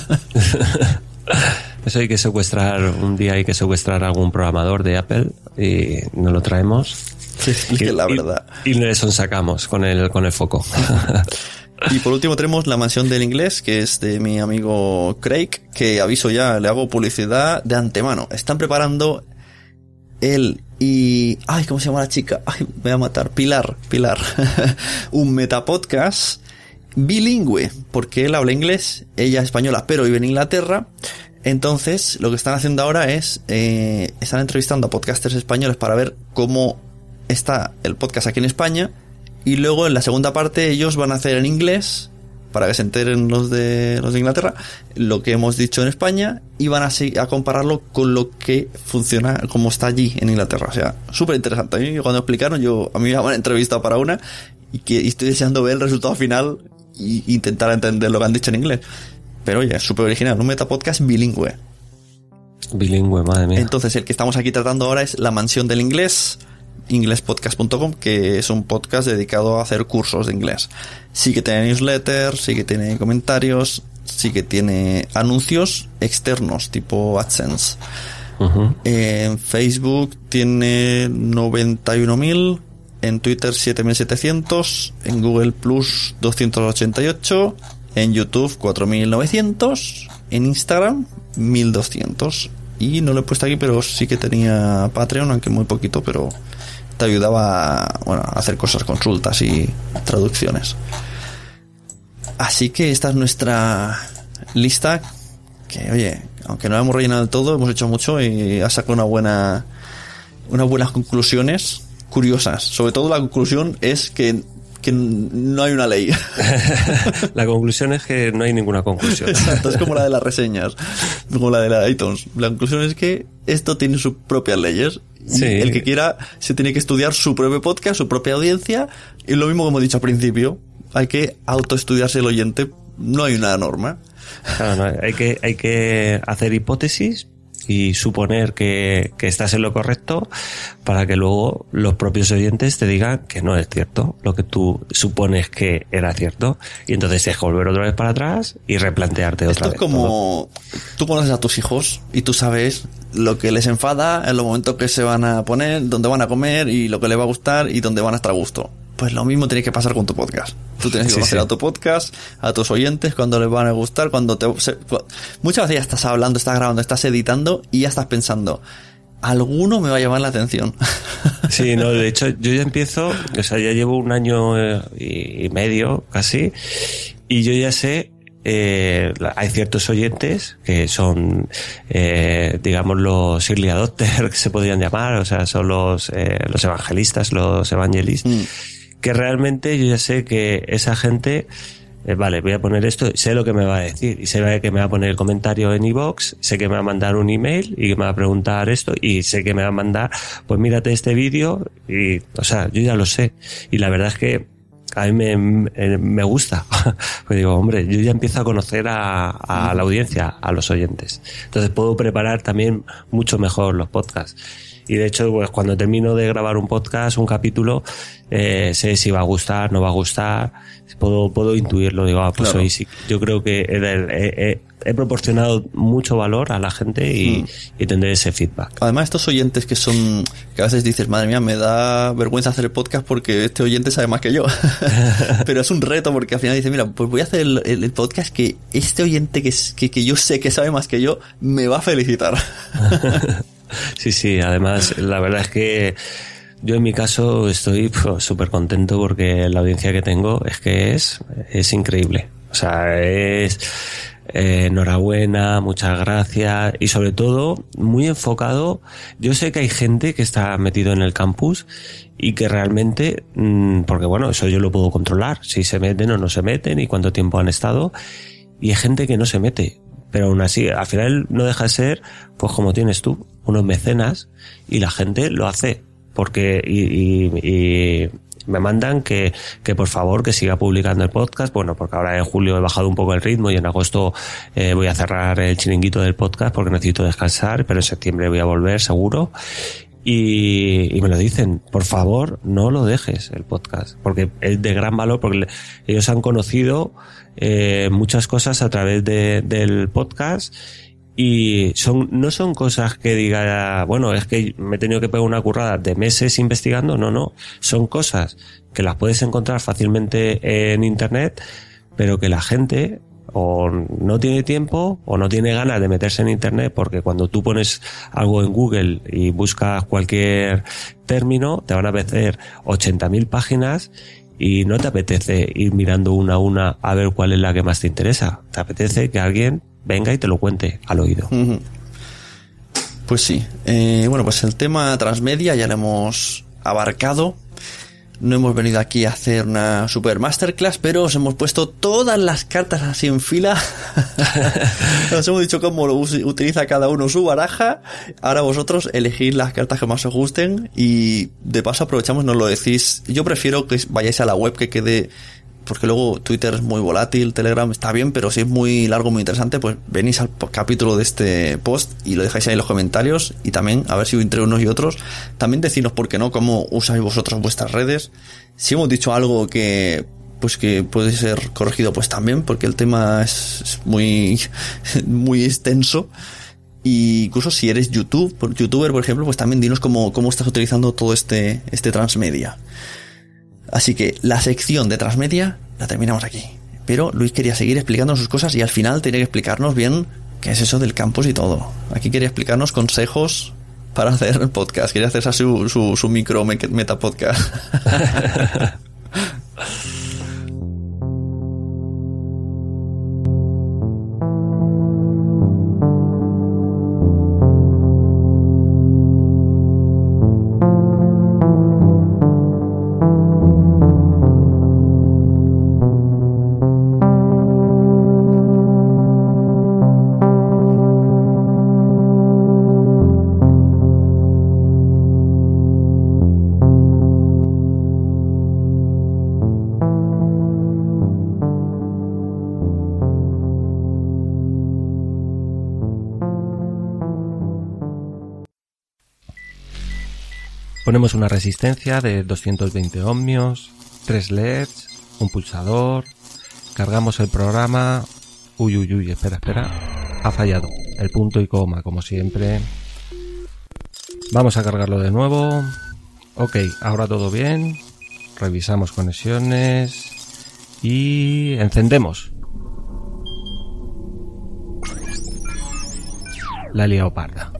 Eso hay que secuestrar, un día hay que secuestrar a algún programador de Apple y nos lo traemos. Que explique la verdad. Y le sonsacamos con el foco. Y por último tenemos La Mansión del Inglés, que es de mi amigo Craig, que aviso ya, le hago publicidad de antemano. Están preparando él y... Ay, ¿cómo se llama la chica? Ay, me voy a matar. Pilar. Un metapodcast bilingüe, porque él habla inglés, ella española, pero vive en Inglaterra. Entonces, lo que están haciendo ahora es, están entrevistando a podcasters españoles para ver cómo está el podcast aquí en España, y luego en la segunda parte ellos van a hacer en inglés, para que se enteren los de Inglaterra, lo que hemos dicho en España, y van a compararlo con lo que funciona, como está allí en Inglaterra. O sea, súper interesante. A mí cuando explicaron, a mí me han entrevistado para una, y estoy deseando ver el resultado final e intentar entender lo que han dicho en inglés. Pero oye, es súper original, un metapodcast bilingüe. Bilingüe, madre mía. Entonces, el que estamos aquí tratando ahora es La Mansión del Inglés, inglespodcast.com, que es un podcast dedicado a hacer cursos de inglés. Sí que tiene newsletter, sí que tiene comentarios, sí que tiene anuncios externos, tipo AdSense. Uh-huh. En Facebook tiene 91.000, en Twitter 7.700, en Google Plus 288, en YouTube 4.900, en Instagram 1.200. Y no lo he puesto aquí, pero sí que tenía Patreon, aunque muy poquito, pero te ayudaba a hacer cosas, consultas y traducciones. Así que esta es nuestra lista, que oye, aunque no la hemos rellenado del todo, hemos hecho mucho y ha sacado unas buenas conclusiones curiosas. Sobre todo la conclusión es que no hay una ley. La conclusión es que no hay ninguna conclusión. Exacto, es como la de las reseñas, como la de la iTunes. La conclusión es que esto tiene sus propias leyes. Sí. El que quiera se tiene que estudiar su propio podcast, su propia audiencia, y lo mismo que hemos dicho al principio, hay que autoestudiarse el oyente, no hay una norma. Claro, no, hay que hacer hipótesis y suponer que estás en lo correcto para que luego los propios oyentes te digan que no es cierto lo que tú supones que era cierto, y entonces es volver otra vez para atrás y replantearte otra vez. Esto es como todo. Tú conoces a tus hijos y tú sabes lo que les enfada en los momentos que se van a poner, dónde van a comer y lo que les va a gustar y dónde van a estar a gusto. Pues lo mismo tiene que pasar con tu podcast. Tú tienes que conocer a tu podcast, a tus oyentes, cuando les van a gustar, muchas veces ya estás hablando, estás grabando, estás editando y ya estás pensando, alguno me va a llamar la atención. Sí, no, de hecho yo ya empiezo, o sea, ya llevo 1 año y medio casi, y yo ya sé, hay ciertos oyentes que son, digamos, los early adopters, que se podrían llamar, o sea, son los evangelistas, los evangelists, que realmente yo ya sé que esa gente, vale, voy a poner esto, sé lo que me va a decir, y sé que me va a poner el comentario en iVoox, sé que me va a mandar un email y que me va a preguntar esto, y sé que me va a mandar, pues mírate este vídeo, y, o sea, yo ya lo sé, y la verdad es que a mí me gusta, pues digo, hombre, yo ya empiezo a conocer a la audiencia, a los oyentes, entonces puedo preparar también mucho mejor los podcasts. Y de hecho, pues cuando termino de grabar un podcast, un capítulo, sé si va a gustar, no va a gustar, puedo intuirlo, digo, pues claro. Hoy sí, yo creo que he proporcionado mucho valor a la gente y tendré ese feedback. Además, estos oyentes que a veces dices, madre mía, me da vergüenza hacer el podcast porque este oyente sabe más que yo. Pero es un reto porque al final dices, mira, pues voy a hacer el podcast que este oyente que yo sé que sabe más que yo me va a felicitar. Sí, además la verdad es que yo en mi caso estoy súper contento porque la audiencia que tengo es increíble. O sea, enhorabuena, muchas gracias, y sobre todo muy enfocado. Yo sé que hay gente que está metido en el campus y que realmente, porque bueno, eso yo lo puedo controlar, si se meten o no se meten y cuánto tiempo han estado, y hay gente que no se mete. Pero aún así, al final no deja de ser, pues como tienes tú, unos mecenas, y la gente lo hace, porque y me mandan que por favor que siga publicando el podcast, bueno, porque ahora en julio he bajado un poco el ritmo y en agosto voy a cerrar el chiringuito del podcast porque necesito descansar, pero en septiembre voy a volver seguro. Y me lo dicen, por favor, no lo dejes el podcast, porque es de gran valor, porque ellos han conocido muchas cosas a través del podcast, y no son cosas que diga, bueno, es que me he tenido que pegar una currada de meses investigando, no, son cosas que las puedes encontrar fácilmente en internet, pero que la gente o no tiene tiempo o no tiene ganas de meterse en internet, porque cuando tú pones algo en Google y buscas cualquier término te van a aparecer 80.000 páginas y no te apetece ir mirando una a una a ver cuál es la que más te interesa. Te apetece que alguien venga y te lo cuente al oído. Pues sí. Bueno, pues el tema transmedia ya lo hemos abarcado. No hemos venido aquí a hacer una super masterclass, pero os hemos puesto todas las cartas así en fila. Os hemos dicho cómo lo utiliza cada uno su baraja. Ahora vosotros elegid las cartas que más os gusten y de paso aprovechamos, nos lo decís. Yo prefiero que vayáis a la web, que quede... Porque luego Twitter es muy volátil, Telegram está bien, pero si es muy largo, muy interesante, pues venís al capítulo de este post y lo dejáis ahí en los comentarios. Y también, a ver si entre unos y otros, también decidnos por qué no, cómo usáis vosotros vuestras redes. Si hemos dicho algo que pues que puede ser corregido, pues también, porque el tema es muy, muy extenso. Y incluso si eres youtuber, por ejemplo, pues también dinos cómo estás utilizando todo este transmedia. Así que la sección de transmedia la terminamos aquí. Pero Luis quería seguir explicando sus cosas y al final tenía que explicarnos bien qué es eso del campus y todo. Aquí quería explicarnos consejos para hacer el podcast. Quería hacer su micro meta podcast. Ponemos una resistencia de 220 ohmios, 3 LEDs, un pulsador, cargamos el programa. Uy, espera, ha fallado el punto y coma, como siempre. Vamos a cargarlo de nuevo. Ok, ahora todo bien. Revisamos conexiones y encendemos. La he liado parda.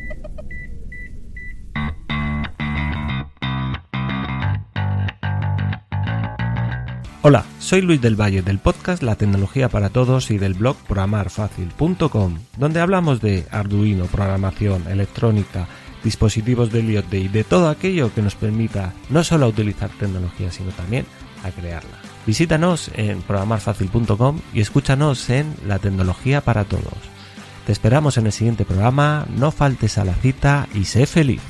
Hola, soy Luis del Valle del podcast La Tecnología para Todos y del blog programarfacil.com, donde hablamos de Arduino, programación, electrónica, dispositivos de IoT y de todo aquello que nos permita no solo utilizar tecnología, sino también a crearla. Visítanos en programarfacil.com y escúchanos en La Tecnología para Todos. Te esperamos en el siguiente programa, no faltes a la cita y sé feliz.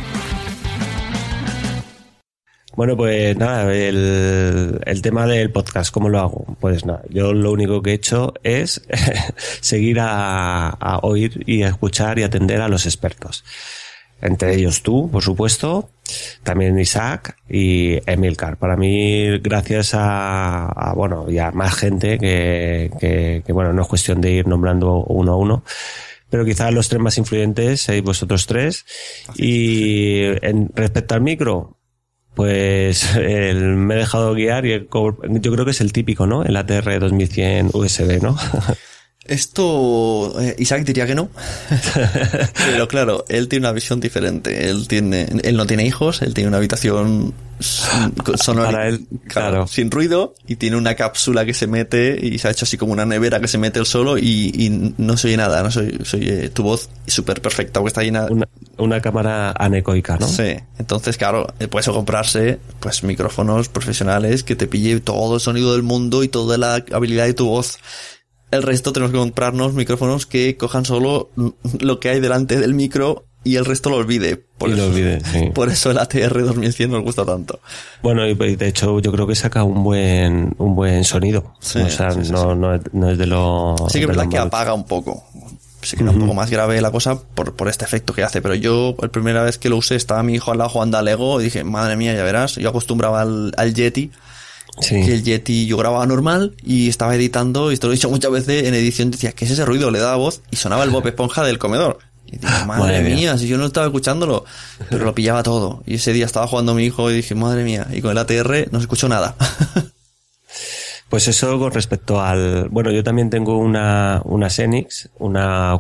Bueno, pues nada, el tema del podcast, ¿cómo lo hago? Pues nada, yo lo único que he hecho es seguir a oír y a escuchar y atender a los expertos. Entre ellos tú, por supuesto, también Isaac y Emilcar. Para mí, gracias a bueno, y a más gente que bueno, no es cuestión de ir nombrando uno a uno, pero quizás los tres más influyentes sois vosotros tres. Y respecto al micro, pues me he dejado guiar y yo creo que es el típico, ¿no? El ATR 2100 USB, ¿no? Esto, Isaac diría que no. Pero claro, él tiene una visión diferente. Él no tiene hijos, él tiene una habitación sonora para él, claro, sin ruido, y tiene una cápsula que se mete y se ha hecho así como una nevera que se mete él solo y no se oye nada, no se oye tu voz súper perfecta porque está llena. Una cámara anecoica, ¿no? Sí, entonces claro, puedes comprarse pues micrófonos profesionales que te pille todo el sonido del mundo y toda la habilidad de tu voz. El resto tenemos que comprarnos micrófonos que cojan solo lo que hay delante del micro y el resto lo olvide. Sí. Por eso el ATR 2100 nos gusta tanto. Bueno, y de hecho yo creo que saca un buen sonido. Sí, o sea, sí. No es de lo... Sí que es verdad que apaga un poco. Sí que era un poco más grave la cosa por este efecto que hace. Pero yo, la primera vez que lo usé, estaba mi hijo al lado jugando a Lego y dije, madre mía, ya verás. Yo acostumbraba al Yeti. Sí. Que el Yeti yo grababa normal y estaba editando, y esto lo he dicho muchas veces en edición, decía, ¿qué es ese ruido? Le daba voz y sonaba el Bob Esponja del comedor. Y digo, madre mía, si yo no estaba escuchándolo, pero lo pillaba todo. Y ese día estaba jugando mi hijo y dije, madre mía, y con el ATR no se escuchó nada. Pues eso con respecto al... Bueno, yo también tengo una Xenix, una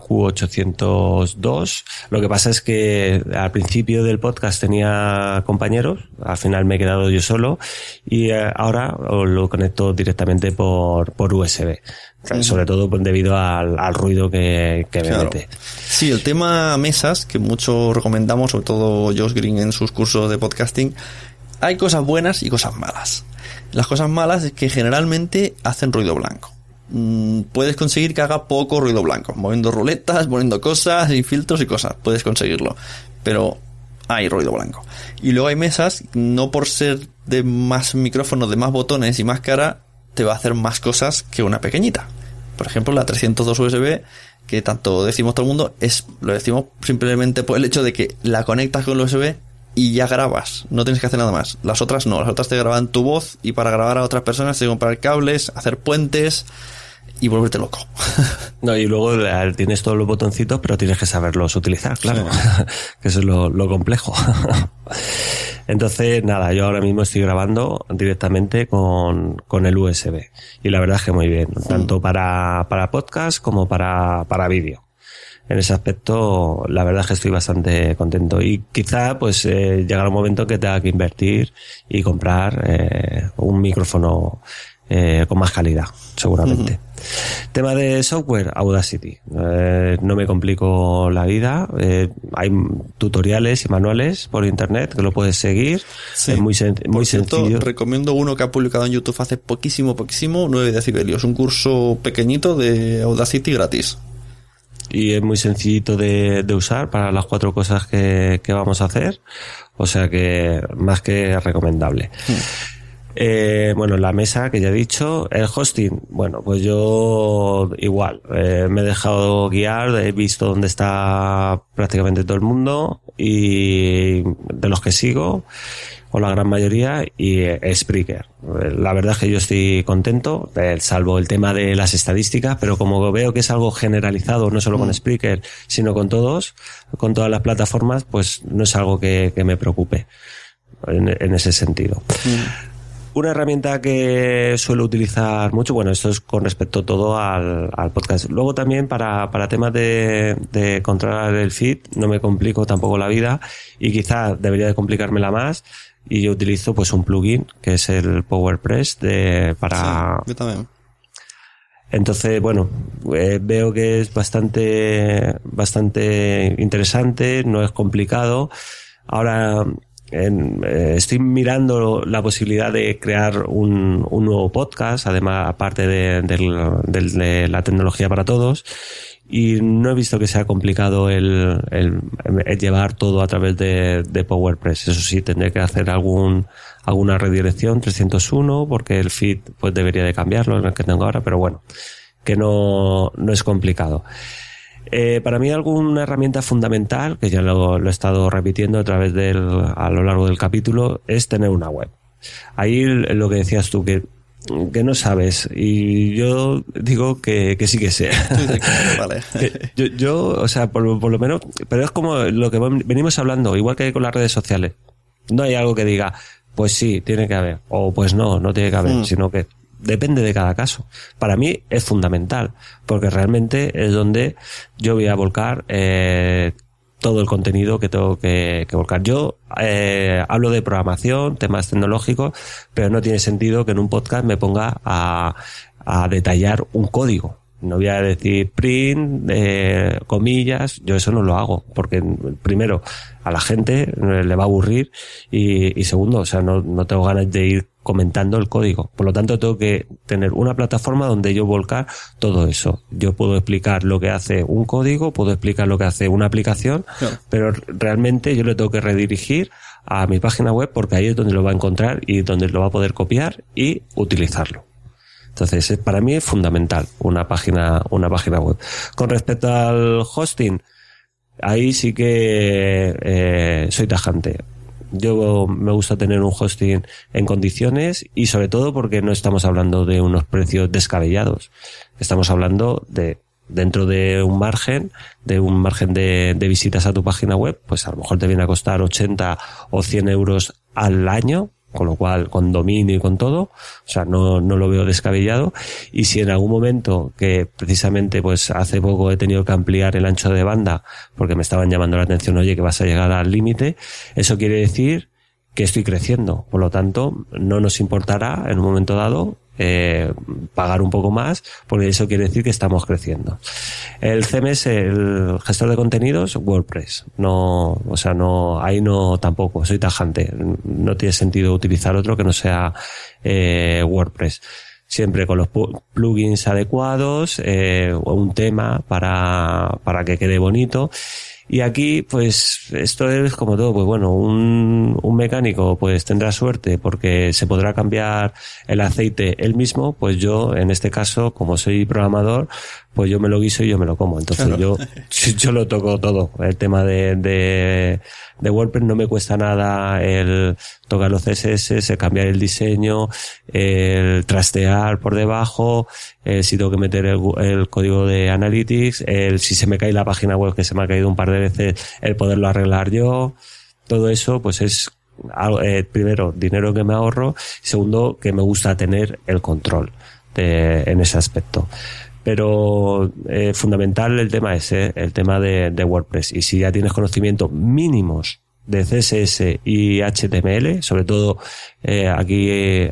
Q802. Lo que pasa es que al principio del podcast tenía compañeros, al final me he quedado yo solo y ahora lo conecto directamente por USB. Sobre todo debido al ruido que me mete. Sí, el tema mesas, que mucho recomendamos, sobre todo Josh Green en sus cursos de podcasting, hay cosas buenas y cosas malas. Las cosas malas es que generalmente hacen ruido blanco. Puedes conseguir que haga poco ruido blanco, moviendo ruletas, poniendo cosas y filtros y cosas, puedes conseguirlo, pero hay ruido blanco. Y luego hay mesas, no por ser de más micrófonos, de más botones y más cara, te va a hacer más cosas que una pequeñita. Por ejemplo, la 302 USB, que tanto decimos todo el mundo, lo decimos simplemente por el hecho de que la conectas con el USB y ya grabas, no tienes que hacer nada más. Las otras no, las otras te graban tu voz y para grabar a otras personas tienes que comprar cables, hacer puentes y volverte loco. No, y luego tienes todos los botoncitos, pero tienes que saberlos utilizar, claro. Sí. Que eso es lo complejo. Entonces, nada, yo ahora mismo estoy grabando directamente con el USB. Y la verdad es que muy bien, tanto para podcast como para vídeo. En ese aspecto, la verdad es que estoy bastante contento. Y quizá, pues, llegará un momento que tenga que invertir y comprar un micrófono con más calidad, seguramente. Tema de software, Audacity. No me complico la vida. Hay tutoriales y manuales por internet que lo puedes seguir. Sí. Es muy sencillo. Recomiendo uno que ha publicado en YouTube hace poquísimo, 9 decibelios. Un curso pequeñito de Audacity gratis. Y es muy sencillito de usar para las 4 cosas que vamos a hacer. O sea que más que recomendable. Bueno, la mesa que ya he dicho, el hosting, bueno, pues yo igual, me he dejado guiar, he visto dónde está prácticamente todo el mundo y de los que sigo, o la gran mayoría, y Spreaker. La verdad es que yo estoy contento, salvo el tema de las estadísticas, pero como veo que es algo generalizado, no solo con Spreaker, sino con todas las plataformas, pues no es algo que me preocupe en ese sentido. Una herramienta que suelo utilizar mucho, bueno, esto es con respecto todo al podcast. Luego también para temas de controlar el feed, no me complico tampoco la vida y quizá debería de complicármela más. Y yo utilizo pues un plugin que es el PowerPress para... Sí, yo también. Entonces, bueno, veo que es bastante interesante, no es complicado. Ahora... estoy mirando la posibilidad de crear un nuevo podcast, además aparte de la tecnología para todos, y no he visto que sea complicado el llevar todo a través de PowerPress. Eso sí, tendré que hacer alguna redirección 301 porque el feed pues debería de cambiarlo en el que tengo ahora, pero bueno, que no es complicado. Para mí alguna herramienta fundamental, que ya lo he estado repitiendo a lo largo del capítulo, es tener una web. Ahí lo que decías tú, que no sabes, y yo digo que sí que sé. Vale. yo, o sea, por lo menos, pero es como lo que venimos hablando, igual que con las redes sociales. No hay algo que diga, pues sí, tiene que haber, o pues no tiene que haber, sino que depende de cada caso. Para mí es fundamental, porque realmente es donde yo voy a volcar todo el contenido que tengo que volcar. Yo hablo de programación, temas tecnológicos, pero no tiene sentido que en un podcast me ponga a detallar un código. No voy a decir print, comillas, yo eso no lo hago, porque primero a la gente le va a aburrir y segundo, o sea, no tengo ganas de ir comentando el código. Por lo tanto, tengo que tener una plataforma donde yo volcar todo eso. Yo puedo explicar lo que hace un código, puedo explicar lo que hace una aplicación, pero realmente yo le tengo que redirigir a mi página web porque ahí es donde lo va a encontrar y donde lo va a poder copiar y utilizarlo. Entonces, para mí es fundamental una página web. Con respecto al hosting, ahí sí que soy tajante. Yo me gusta tener un hosting en condiciones y sobre todo porque no estamos hablando de unos precios descabellados. Estamos hablando de dentro de un margen de visitas a tu página web, pues a lo mejor te viene a costar 80 o 100 euros al año con lo cual con dominio y con todo, o sea, no lo veo descabellado. Y si en algún momento, que precisamente pues hace poco he tenido que ampliar el ancho de banda porque me estaban llamando la atención, oye, que vas a llegar al límite, eso quiere decir que estoy creciendo, por lo tanto no nos importará en un momento dado pagar un poco más, porque eso quiere decir que estamos creciendo. El CMS, el gestor de contenidos, WordPress. No, o sea, no, ahí no tampoco, soy tajante. No tiene sentido utilizar otro que no sea WordPress. Siempre con los plugins adecuados, un tema para que quede bonito. Y aquí, pues, esto es como todo, pues bueno, un mecánico pues tendrá suerte porque se podrá cambiar el aceite él mismo, pues yo, en este caso, como soy programador, pues yo me lo guiso y yo me lo como. Entonces claro. yo lo toco todo. El tema de WordPress no me cuesta nada el tocar los CSS, el cambiar el diseño, el trastear por debajo, si tengo que meter el código de Analytics, si se me cae la página web, que se me ha caído un par de veces, el poderlo arreglar yo. Todo eso pues es primero dinero que me ahorro, y segundo que me gusta tener el control en ese aspecto. Pero fundamental el tema ese, el tema de WordPress. Y si ya tienes conocimientos mínimos de CSS y HTML, sobre todo aquí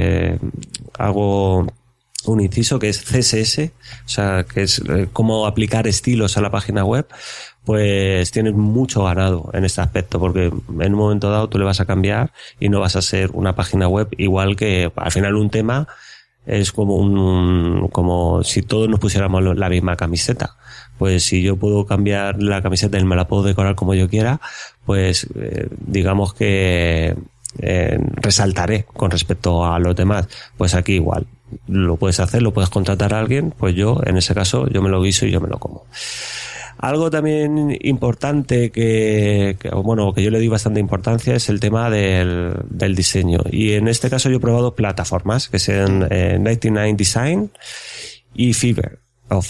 hago un inciso que es CSS, o sea, que es cómo aplicar estilos a la página web, pues tienes mucho ganado en este aspecto, porque en un momento dado tú le vas a cambiar y no vas a ser una página web igual que al final un tema. Es como si todos nos pusiéramos la misma camiseta. Pues si yo puedo cambiar la camiseta y me la puedo decorar como yo quiera, pues digamos que resaltaré con respecto a los demás. Pues aquí igual. Lo puedes hacer, lo puedes contratar a alguien, pues yo, en ese caso, yo me lo guiso y yo me lo como. Algo también importante que yo le doy bastante importancia es el tema del diseño. Y en este caso yo he probado plataformas que sean 99 Design y Fiverr.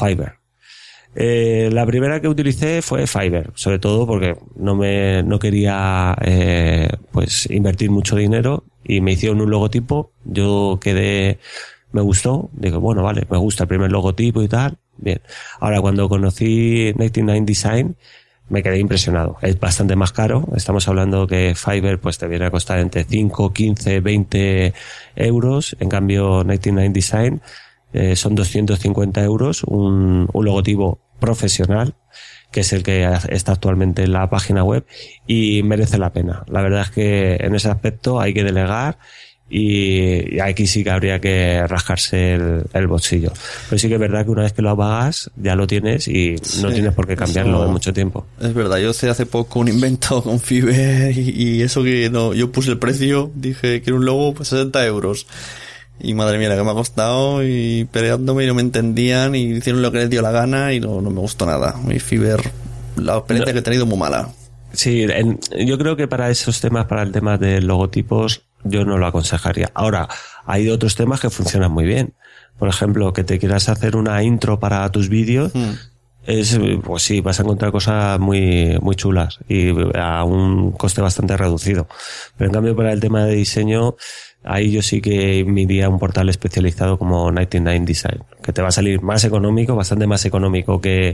La primera que utilicé fue Fiverr, sobre todo porque no quería pues invertir mucho dinero, y me hicieron un logotipo. Yo me gustó, digo, bueno, vale, me gusta el primer logotipo y tal. Bien. Ahora, cuando conocí 99 Design, me quedé impresionado. Es bastante más caro. Estamos hablando que Fiverr pues te viene a costar entre 5, 15, 20 euros. En cambio, 99 Design son 250 euros. Un logotipo profesional, que es el que está actualmente en la página web, y merece la pena. La verdad es que en ese aspecto hay que delegar. Y aquí sí que habría que rascarse el bolsillo. Pero sí que es verdad que una vez que lo pagas ya lo tienes y no tienes por qué cambiarlo en mucho tiempo. Es verdad, yo hice hace poco un invento con Fiverr y eso que no, yo puse el precio, dije quiero un logo pues 60 euros. Y madre mía, la que me ha costado, y peleándome y no me entendían y hicieron lo que les dio la gana y no me gustó nada. Mi Fiverr, la experiencia que he tenido muy mala. Sí, yo creo que para esos temas, para el tema de logotipos, yo no lo aconsejaría. Ahora, hay otros temas que funcionan muy bien. Por ejemplo, que te quieras hacer una intro para tus vídeos, pues sí, vas a encontrar cosas muy, muy chulas y a un coste bastante reducido. Pero en cambio, para el tema de diseño, ahí yo sí que me iría a un portal especializado como 99 Design, que te va a salir más económico, bastante más económico que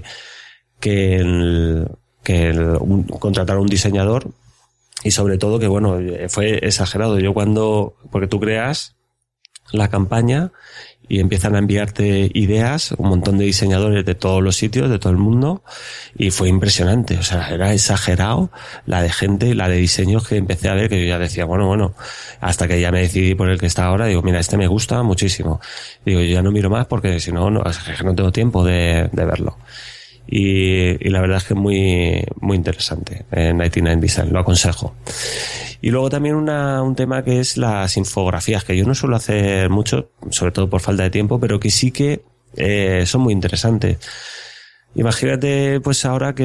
contratar a un diseñador. Y sobre todo que, bueno, fue exagerado. Porque tú creas la campaña y empiezan a enviarte ideas, un montón de diseñadores de todos los sitios, de todo el mundo, y fue impresionante. O sea, era exagerado la de gente, la de diseños que empecé a ver, que yo ya decía, bueno, hasta que ya me decidí por el que está ahora, digo, mira, este me gusta muchísimo. Digo, yo ya no miro más porque si no tengo tiempo de verlo. Y la verdad es que es muy, muy interesante 99 Design, lo aconsejo. Y luego también un tema que es las infografías, que yo no suelo hacer mucho, sobre todo por falta de tiempo, pero que sí que son muy interesantes. Imagínate pues ahora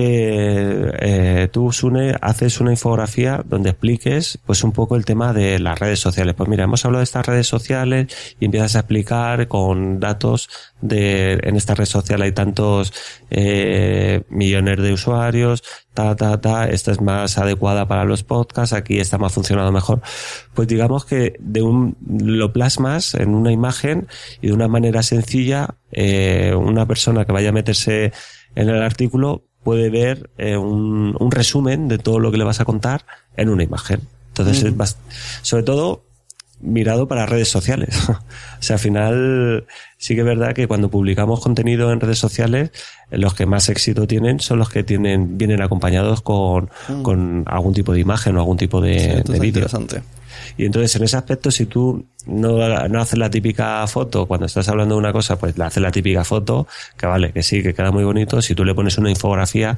que tú, Sune, haces una infografía donde expliques pues un poco el tema de las redes sociales. Pues mira, hemos hablado de estas redes sociales y empiezas a explicar con datos en esta red social hay tantos millones de usuarios, esta es más adecuada para los podcasts, aquí está más funcionando mejor. Pues digamos que lo plasmas en una imagen y de una manera sencilla, una persona que vaya a meterse en el artículo puede ver un resumen de todo lo que le vas a contar en una imagen. Entonces, sobre todo, mirado para redes sociales. O sea, al final, sí que es verdad que cuando publicamos contenido en redes sociales, los que más éxito tienen son los que vienen acompañados con algún tipo de imagen o algún tipo de vídeo. Interesante. Y entonces, en ese aspecto, si tú no haces la típica foto, cuando estás hablando de una cosa, pues le haces la típica foto, que vale, que sí, que queda muy bonito. Si tú le pones una infografía,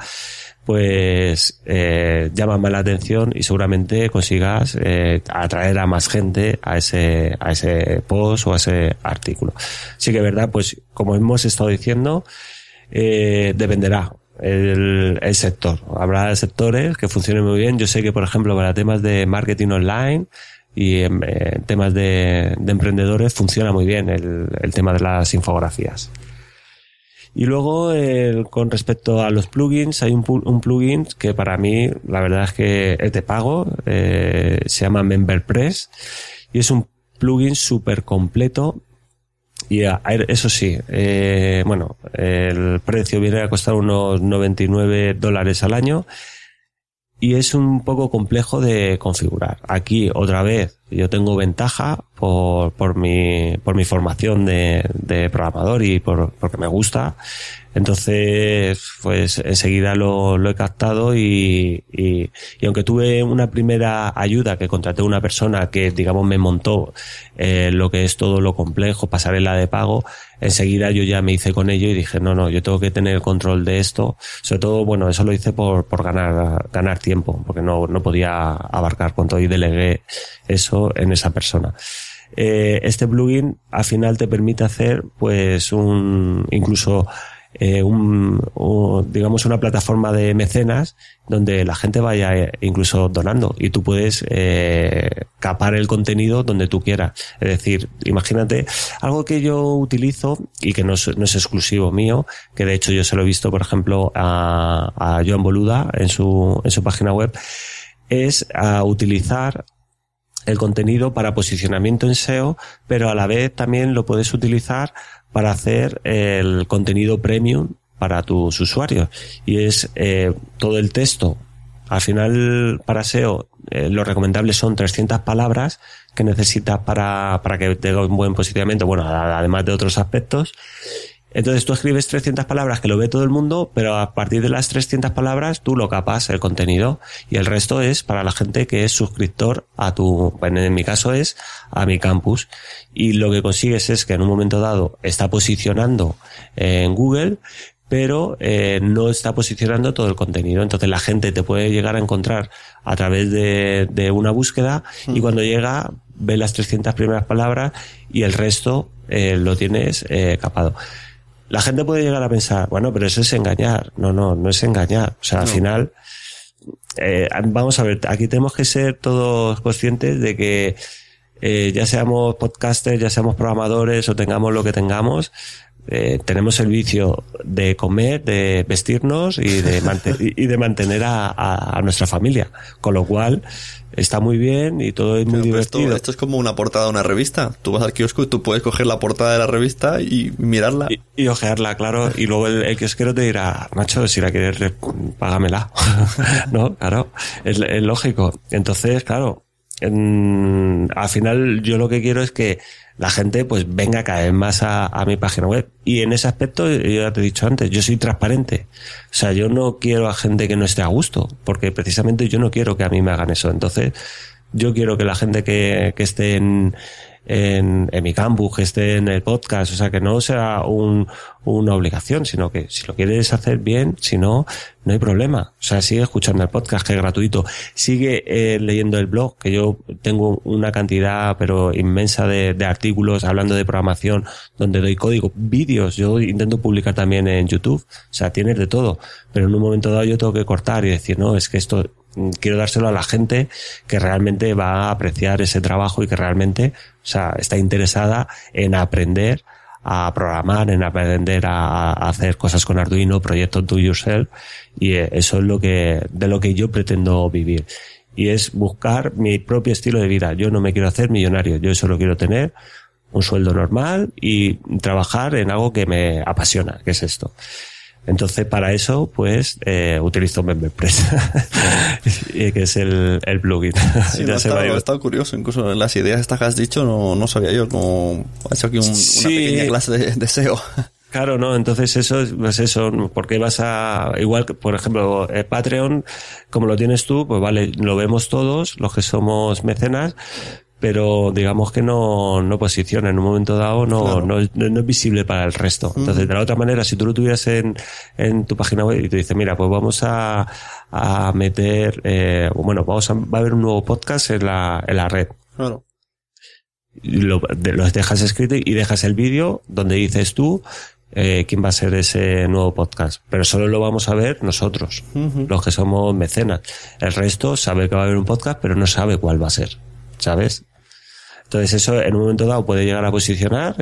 pues llama más la atención y seguramente consigas atraer a más gente a ese post o a ese artículo. Sí que es verdad, pues como hemos estado diciendo, dependerá el sector. Habrá sectores que funcionen muy bien. Yo sé que, por ejemplo, para temas de marketing online y en temas de emprendedores funciona muy bien el tema de las infografías. Y luego, con respecto a los plugins, hay un plugin que para mí, la verdad es que es de pago, se llama MemberPress, y es un plugin súper completo. Y eso sí, bueno, el precio viene a costar unos $99 al año y es un poco complejo de configurar. Aquí, otra vez, yo tengo ventaja por mi formación de programador y porque me gusta. Entonces, pues enseguida lo he captado y aunque tuve una primera ayuda que contraté a una persona que, digamos, me montó lo que es todo lo complejo, pasarela de pago, enseguida yo ya me hice con ello y dije, no, yo tengo que tener control de esto. Sobre todo, bueno, eso lo hice por ganar tiempo, porque no podía abarcar cuanto y delegué eso en esa persona. Este plugin al final te permite hacer pues incluso digamos una plataforma de mecenas donde la gente vaya incluso donando y tú puedes capar el contenido donde tú quieras. Es decir, imagínate algo que yo utilizo y que no es exclusivo mío, que de hecho yo se lo he visto, por ejemplo, a Joan Boluda en su página web, es a utilizar el contenido para posicionamiento en SEO, pero a la vez también lo puedes utilizar para hacer el contenido premium para tus usuarios. Y es todo el texto. Al final, para SEO, lo recomendable son 300 palabras que necesitas para que tenga un buen posicionamiento, bueno, además de otros aspectos. Entonces tú escribes 300 palabras que lo ve todo el mundo, pero a partir de las 300 palabras tú lo capas el contenido y el resto es para la gente que es suscriptor bueno, en mi caso es a mi campus, y lo que consigues es que en un momento dado está posicionando en Google, pero no está posicionando todo el contenido. Entonces la gente te puede llegar a encontrar a través de una búsqueda y cuando llega ve las 300 primeras palabras y el resto lo tienes capado. La gente puede llegar a pensar, bueno, pero eso es engañar. No es engañar. O sea, al final, vamos a ver, aquí tenemos que ser todos conscientes de que ya seamos podcasters, ya seamos programadores o tengamos lo que tengamos, tenemos el vicio de comer, de vestirnos y de mantener a nuestra familia. Con lo cual, está muy bien y todo es muy divertido. Esto es como una portada de una revista. Tú vas al kiosco y tú puedes coger la portada de la revista y mirarla. Y ojearla, claro. Y luego el kiosquero te dirá, macho, si la quieres, págamela. ¿No? Claro. Es lógico. Entonces, claro, al final yo lo que quiero es que la gente pues venga cada vez más a mi página web. Y en ese aspecto, yo ya te he dicho antes, yo soy transparente. O sea, yo no quiero a gente que no esté a gusto, porque precisamente yo no quiero que a mí me hagan eso. Entonces, yo quiero que la gente que esté en mi campus, que esté en el podcast, o sea, que no sea una obligación, sino que si lo quieres hacer bien, si no, no hay problema. O sea, sigue escuchando el podcast, que es gratuito. Sigue leyendo el blog, que yo tengo una cantidad pero inmensa de artículos hablando de programación, donde doy código, vídeos. Yo intento publicar también en YouTube. O sea, tienes de todo. Pero en un momento dado yo tengo que cortar y decir, no, es que esto quiero dárselo a la gente que realmente va a apreciar ese trabajo y que realmente, o sea, está interesada en aprender a programar, en aprender a hacer cosas con Arduino, proyectos do yourself, y eso es de lo que yo pretendo vivir. Y es buscar mi propio estilo de vida. Yo no me quiero hacer millonario, yo solo quiero tener un sueldo normal y trabajar en algo que me apasiona, que es esto. Entonces, para eso, pues, utilizo MemberPress, que es el plugin. Sí, no, está curioso. Incluso las ideas estas que has dicho no sabía yo. Como he hecho aquí una pequeña clase de SEO. Claro, no, entonces eso, pues eso, porque vas a, igual que, por ejemplo, Patreon, como lo tienes tú, pues vale, lo vemos todos, los que somos mecenas, pero digamos que no posiciona en un momento dado, no es visible para el resto. Entonces, de la otra manera, si tú lo tuvieras en tu página web y te dice, mira, pues vamos a meter, va a haber un nuevo podcast en la red. Claro. Lo dejas escrito y dejas el vídeo donde dices tú quién va a ser ese nuevo podcast, pero solo lo vamos a ver nosotros, los que somos mecenas. El resto sabe que va a haber un podcast, pero no sabe cuál va a ser, ¿sabes? Entonces eso en un momento dado puede llegar a posicionar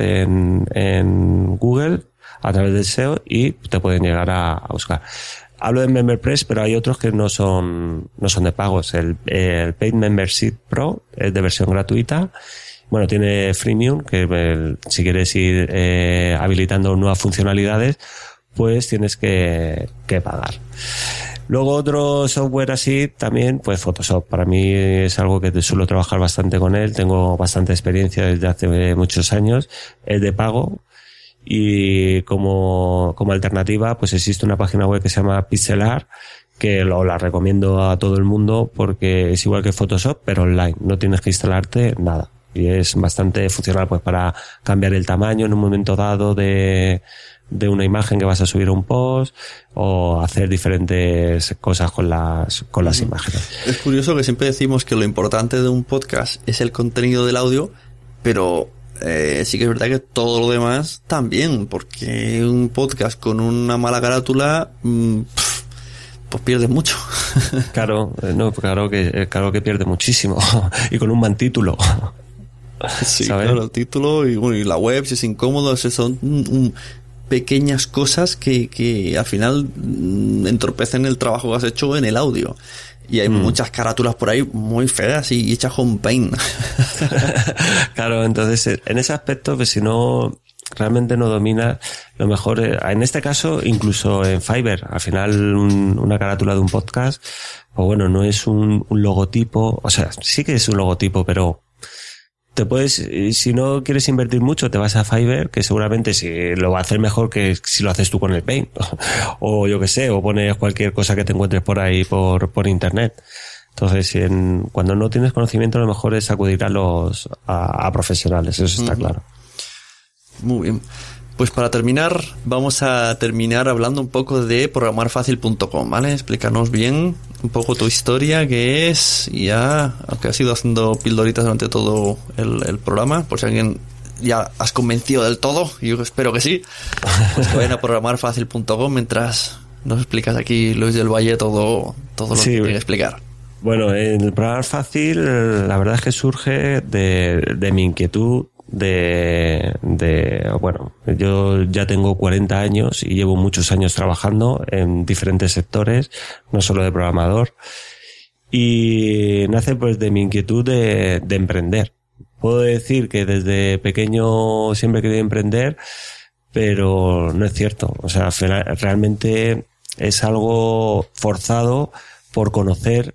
en Google a través del SEO y te pueden llegar a buscar. Hablo de MemberPress, pero hay otros que no son de pagos. El Paid Membership Pro es de versión gratuita. Bueno, tiene freemium, que si quieres ir habilitando nuevas funcionalidades, pues tienes que pagar. Luego otro software así también, pues Photoshop. Para mí es algo que suelo trabajar bastante con él. Tengo bastante experiencia desde hace muchos años. Es de pago. Y como alternativa, pues existe una página web que se llama Pixelar, que la recomiendo a todo el mundo porque es igual que Photoshop, pero online. No tienes que instalarte nada. Y es bastante funcional, pues para cambiar el tamaño en un momento dado de una imagen que vas a subir a un post o hacer diferentes cosas con las imágenes. Es curioso que siempre decimos que lo importante de un podcast es el contenido del audio, pero sí que es verdad que todo lo demás también, porque un podcast con una mala carátula pues pierde mucho. Claro, claro que pierde muchísimo. Y con un mal título. Sí, ¿sabes? Claro, el título y la web, si es incómodo, son pequeñas cosas que al final entorpecen el trabajo que has hecho en el audio. Y hay muchas carátulas por ahí muy feas y hechas con paint. Claro, entonces en ese aspecto, pues si no realmente no dominas, lo mejor en este caso, incluso en Fiverr, al final una carátula de un podcast, pues bueno, no es un logotipo, o sea, sí que es un logotipo, pero te puedes, si no quieres invertir mucho, te vas a Fiverr, que seguramente si lo va a hacer mejor que si lo haces tú con el Paint. O yo que sé, o pones cualquier cosa que te encuentres por ahí por internet. Entonces, cuando no tienes conocimiento, lo mejor es acudir a profesionales, eso está claro. Muy bien. Pues para terminar, vamos a terminar hablando un poco de programarfacil.com, ¿vale? Explícanos bien un poco tu historia, qué es, y ya, aunque has ido haciendo pildoritas durante todo el programa, por si alguien ya has convencido del todo, y yo espero que sí, pues que vayan a programarfacil.com mientras nos explicas aquí, Luis del Valle, todo lo que tiene que explicar. Bueno, el Programar Fácil, la verdad es que surge de mi inquietud bueno, yo ya tengo 40 años y llevo muchos años trabajando en diferentes sectores, no solo de programador, y nace pues de mi inquietud de emprender. Puedo decir que desde pequeño siempre quería emprender, pero no es cierto. O sea, realmente es algo forzado por conocer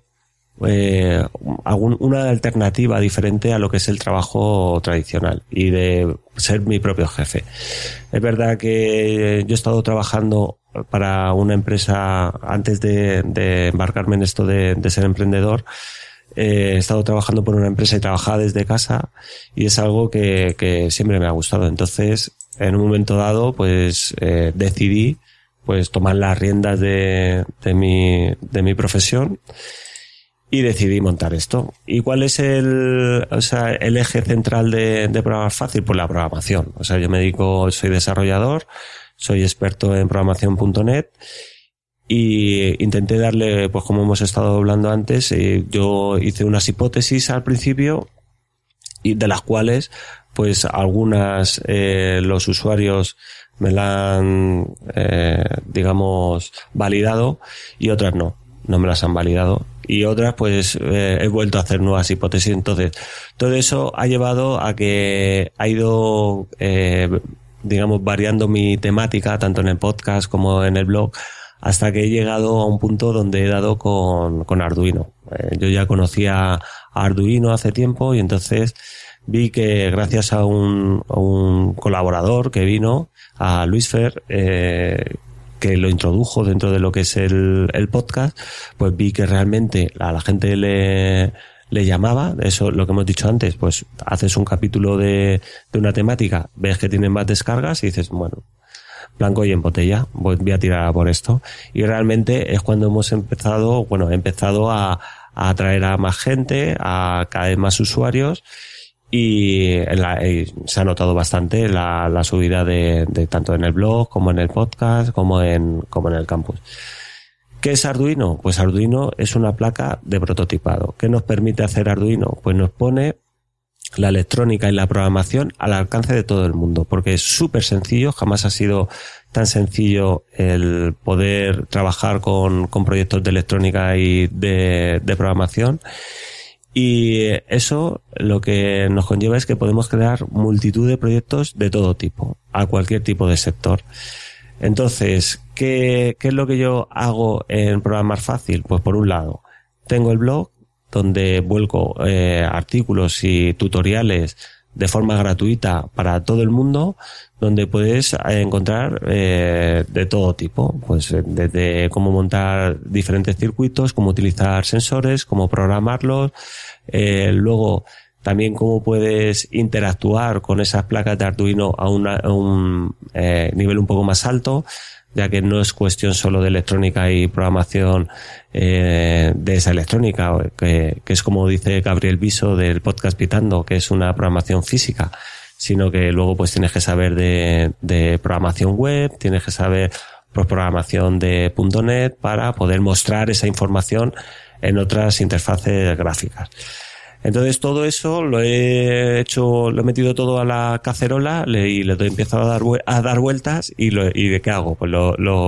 una alternativa diferente a lo que es el trabajo tradicional y de ser mi propio jefe. Es verdad que yo he estado trabajando para una empresa antes de embarcarme en esto de ser emprendedor. he estado trabajando por una empresa y trabajaba desde casa, y es algo que siempre me ha gustado. Entonces, en un momento dado, pues decidí pues tomar las riendas de mi profesión y decidí montar esto. ¿Y cuál es el eje central de Programar Fácil? Pues la programación. O sea, yo soy desarrollador, soy experto en programación.net, y intenté darle, pues como hemos estado hablando antes, yo hice unas hipótesis al principio, y de las cuales pues algunas los usuarios me la han digamos validado, y otras no me las han validado, y otras pues he vuelto a hacer nuevas hipótesis. Entonces todo eso ha llevado a que ha ido digamos variando mi temática tanto en el podcast como en el blog, hasta que he llegado a un punto donde he dado con Arduino. Yo ya conocía a Arduino hace tiempo, y entonces vi que gracias a un colaborador que vino, a Luis Fer, que lo introdujo dentro de lo que es el podcast, pues vi que realmente a la gente le llamaba. Eso, lo que hemos dicho antes, pues haces un capítulo de una temática, ves que tiene más descargas y dices, bueno, blanco y en botella, voy a tirar por esto. Y realmente es cuando he empezado a atraer a más gente, a cada vez más usuarios, y se ha notado bastante la subida de tanto en el blog como en el podcast como en el campus. ¿Qué es Arduino? Pues Arduino es una placa de prototipado. ¿Qué nos permite hacer Arduino? Pues nos pone la electrónica y la programación al alcance de todo el mundo, porque es súper sencillo. Jamás ha sido tan sencillo el poder trabajar con proyectos de electrónica y de programación. Y eso lo que nos conlleva es que podemos crear multitud de proyectos de todo tipo, a cualquier tipo de sector. Entonces, ¿qué es lo que yo hago en Programar Fácil? Pues por un lado, tengo el blog donde vuelco artículos y tutoriales de forma gratuita para todo el mundo, donde puedes encontrar de todo tipo, pues desde cómo montar diferentes circuitos, cómo utilizar sensores, cómo programarlos, luego también cómo puedes interactuar con esas placas de Arduino a un nivel un poco más alto, ya que no es cuestión solo de electrónica y programación de esa electrónica, que es como dice Gabriel Viso del podcast Pitando, que es una programación física, sino que luego pues tienes que saber de programación web, tienes que saber programación de .NET para poder mostrar esa información en otras interfaces gráficas. Entonces todo eso lo he metido todo a la cacerola y le he empezado a dar vueltas y ¿de qué hago? Pues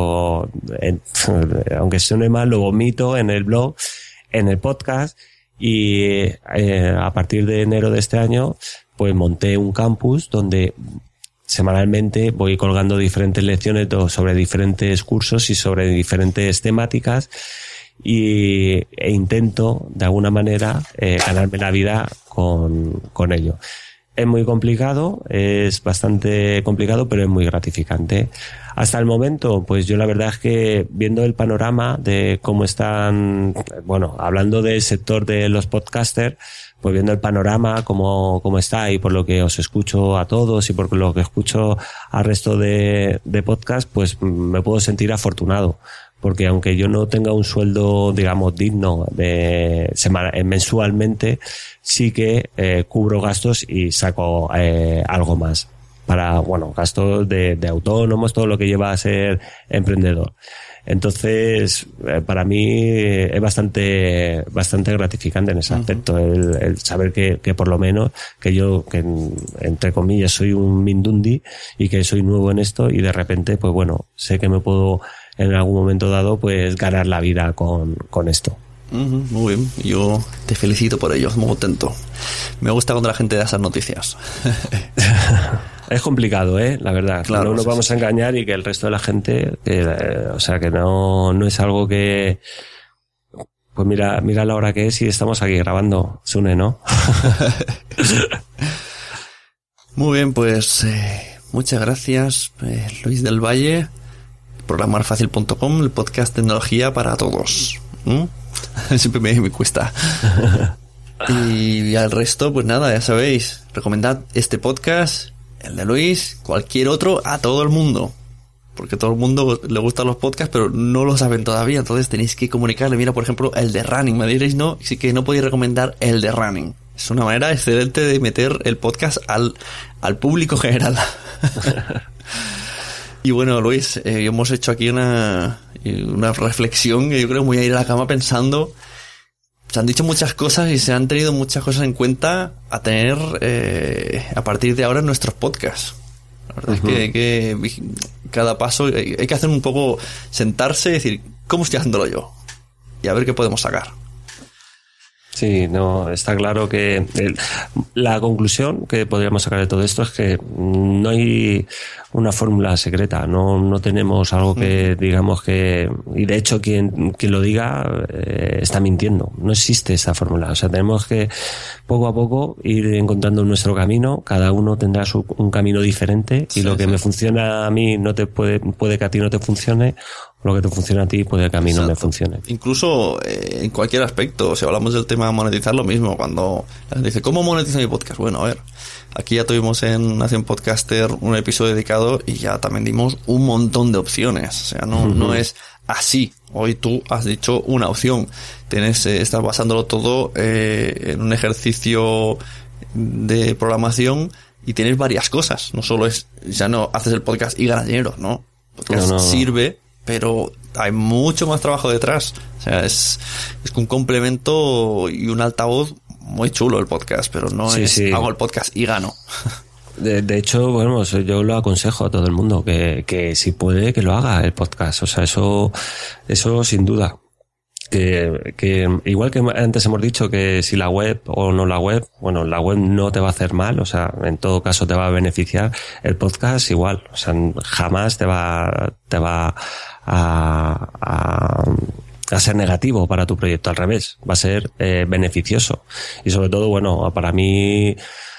aunque suene mal, lo vomito en el blog, en el podcast, y a partir de enero de este año pues monté un campus donde semanalmente voy colgando diferentes lecciones sobre diferentes cursos y sobre diferentes temáticas, e intento de alguna manera ganarme la vida con ello. Es muy complicado, es bastante complicado, pero es muy gratificante. Hasta el momento, pues yo la verdad es que viendo el panorama de cómo están, bueno, hablando del sector de los podcasters, pues viendo el panorama cómo está, y por lo que os escucho a todos y por lo que escucho al resto de podcast, pues me puedo sentir afortunado. Porque aunque yo no tenga un sueldo, digamos, digno mensualmente, sí que cubro gastos y saco algo más para, bueno, gastos de autónomos, todo lo que lleva a ser emprendedor. Entonces, para mí es bastante gratificante en ese aspecto, el saber que por lo menos que yo, que entre comillas soy un mindundi y que soy nuevo en esto, y de repente, pues bueno, sé que me puedo en algún momento dado pues ganar la vida con esto. Muy bien, yo te felicito por ello, muy contento. Me gusta cuando la gente da esas noticias. Es complicado, la verdad. Claro, no nos vamos a engañar, y que el resto de la gente, o sea, que no es algo que... Pues mira la hora que es y estamos aquí grabando, Sune, ¿no? Muy bien, pues muchas gracias, Luis del Valle. Programarfacil.com, el podcast tecnología para todos. Siempre me cuesta. Y al resto, pues nada, ya sabéis, recomendad este podcast, el de Luis, cualquier otro, a todo el mundo. Porque a todo el mundo le gustan los podcasts, pero no lo saben todavía. Entonces tenéis que comunicarle. Mira, por ejemplo, el de Running. Me diréis, no, sí que no podéis recomendar el de Running. Es una manera excelente de meter el podcast al público general. Y bueno, Luis, hemos hecho aquí una reflexión que yo creo que voy a ir a la cama pensando. Se han dicho muchas cosas y se han tenido muchas cosas en cuenta a tener a partir de ahora en nuestros podcasts. La verdad es que hay que cada paso hay que hacer un poco, sentarse y decir, ¿cómo estoy haciéndolo yo? Y a ver qué podemos sacar. Sí, no, está claro que la conclusión que podríamos sacar de todo esto es que no hay una fórmula secreta, no tenemos algo que digamos que, y de hecho quien lo diga está mintiendo, no existe esa fórmula, o sea, tenemos que poco a poco ir encontrando nuestro camino, cada uno tendrá un camino diferente y lo que me funciona a mí no te puede que a ti no te funcione, lo que te funciona a ti puede que a mí no me funcione. Incluso en cualquier aspecto, si hablamos del tema de monetizar, lo mismo, cuando la gente dice, ¿cómo monetizo mi podcast? Bueno, a ver, aquí ya tuvimos en Nación Podcaster un episodio dedicado y ya también dimos un montón de opciones, o sea, no es así. Hoy tú has dicho una opción, estás basándolo todo en un ejercicio de programación y tienes varias cosas, no solo es, ya no haces el podcast y ganas dinero, ¿no? Podcast sirve, pero hay mucho más trabajo detrás. O sea, es un complemento y un altavoz muy chulo el podcast, pero no hago el podcast y gano. De hecho, bueno, yo lo aconsejo a todo el mundo que si puede que lo haga el podcast. O sea, eso sin duda. Que igual que antes hemos dicho que si la web o no la web, bueno, la web no te va a hacer mal, o sea, en todo caso te va a beneficiar, el podcast igual, o sea, jamás te va a ser negativo para tu proyecto, al revés, va a ser beneficioso. Y sobre todo, bueno, para mí,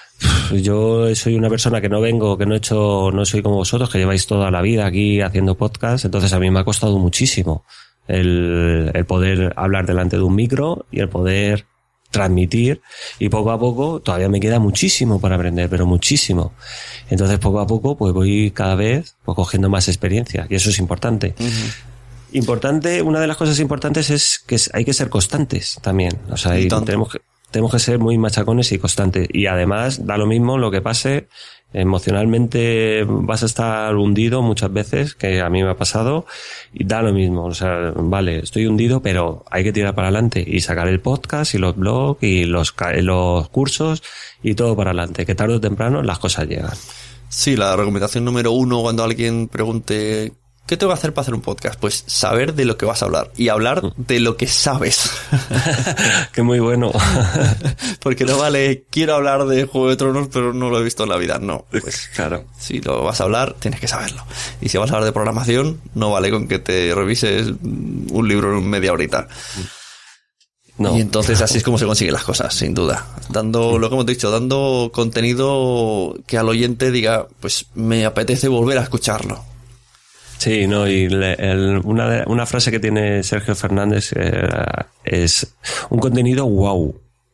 yo soy una persona que no soy como vosotros, que lleváis toda la vida aquí haciendo podcast, entonces a mí me ha costado muchísimo el poder hablar delante de un micro y el poder transmitir, y poco a poco todavía me queda muchísimo para aprender, pero muchísimo. Entonces poco a poco pues voy cada vez pues cogiendo más experiencia, y eso es importante. Importante, una de las cosas importantes es que hay que ser constantes también, o sea, tenemos que ser muy machacones y constantes, y además da lo mismo lo que pase. Emocionalmente vas a estar hundido muchas veces, que a mí me ha pasado, y da lo mismo, o sea, vale, estoy hundido, pero hay que tirar para adelante y sacar el podcast y los blogs y los cursos y todo para adelante, que tarde o temprano las cosas llegan. Sí, la recomendación número 1 cuando alguien pregunte ¿qué tengo que hacer para hacer un podcast? Pues saber de lo que vas a hablar y hablar de lo que sabes. Que muy bueno. Porque no vale, quiero hablar de Juego de Tronos, pero no lo he visto en la vida. No, pues claro. Si lo vas a hablar, tienes que saberlo. Y si vas a hablar de programación, no vale con que te revises un libro en media horita. No. Y entonces así es como se consiguen las cosas, sin duda. Dando, lo que hemos dicho, dando contenido que al oyente diga, pues me apetece volver a escucharlo. Sí, no, y una frase que tiene Sergio Fernández es un contenido wow.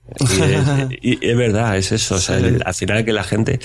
Y es verdad, es eso. O sea, al final que la gente...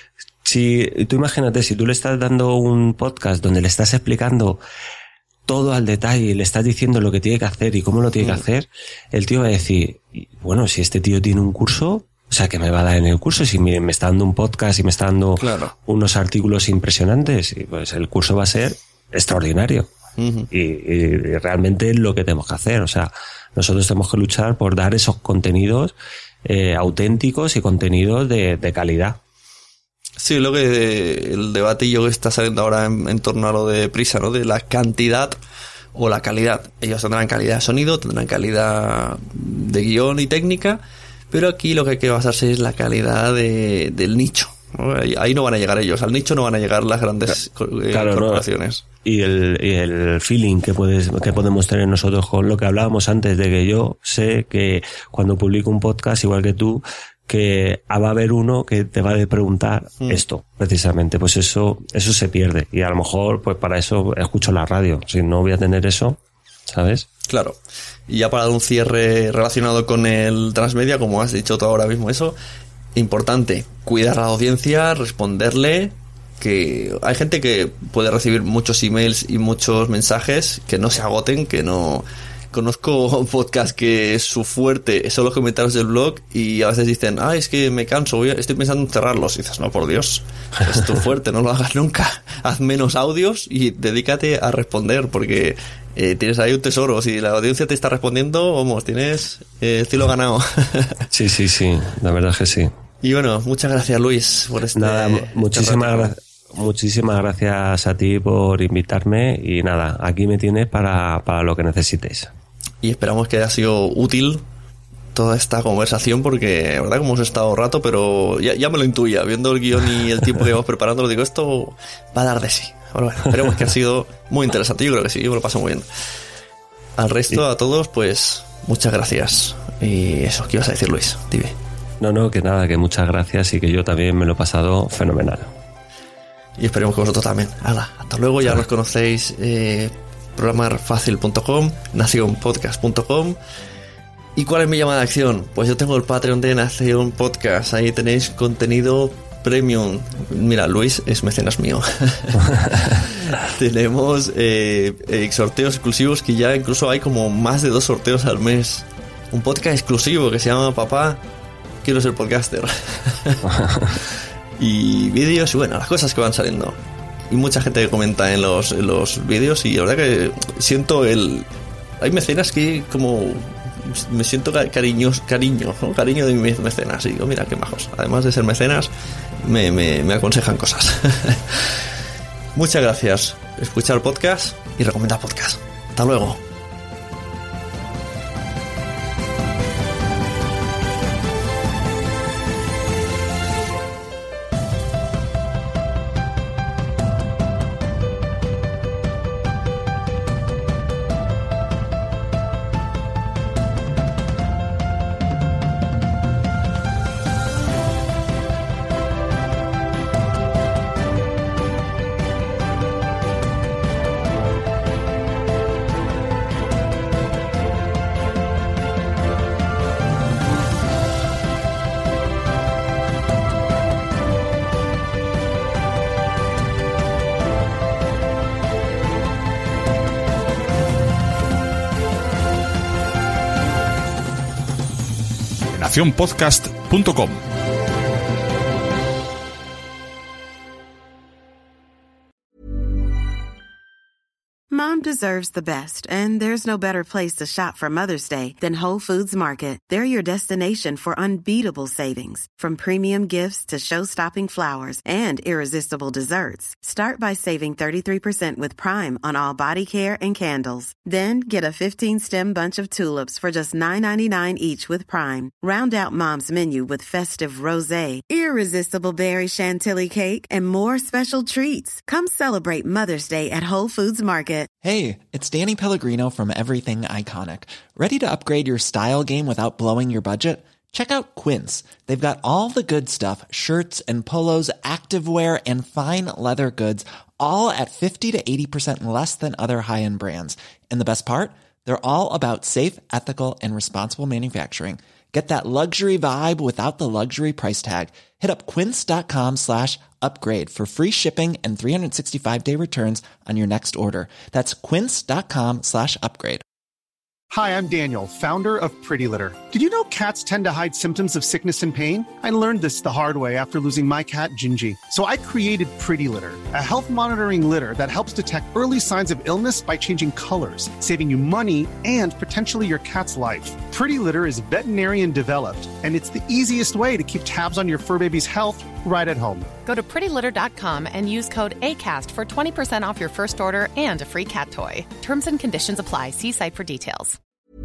Tú imagínate, si tú le estás dando un podcast donde le estás explicando todo al detalle, le estás diciendo lo que tiene que hacer y cómo lo tiene que hacer, el tío va a decir, bueno, si este tío tiene un curso... O sea, ¿qué me va a dar en el curso? Si me está dando un podcast y me está dando unos artículos impresionantes, y pues el curso va a ser extraordinario. Y realmente es lo que tenemos que hacer. O sea, nosotros tenemos que luchar por dar esos contenidos auténticos y contenidos de calidad. Sí, lo que el debatillo que está saliendo ahora en torno a lo de Prisa, ¿no? De la cantidad o la calidad. Ellos tendrán calidad de sonido, tendrán calidad de guión y técnica, pero aquí lo que hay que basarse es la calidad del nicho, ¿no? Ahí no van a llegar ellos, al nicho no van a llegar las grandes corporaciones. ¿No? Y el feeling que podemos tener nosotros con lo que hablábamos antes, de que yo sé que cuando publico un podcast, igual que tú, que va a haber uno que te va a preguntar esto, precisamente, pues eso se pierde, y a lo mejor pues para eso escucho la radio. Si no voy a tener eso, ¿sabes? Claro. Y ya para dar un cierre relacionado con el transmedia, como has dicho tú ahora mismo eso, importante, cuidar a la audiencia, responderle, que hay gente que puede recibir muchos emails y muchos mensajes, que no se agoten, que no... Conozco un podcast que su fuerte son los comentarios del blog y a veces dicen, es que me canso, estoy pensando en cerrarlos. Y dices, no, por Dios, es tu fuerte, no lo hagas nunca. Haz menos audios y dedícate a responder, porque tienes ahí un tesoro. Si la audiencia te está respondiendo, vamos, tienes el cielo ganado. Sí, la verdad es que sí. Y bueno, muchas gracias, Luis, por muchísimas gracias a ti por invitarme y nada, aquí me tienes para lo que necesites. Y esperamos que haya sido útil toda esta conversación, porque la verdad que hemos estado rato, pero ya me lo intuía, viendo el guión y el tiempo que vamos preparando, lo digo, esto va a dar de sí. Pero bueno, esperemos que ha sido muy interesante, yo creo que sí, yo me lo paso muy bien. Al resto, a todos, pues muchas gracias. Y eso, ¿qué ibas a decir, Luis? Dime. No, que nada, que muchas gracias y que yo también me lo he pasado fenomenal. Y esperemos que vosotros también. Hasta luego, ya nos conocéis, programarfacil.com, nacionpodcast.com. ¿Y cuál es mi llamada de acción? Pues yo tengo el Patreon de Nación Podcast, ahí tenéis contenido premium. Mira, Luis es mecenas mío. Tenemos sorteos exclusivos, que ya incluso hay como más de 2 sorteos al mes. Un podcast exclusivo que se llama Papá, quiero ser podcaster. Y vídeos y bueno, las cosas que van saliendo. Y mucha gente que comenta en los vídeos, y la verdad que siento hay mecenas que como me siento cariño de mis mecenas. Y digo, mira qué majos. Además de ser mecenas, me aconsejan cosas. Muchas gracias. Escuchar podcast y recomendar podcast. Hasta luego. Podcast.com. Mom deserves the best, and there's no better place to shop for Mother's Day than Whole Foods Market. They're your destination for unbeatable savings, from premium gifts to show-stopping flowers and irresistible desserts. Start by saving 33% with Prime on all body care and candles. Then get a 15-stem bunch of tulips for just $9.99 each with Prime. Round out Mom's menu with festive rosé, irresistible berry chantilly cake, and more special treats. Come celebrate Mother's Day at Whole Foods Market. Hey, it's Danny Pellegrino from Everything Iconic. Ready to upgrade your style game without blowing your budget? Check out Quince. They've got all the good stuff, shirts and polos, activewear, and fine leather goods, all at 50 to 80% less than other high-end brands. And the best part? They're all about safe, ethical, and responsible manufacturing. Get that luxury vibe without the luxury price tag. Hit up quince.com/upgrade for free shipping and 365-day returns on your next order. That's quince.com/upgrade. Hi, I'm Daniel, founder of Pretty Litter. Did you know cats tend to hide symptoms of sickness and pain? I learned this the hard way after losing my cat, Gingy. So I created Pretty Litter, a health monitoring litter that helps detect early signs of illness by changing colors, saving you money and potentially your cat's life. Pretty Litter is veterinarian developed, and it's the easiest way to keep tabs on your fur baby's health right at home. Go to prettylitter.com and use code ACAST for 20% off your first order and a free cat toy. Terms and conditions apply. See site for details.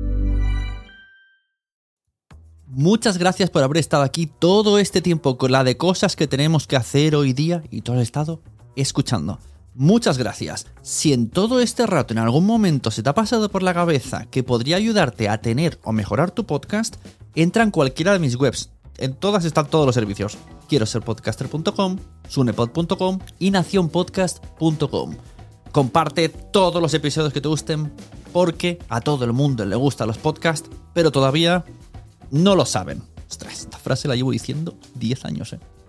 Muchas gracias por haber estado aquí todo este tiempo con la de cosas que tenemos que hacer hoy día y todo el estado escuchando. Muchas gracias. Si en todo este rato en algún momento se te ha pasado por la cabeza que podría ayudarte a tener o mejorar tu podcast, entra en cualquiera de mis webs. En todas están todos los servicios. Quiero ser podcaster.com, sunepod.com y nacionpodcast.com. Comparte todos los episodios que te gusten, porque a todo el mundo le gustan los podcasts, pero todavía no lo saben. Ostras, esta frase la llevo diciendo 10 años,